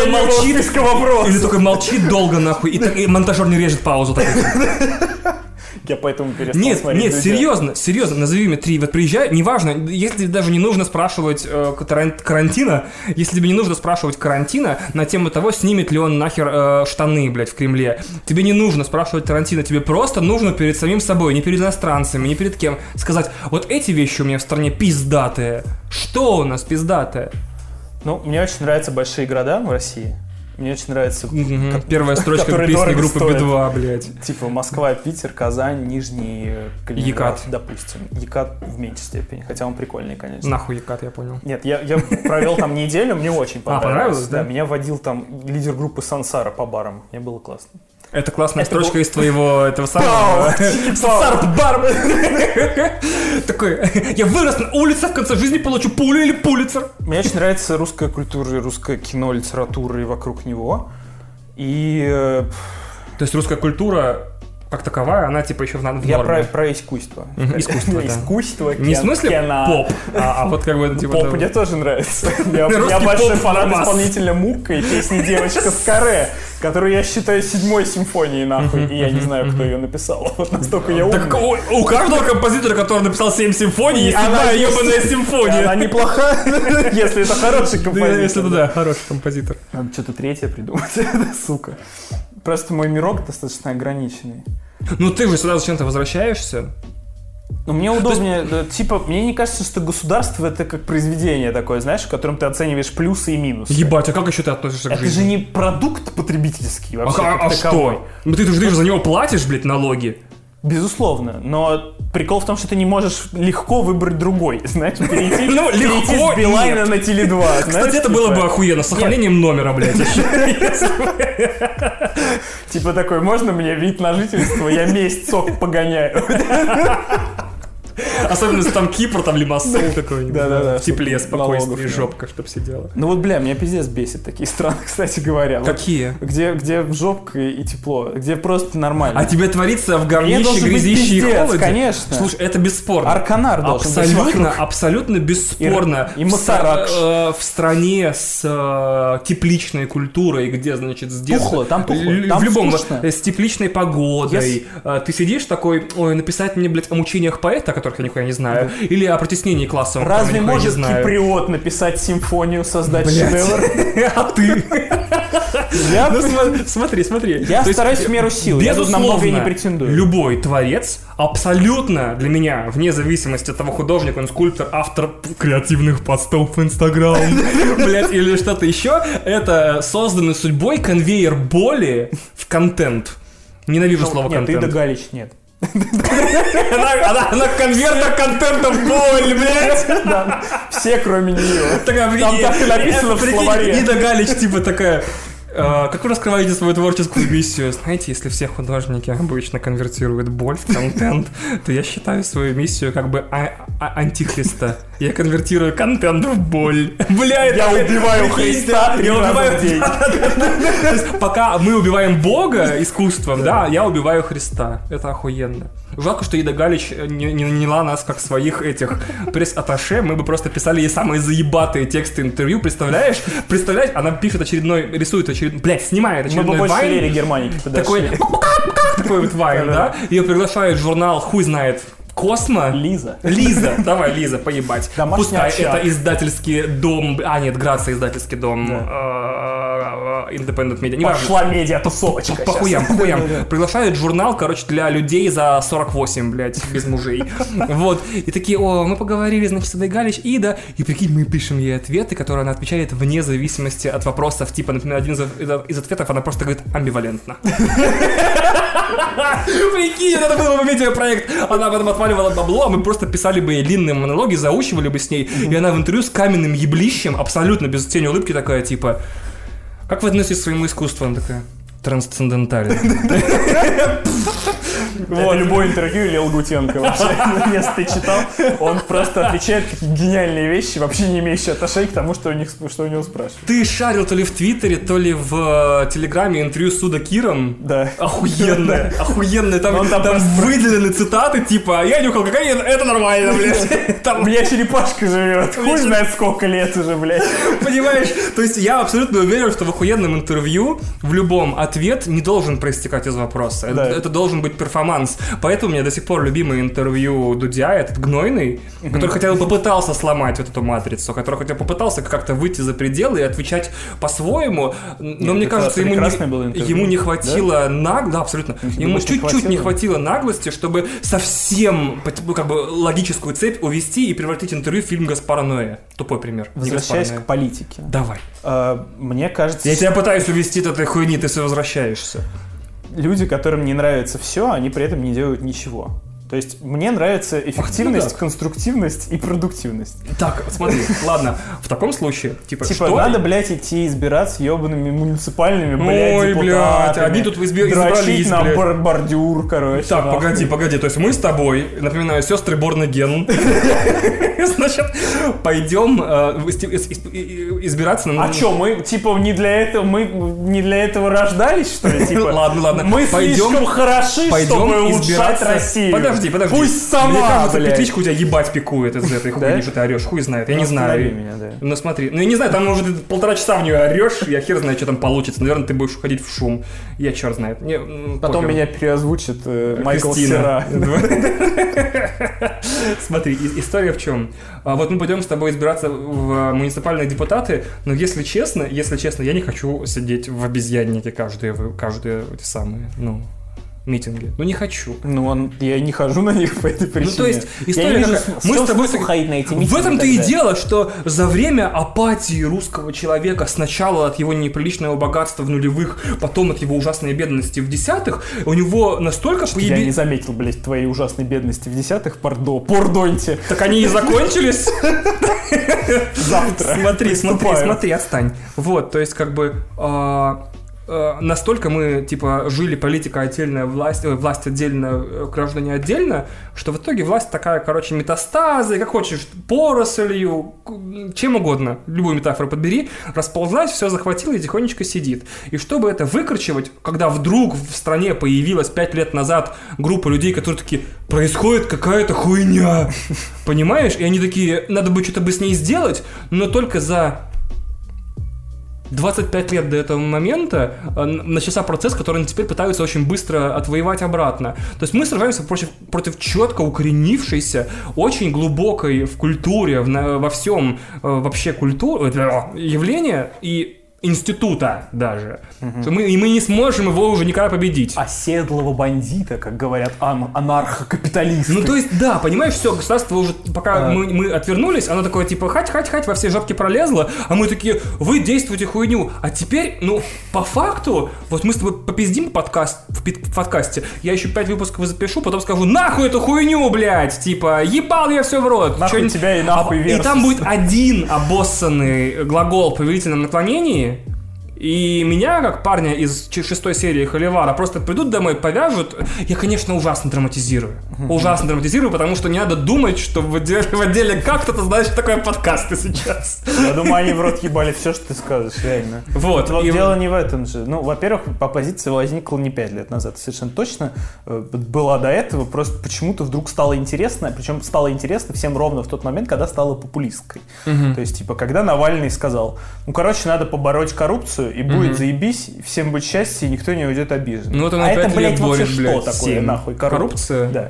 молчит, или такой молчит долго, нахуй, и монтажер не режет паузу. Я поэтому перестал смотреть. Нет, серьезно, назови мне 3. Вот приезжай, неважно, если даже не нужно спрашивать Карантина, если тебе не нужно спрашивать Карантина на тему того, снимет ли он нахер штаны, блядь, в Кремле. Тебе не нужно спрашивать Тарантино, тебе просто нужно перед самим собой, не перед иностранцами, не перед кем, сказать, вот эти вещи у меня в стране пиздатые. Что у нас пиздатое? Ну, мне очень нравятся большие города в России. Мне очень нравится... Первая строчка песни группы Би-2, блядь. Типа Москва, Питер, Казань, Нижний, Калининград, Екат. Допустим. Екат в меньшей степени, хотя он прикольный, конечно. Нахуй Екат, я понял. Нет, я провел там неделю, мне очень понравилось. Понравилось, да? Меня водил там лидер группы Сансара по барам, мне было классно. Это классная строчка из твоего этого самого... Сансар-бар! Такой, я вырос на улице, в конце жизни получу пулю или пулицер. Мне очень нравится русская культура, русское кино, литература и вокруг него. И... То есть русская культура... как таковая, она типа еще в норме. Я про искусство. Искусство, да. Искусство, не в смысле поп, а вот как бы... Поп мне тоже нравится. Я большой фанат исполнителя Мукка и песни «Девочка с каре», которую я считаю 7-й симфонией, нахуй, и я не знаю, кто ее написал. Вот настолько я умный. Так у каждого композитора, который написал 7 симфоний, есть одна ебаная симфония. Она неплохая, если это хороший композитор. Если это, да, хороший композитор. Надо что-то третье придумать, сука. Просто мой мирок достаточно ограниченный. Ну ты же сюда зачем-то возвращаешься? Ну, мне удобнее, типа, мне не кажется, что государство это как произведение такое, знаешь, в котором ты оцениваешь плюсы и минусы. Ебать, а как еще ты относишься к жизни? Это же не продукт потребительский вообще. А что? Ну ты же за него платишь, блядь, налоги. Безусловно, но прикол в том, что ты не можешь легко выбрать другой, знаете, перейти с Билайна на Теле2. Кстати, это было бы охуенно, с сохранением номера, блядь. Типа такой, можно мне вид на жительство, я месяц сок погоняю. Особенно если там Кипр, там Лимассол какой-нибудь. Да-да-да. В тепле, спокойствие, жопка, чтоб сидела. Ну вот, бля, меня пиздец бесит такие страны, кстати говоря. Какие? Где жопка и тепло, где просто нормально. А тебе творится в говнище, грязище и холоде? Конечно. Слушай, это бесспорно. Арканар должен быть абсолютно бесспорно. И Масаракш. В стране с тепличной культурой, где, значит, с детства... Тухло, там тухло. В любом, с тепличной погодой. Ты сидишь такой, ой, написать мне, блядь, о мучениях поэта, о которых я нихуя не знаю, или о протеснении классовом. Разве может киприот написать симфонию, создать шедевр? А ты? Смотри. Я стараюсь в меру сил, я тут на многое не претендую. Любой творец, абсолютно для меня, вне зависимости от того, художник, он скульптор, автор креативных постов в Инстаграм, блядь, или что-то еще, это созданный судьбой конвейер боли в контент. Ненавижу слово контент. Нет, Ида Галич нет. Она конвертер контента в боль, блядь. Да, все, кроме нее. Там так и написано в словаре. Ида Галич, типа такая... Как вы раскрываете свою творческую миссию? Знаете, если все художники обычно конвертируют боль в контент, то я считаю свою миссию как бы антихриста. Я конвертирую контент в боль. Бля, я убиваю Христа 3 раза в день. То есть, пока мы убиваем Бога искусством, да, я убиваю Христа. Это охуенно. Жалко, что Ида Галич не наняла нас как своих этих пресс-атташе. Мы бы просто писали ей самые заебатые тексты интервью. Представляешь? Она пишет рисует очередной, блядь, снимает очередной вайн. Мы бы больше Лере Германики подошли. Такой вот вайн, да? Ее приглашает в журнал хуй знает Космо. Лиза. Давай, Лиза, поебать. Пускай это издательский дом. А, нет, Грация издательский дом. Independent Media. Пошла медиа-тусовочка. Похуям. Приглашают журнал, короче, для людей за 48, блядь, без мужей. Вот. И такие, мы поговорили, значит, с Идой Галич, Ида. И прикинь, мы пишем ей ответы, которые она отвечает вне зависимости от вопросов. Типа, например, один из ответов она просто говорит амбивалентно. Прикинь, это был бы медиапроект. Она потом отваливала бабло, а мы просто писали бы ей длинные монологи, заучивали бы с ней. И она в интервью с каменным еблищем, абсолютно без тени улыбки, такая, типа... Как вы относитесь к своему искусству? Она такая... Трансцендентально. Вот. Любое интервью Илья Лагутенко вообще, если ты читал, он просто отвечает какие-то гениальные вещи, вообще не имеющие отношения к тому, что у него спрашивают. Ты шарил то ли в Твиттере, то ли в Телеграме интервью с Судакиром. Да. Охуенное. Там выделены цитаты, типа, я нюхал кокаин, это нормально, блядь. У меня черепашка живет, хуй знает сколько лет уже, блядь. Понимаешь? То есть я абсолютно уверен, что в охуенном интервью в любом ответ не должен проистекать из вопроса. Это должен быть перформанс. перформанс. Поэтому у меня до сих пор любимое интервью Дудя, этот Гнойный, который хотя бы попытался сломать вот эту матрицу, который хотя бы попытался как-то выйти за пределы и отвечать по-своему, но мне кажется, ему не хватило да, абсолютно. Ему чуть-чуть не хватило наглости, чтобы совсем как бы логическую цепь увести и превратить интервью в фильм Гаспара Ноэ. Тупой пример. Возвращаясь к политике. Давай. Мне кажется... Я тебя пытаюсь увести от этой хуйни, ты все возвращаешься. Люди, которым не нравится все, они при этом не делают ничего. То есть мне нравится эффективность, конструктивность и продуктивность. Так, смотри, ладно, в таком случае, типа надо, блядь, идти избираться ебаными муниципальными, блядь, депутатами. Они тут дрочить на бордюр, короче. Так, погоди, то есть мы с тобой, напоминаю, сестры Борнеген, значит, пойдем избираться на... А что, мы, типа, не для этого рождались, что ли? Ладно. Мы слишком хороши, чтобы улучшать Россию. Подожди. Пусть сама, мне кажется, блядь. петличка у тебя ебать пикует из этой хуйни, что ты орешь. Хуй знает, я не знаю. Меня, да. Ну смотри, я не знаю, там уже 1,5 часа в нее орешь, я хер знает, что там получится. Наверное, ты будешь уходить в шум. Я черт знает. Потом меня переозвучит Майкл Сера. Смотри, история в чем? Вот мы пойдем с тобой избираться в муниципальные депутаты, но если честно, я не хочу сидеть в обезьяннике каждые эти самые, митинги. Не хочу. Я не хожу на них по этой причине. То есть, история такая, мы с тобой ходить на эти митинги. В этом-то и дело, что за время апатии русского человека, сначала от его неприличного богатства в нулевых, потом от его ужасной бедности в десятых, у него настолько появились... Я не заметил, блядь, твоей ужасной бедности в десятых, пардоньте. Так они и закончились. Завтра. Смотри, отстань. Вот, то есть, как бы... настолько мы, типа, жили политика отдельная, власть отдельно, граждане отдельно, что в итоге власть такая, короче, метастазы, как хочешь, порослью, чем угодно, любую метафору подбери, расползлась, все захватила и тихонечко сидит. И чтобы это выкручивать, когда вдруг в стране появилась 5 лет назад группа людей, которые такие, происходит какая-то хуйня, понимаешь? И они такие, надо бы что-то бы с ней сделать, но только за 25 лет до этого момента начался процесс, который они теперь пытаются очень быстро отвоевать обратно. То есть мы сражаемся против четко укоренившейся, очень глубокой в культуре, во всем вообще культуры, явления и института даже. И мы не сможем его уже никогда победить. Оседлого бандита, как говорят анархокапиталисты. То есть, да, понимаешь, все, государство уже, пока мы отвернулись, оно такое, типа, хать, во все жопки пролезло, а мы такие, вы действуете хуйню. А теперь, по факту, вот мы с тобой попиздим в подкасте, я еще 5 выпусков запишу, потом скажу, нахуй эту хуйню, блядь, типа, ебал я все в рот. Нахуй тебя и нахуй Версус. И там будет один обоссанный глагол в повелительном наклонении, и меня, как парня из 6-й серии Холивара, просто придут домой, повяжут. Я, конечно, ужасно драматизирую. Потому что не надо думать, что в отделе как кто-то знает, что такое подкасты сейчас. Я думаю, они в рот ебали все, что ты скажешь, реально. Вот. Дело не в этом же. Во-первых, оппозиция возникла не 5 лет назад, совершенно точно. Была до этого, просто почему-то вдруг стало интересно, причем стало интересно всем ровно в тот момент, когда стала популистской. То есть, типа, когда Навальный сказал, надо побороть коррупцию, и будет заебись, всем будет счастье, и никто не уйдет обижен. Это, блядь, вообще что такое, нахуй? Коррупция? Да.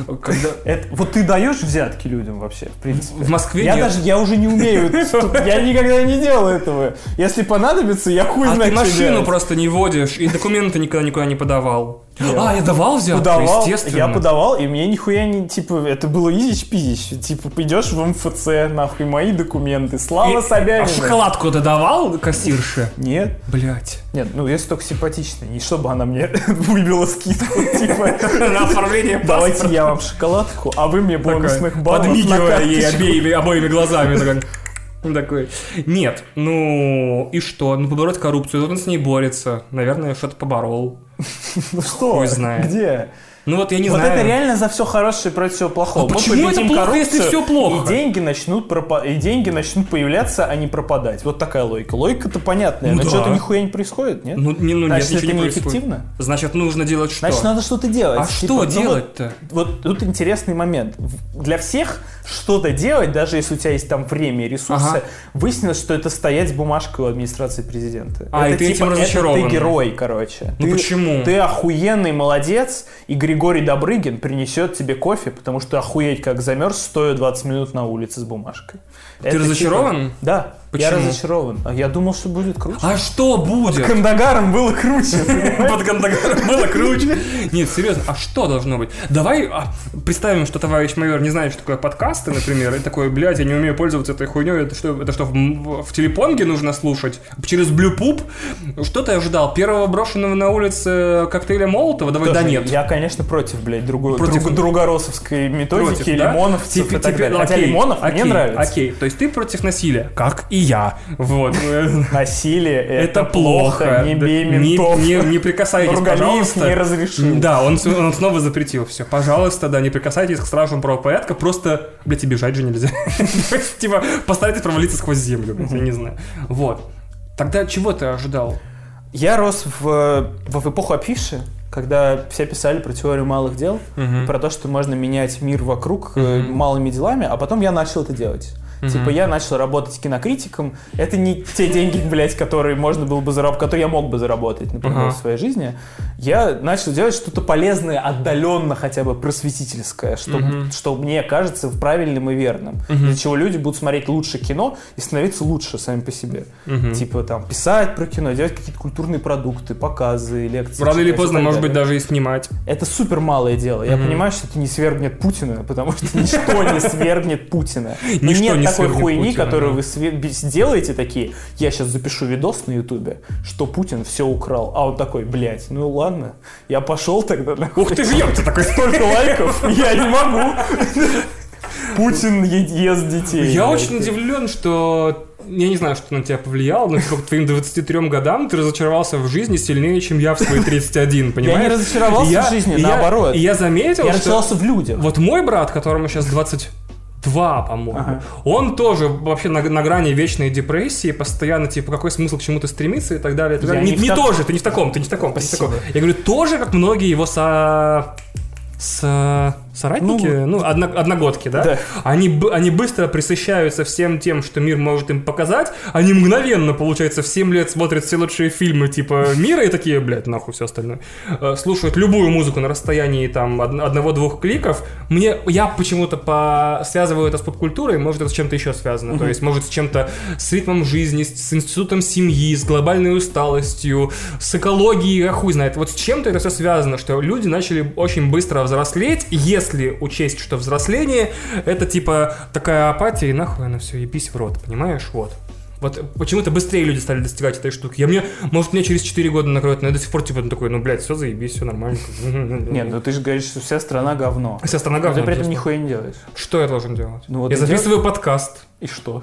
Вот ты даешь взятки людям вообще, в принципе? В Москве я уже не умею, я никогда не делал этого. Если понадобится, я хуй знает, что делать. А ты машину просто не водишь, и документы никуда не подавал. Я давал взятку, естественно. Я подавал, и мне нихуя не, это было изич-пизич. Идешь в МФЦ, нахуй, мои документы, Слава Собянина. А шоколадку ты давал кассирше? Нет. Блять. Нет, если только симпатичная, не чтобы она мне выбила скидку, на оформление паспорта. Давайте я вам шоколадку, а вы мне бонусных баллов на подмигивая ей обоими глазами, такой. Нет, и что? Побороть коррупцию, он с ней борется. Наверное, что-то поборол. Что? Хуй знает. Где? Я не знаю. Вот это реально за все хорошее против всего плохого. Почему это плохо, если все плохо? И деньги начнут появляться, а не пропадать. Вот такая логика. Логика-то понятная. Но что-то нихуя не происходит, нет? Значит, это неэффективно? Значит, нужно делать что? Значит, надо что-то делать. А что делать-то? Вот тут интересный момент. Для всех что-то делать, даже если у тебя есть там время и ресурсы, выяснилось, что это стоять с бумажкой у администрации президента. И ты этим разочарован. Ты герой, короче. Почему? Почему? Ты охуенный молодец, и Григорий Добрыгин принесет тебе кофе, потому что охуеть как замерз, стоя 20 минут на улице с бумажкой. Ты разочарован? Да. Почему? Я разочарован. А я думал, что будет круче. А что будет? Под Кандагаром было круче. Под Кандагаром было круче. Нет, серьезно, а что должно быть? Давай представим, что товарищ майор не знает, что такое подкасты, например, и такой, блядь, я не умею пользоваться этой хуйней, это что в телепонге нужно слушать? Через блюпуп? Что ты ожидал? Первого брошенного на улице коктейля Молотова? Давай, да нет. Я, конечно, против, блядь, другоросовской методики, лимоновцев и так далее. Хотя Лимонов мне нравится. Окей, то есть ты против насилия, как и я. Вот. Насилие — это плохо. Не бей ментов. Не прикасайтесь, пожалуйста. не разрешил. Да, он снова запретил все. Пожалуйста, да, не прикасайтесь к стражам правопорядка, просто, блядь, и бежать же нельзя. Типа, постарайтесь провалиться сквозь землю, блядь, я не знаю. Вот. Тогда чего ты ожидал? Я рос в эпоху афиши, когда все писали про теорию малых дел, про то, что можно менять мир вокруг малыми делами, а потом я начал это делать. Типа я начал работать кинокритиком. Это не те деньги, блядь, которые можно было бы заработать, которые я мог бы заработать, например, в своей жизни. Я начал делать что-то полезное, отдаленно хотя бы просветительское, что мне кажется правильным и верным. Для чего люди будут смотреть лучше кино и становиться лучше сами по себе. Типа там писать про кино, делать какие-то культурные продукты, показы, лекции. Рано или поздно, может быть, даже и снимать. Это супер малое дело. Я понимаю, что это не свергнет Путина, потому что ничто не свергнет Путина. Нет такой хуйни, которую вы сделаете такие, я сейчас запишу видос на ютубе, что Путин все украл. А он такой, блядь, ну ладно, я пошел тогда. Ух ты ж, ёпта, такой столько лайков, я не могу. Путин ест детей. Я очень удивлен, что... Я не знаю, что на тебя повлияло, но к твоим 23 годам ты разочаровался в жизни сильнее, чем я в свои 31, понимаешь? Я не разочаровался в жизни, наоборот. И я заметил, я разочаровался в людях. Вот мой брат, которому сейчас 22, по-моему, он тоже вообще на грани вечной депрессии, постоянно, типа, какой смысл к чему-то стремиться и так далее. Не тоже, ты не в таком. Я говорю, тоже, как многие его соратники, одногодки, да? Они быстро присыщаются всем тем, что мир может им показать. Они мгновенно, получается, в 7 лет смотрят все лучшие фильмы типа мира и такие, блядь, нахуй все остальное. Слушают любую музыку на расстоянии там 1-2 кликов. Я почему-то связываю это с поп-культурой, может, это с чем-то еще связано. То есть, может, с чем-то с ритмом жизни, с институтом семьи, с глобальной усталостью, с экологией, хуй знает. Вот с чем-то это все связано, что люди начали очень быстро взрослеть, если учесть, что взросление это типа такая апатия, и нахуй она все, ебись в рот, понимаешь? Вот почему-то быстрее люди стали достигать этой штуки. Может, меня через 4 года накроют, но я до сих пор типа такой, блядь, все заебись, все нормально. Нет, ну ты же говоришь, что вся страна говно. Вся страна говно. Ты при этом нихуя не делаешь. Что я должен делать? Я записываю подкаст. И что?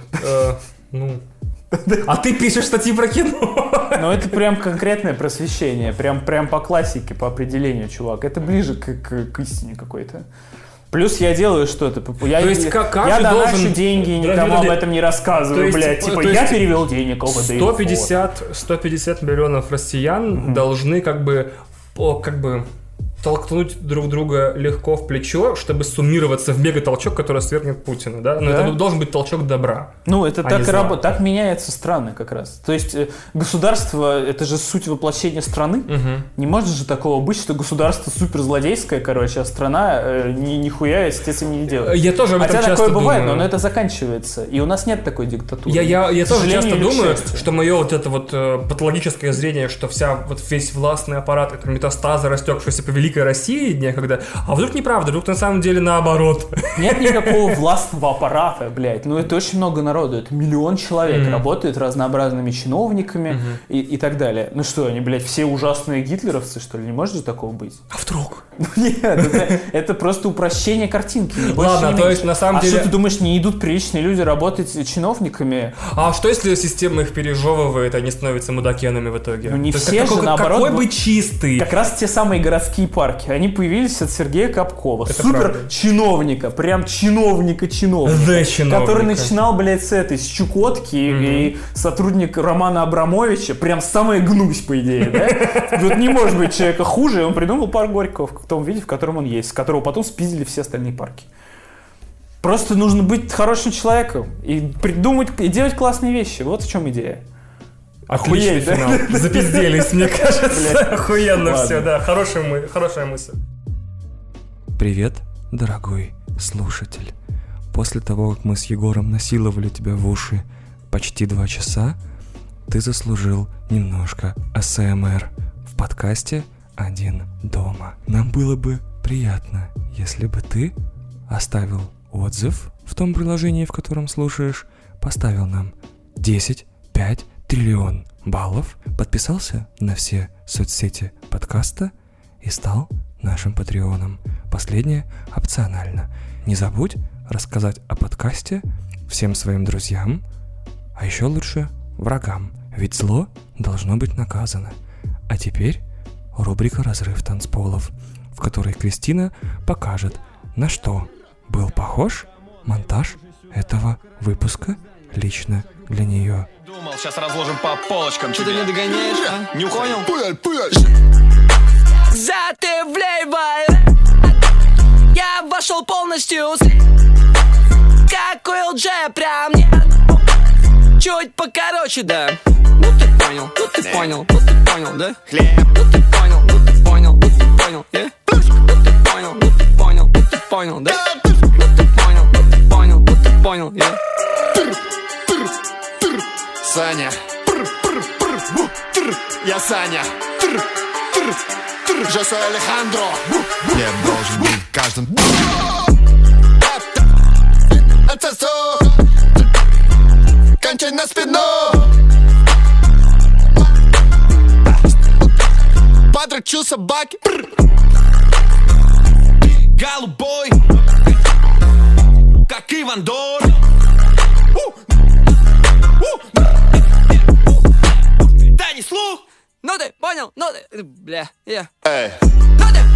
А ты пишешь статьи про кино. Ну, это прям конкретное просвещение. Прям по классике, по определению, чувак. Это ближе к истине какой-то. Плюс я делаю что-то. Я доначу деньги и никому об этом не рассказываю, блядь. Типа, я перевел денег ОВД. 150 миллионов россиян должны как бы толкнуть друг друга легко в плечо, чтобы суммироваться в мега-толчок, который свергнет Путина, да? Но это должен быть толчок добра. Ну, это так и работает. Так меняются страны как раз. То есть государство, это же суть воплощения страны. Не может же такого быть, что государство суперзлодейское, короче, а страна нихуя, естественно, не делает. Я тоже об этом часто такое бывает, думаю. но это заканчивается. И у нас нет такой диктатуры. Я тоже часто думаю, что мое вот это вот патологическое зрение, что весь властный аппарат, это метастазы, растекшиеся по великой России некогда, а вдруг неправда, вдруг на самом деле наоборот. Нет никакого властного аппарата, блядь. Ну, это очень много народу, это 1 миллион человек работает разнообразными чиновниками и так далее. Ну что, они, блядь, все ужасные гитлеровцы, что ли? Не может же такого быть? А вдруг? Нет, это просто упрощение картинки. Ладно, то есть на самом деле... А что ты думаешь, не идут приличные люди работать чиновниками? А что если система их пережевывает, они становятся мудакенами в итоге? Ну не все же, наоборот. Какой бы чистый? Как раз те самые городские парки. Они появились от Сергея Капкова. Супер чиновника, прям чиновника, который начинал, блядь, с Чукотки и сотрудник Романа Абрамовича, прям самая гнусь, по идее, да? Вот не может быть человека хуже, и он придумал парк Горького в том виде, в котором он есть, с которого потом спиздили все остальные парки. Просто нужно быть хорошим человеком и придумать, и делать классные вещи. Вот в чем идея. Отличный финал. Запизделись, мне кажется. Охуенно все, да. Хорошая мысль. Привет, дорогой слушатель. После того, как мы с Егором насиловали тебя в уши почти 2 часа, ты заслужил немножко АСМР в подкасте «Один дома». Нам было бы приятно, если бы ты оставил отзыв в том приложении, в котором слушаешь, поставил нам 10, 5 триллион баллов, подписался на все соцсети подкаста и стал нашим патреоном. Последнее опционально. Не забудь рассказать о подкасте всем своим друзьям, а еще лучше врагам, ведь зло должно быть наказано. А теперь рубрика «Разрыв танцполов», в которой Кристина покажет, на что был похож монтаж этого выпуска лично для нее. Думал, сейчас разложим по полочкам. Что ты не догоняешь, а? Не понял? Затывливай. Я вошел полностью, как УЛДЖ, прям не чуть покороче, да. Ну ты понял, да? Хлеб. Ну ты понял, yeah? Ну ты понял, да? Ну ты понял, yeah? Саня. Я Саня. Je soy Alejandro. Я должен быть в каждом. Отсосу. Кончай на спину. Подрачу собаки. Голубой, как Иван Дор. Да не слух. Ну ты понял, ну ты, бля, я. Эй. Ну ты